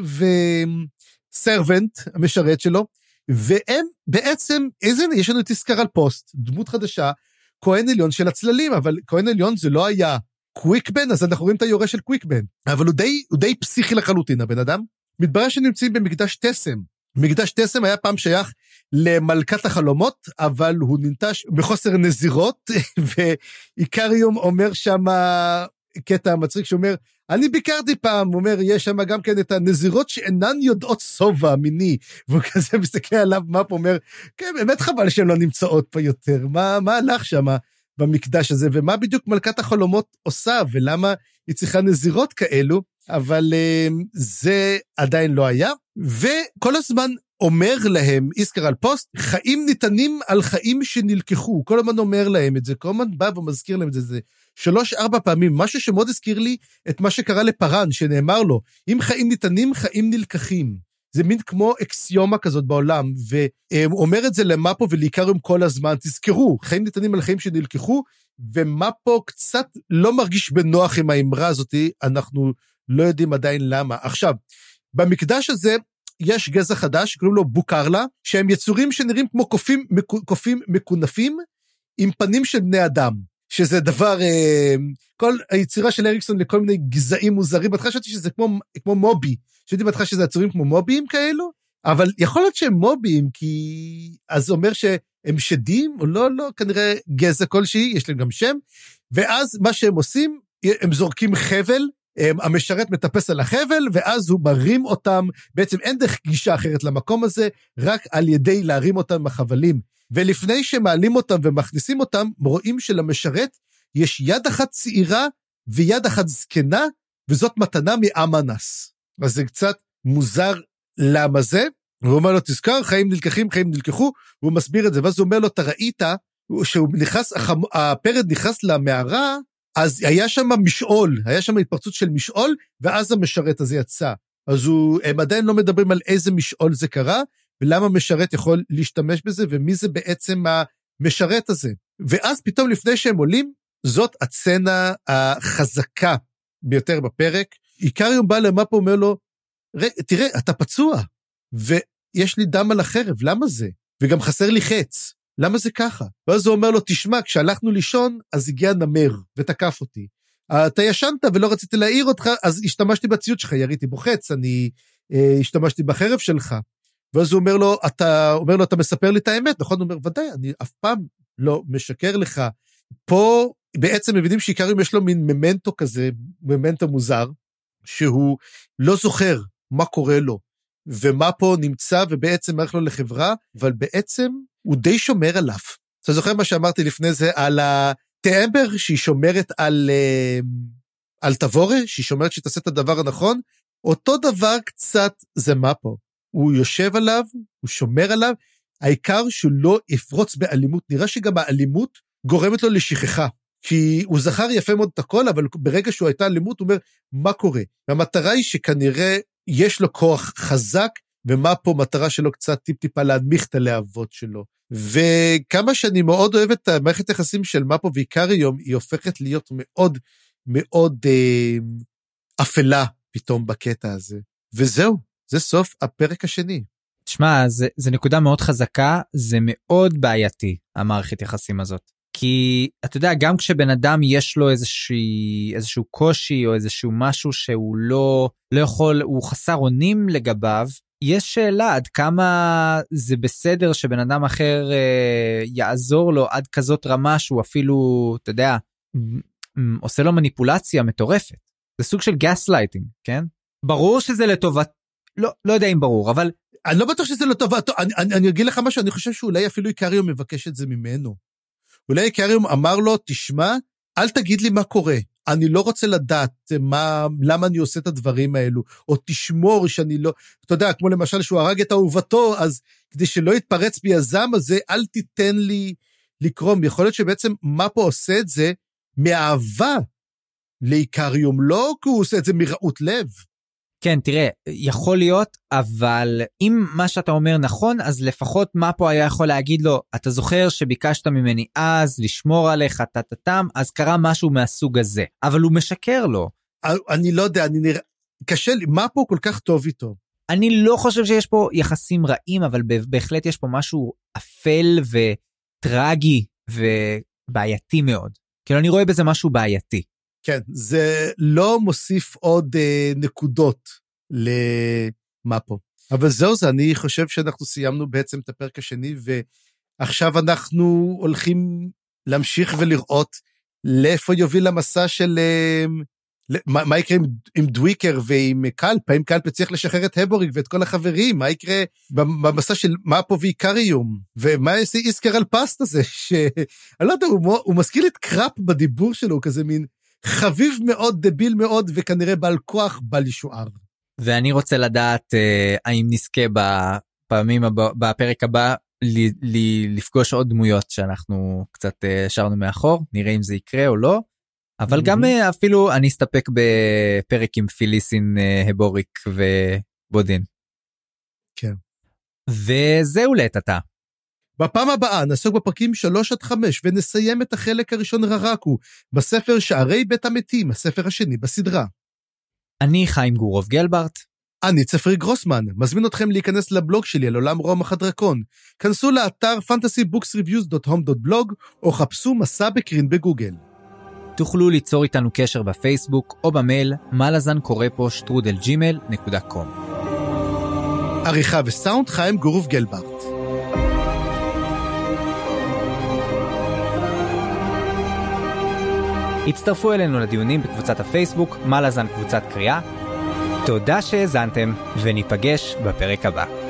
וסרבנט, המשרת שלו, והם בעצם, איזה, יש לנו את איסקרל פוסט, דמות חדשה, כהן עליון של הצללים, אבל כהן עליון זה לא היה קוויקבן, אז אנחנו רואים את היורש של קוויקבן, אבל הוא די, הוא די פסיכי לחלוטין, הבן אדם. מתברר שנמצאים במקדש טסם. מקדש טסם היה פעם שייך למלכת החלומות, אבל הוא ננטש בחוסר נזירות, ואיקריום אומר שם קטע המצחיק שאומר, אני ביקרתי פעם, הוא אומר, יש שם גם כן את הנזירות שאינן יודעות סובה מיני, והוא כזה מסתכל עליו, מה פה אומר, כן, באמת חבל שהן לא נמצאות פה יותר, מה, מה הלך שם במקדש הזה, ומה בדיוק מלכת החלומות עושה, ולמה היא צריכה נזירות כאלו, אבל זה עדיין לא היה, וכל הזמן אומר להם, איסקרל פוסט, חיים ניתנים על חיים שנלקחו, כל הזמן אומר להם את זה, כל הזמן בא ומזכיר להם את זה, זה שלוש, ארבע פעמים, משהו שמאוד הזכיר לי את מה שקרה לפרן, שנאמר לו, אם חיים ניתנים, חיים נלקחים. זה מין כמו אקסיומה כזאת בעולם, והוא אומר את זה למפו ולעיקרם כל הזמן, תזכרו, חיים ניתנים על חיים שנלקחו, ומפו קצת לא מרגיש בנוח עם האמרה הזאת, אנחנו לא יודעים עדיין למה. עכשיו, במקדש הזה, יש גזע חדש, קוראים לו בוקרלה, שהם יצורים שנראים כמו קופים, קופים מקונפים, עם פנים של בני אדם, שזה דבר, כל היצירה של אריקסון לכל מיני גזעים מוזרים, בהתחלה חשבתי שזה כמו, כמו מובי, חשבתי בהתחלה שזה יצורים כמו מובים כאלו, אבל יכול להיות שהם מובים, כי אז זה אומר שהם שדים, או לא, לא, כנראה גזע כלשהי, יש להם גם שם, ואז מה שהם עושים, הם זורקים חבל, המשרת מטפס על החבל, ואז הוא מרים אותם, בעצם אין דרך גישה אחרת למקום הזה, רק על ידי להרים אותם מהחבלים, ולפני שמעלים אותם ומכניסים אותם, רואים שלמשרת יש יד אחת צעירה, ויד אחת זקנה, וזאת מתנה מאמנס. אז זה קצת מוזר למה זה, הוא אומר לו, תזכר, חיים נלקחים, חיים נלקחו, הוא מסביר את זה, ואז הוא אומר לו, אתה ראית, שהוא נכנס, הפרד נכנס למערה, אז היה שם משעול, היה שם התפרצות של משעול, ואז המשרת הזה יצא. אז הוא, הם עדיין לא מדברים על איזה משעול זה קרה, ולמה משרת יכול להשתמש בזה, ומי זה בעצם המשרת הזה. ואז פתאום לפני שהם עולים, זאת הצנה החזקה ביותר בפרק. איקריום בא למאפו, אומר לו, תראה, אתה פצוע, ויש לי דם על החרב, למה זה? וגם חסר לי חץ. למה זה ככה? ואז הוא אומר לו, תשמע, כשהלכנו לישון, אז הגיע נמר, ותקף אותי. אתה ישנת ולא רציתי להעיר אותך, אז השתמשתי בציוד שלך, יריתי בו חץ, אני אה, השתמשתי בחרב שלך. ואז הוא אומר לו, אתה, אומר לו, אתה מספר לי את האמת, נכון? הוא אומר, ודאי, אני אף פעם לא משקר לך. פה בעצם מבינים שאיקריום יש לו מין ממנטו כזה, ממנטו מוזר, שהוא לא זוכר מה קורה לו, ומה פה נמצא, ובעצם הולך לו לחברה, אבל בעצם הוא די שומר עליו. אתה זוכר מה שאמרתי לפני זה, על התאמבר שהיא שומרת על, על תבורה, שהיא שומרת שהיא תעשה את הדבר הנכון, אותו דבר קצת זה מה פה. הוא יושב עליו, הוא שומר עליו, העיקר שהוא לא יפרוץ באלימות, נראה שגם האלימות גורמת לו לשכחה, כי הוא זכר יפה מאוד את הכל, אבל ברגע שהוא הייתה אלימות, הוא אומר, מה קורה? והמטרה היא שכנראה יש לו כוח חזק, ומה פה מטרה שלו קצת טיפ-טיפה להנמיך את הלהבות שלו. וכמה שאני מאוד אוהב את המערכת היחסים של מאפו ואיקריום, היא הופכת להיות מאוד מאוד אה, אפלה פתאום בקטע הזה. וזהו, זה סוף הפרק השני. תשמע, זה, זה נקודה מאוד חזקה, זה מאוד בעייתי, המערכת יחסים הזאת. כי אתה יודע, גם כשבן אדם יש לו איזשהו, איזשהו קושי או איזשהו משהו שהוא לא, לא יכול, הוא חסר אונים לגביו, יש שאלה עד כמה זה בסדר שבן אדם אחר אה, יעזור לו עד כזאת רמה שהוא אפילו, אתה יודע, עושה לו מניפולציה מטורפת. זה סוג של גאסלייטינג, כן? ברור שזה לטובת, לא, לא יודע אם ברור, אבל... אני לא בטוח שזה לטובת, אני, אני, אני אגיד לך משהו, אני חושב שאולי אפילו איקריום מבקש את זה ממנו. אולי איקריום אמר לו, תשמע, אל תגיד לי מה קורה. אני לא רוצה לדעת מה, למה אני עושה את הדברים האלו, או תשמור שאני לא, אתה יודע, כמו למשל שהוא הרג את אהובתו, אז כדי שלא יתפרץ בי הזעם הזה, אל תיתן לי לקרום. יכול להיות שבעצם מה פה עושה את זה מאהבה לאיקריום, לא כי הוא עושה את זה מראות לב. כן, תראה, יכול להיות, אבל אם מה שאתה אומר נכון, אז לפחות מה פה היה יכול להגיד לו, אתה זוכר שביקשת ממני אז לשמור עליך, תתתם, אז קרה משהו מהסוג הזה, אבל הוא משקר לו. אני לא יודע, אני נראה, קשה לי, מה פה כל כך טוב איתו? אני לא חושב שיש פה יחסים רעים, אבל בהחלט יש פה משהו אפל וטרגי ובעייתי מאוד. כאילו אני רואה בזה משהו בעייתי. כן, זה לא מוסיף עוד אה, נקודות למאפו. אבל זהו זה, אני חושב שאנחנו סיימנו בעצם את הפרק השני, ועכשיו אנחנו הולכים להמשיך ולראות לאיפה יוביל המסע של... אה, מה, מה יקרה עם, עם דוויקר ועם קלפ, האם קלפ יצליח לשחרר את הבוריג ואת כל החברים, מה יקרה במסע של מאפו ואיקריום, ומה יעשה איסקר על פסט הזה, שאני לא יודע, הוא, הוא מזכיר את קראפ בדיבור שלו, כזה מין חביב מאוד, דביל מאוד, וכנראה בעל כוח, בעל ישוער. ואני רוצה לדעת, אה, האם נזכה בפעמים, הבא, בפרק הבא, ל, ל, לפגוש עוד דמויות שאנחנו קצת אה, שרנו מאחור, נראה אם זה יקרה או לא, אבל גם אפילו אני אסתפק בפרק עם פיליסין, הבוריק ובודין. כן. וזהו לעת עתה. בפעם הבאה נעסוק בפרקים שלוש עד חמש, ונסיים את החלק הראשון ררקו, בספר שערי בית המתים, הספר השני בסדרה. אני חיים גורוב גלברט. אני צפרי גרוסמן, מזמין אתכם להיכנס לבלוג שלי על עולם רומח הדרקון. כנסו לאתר פנטסי בוקס ריוויוז דוט הום דוט בלוג או חפשו מסע בקרין בגוגל. תוכלו ליצור איתנו קשר בפייסבוק או במייל מלאזן קורא פה שטרודל ג'ימייל נקודה קום. עריכה וסאונד חיים גורוב גלברט. הצטרפו אלינו לדיונים בקבוצת הפייסבוק מלאזן קבוצת קריאה. תודה שהאזנתם וניפגש בפרק הבא.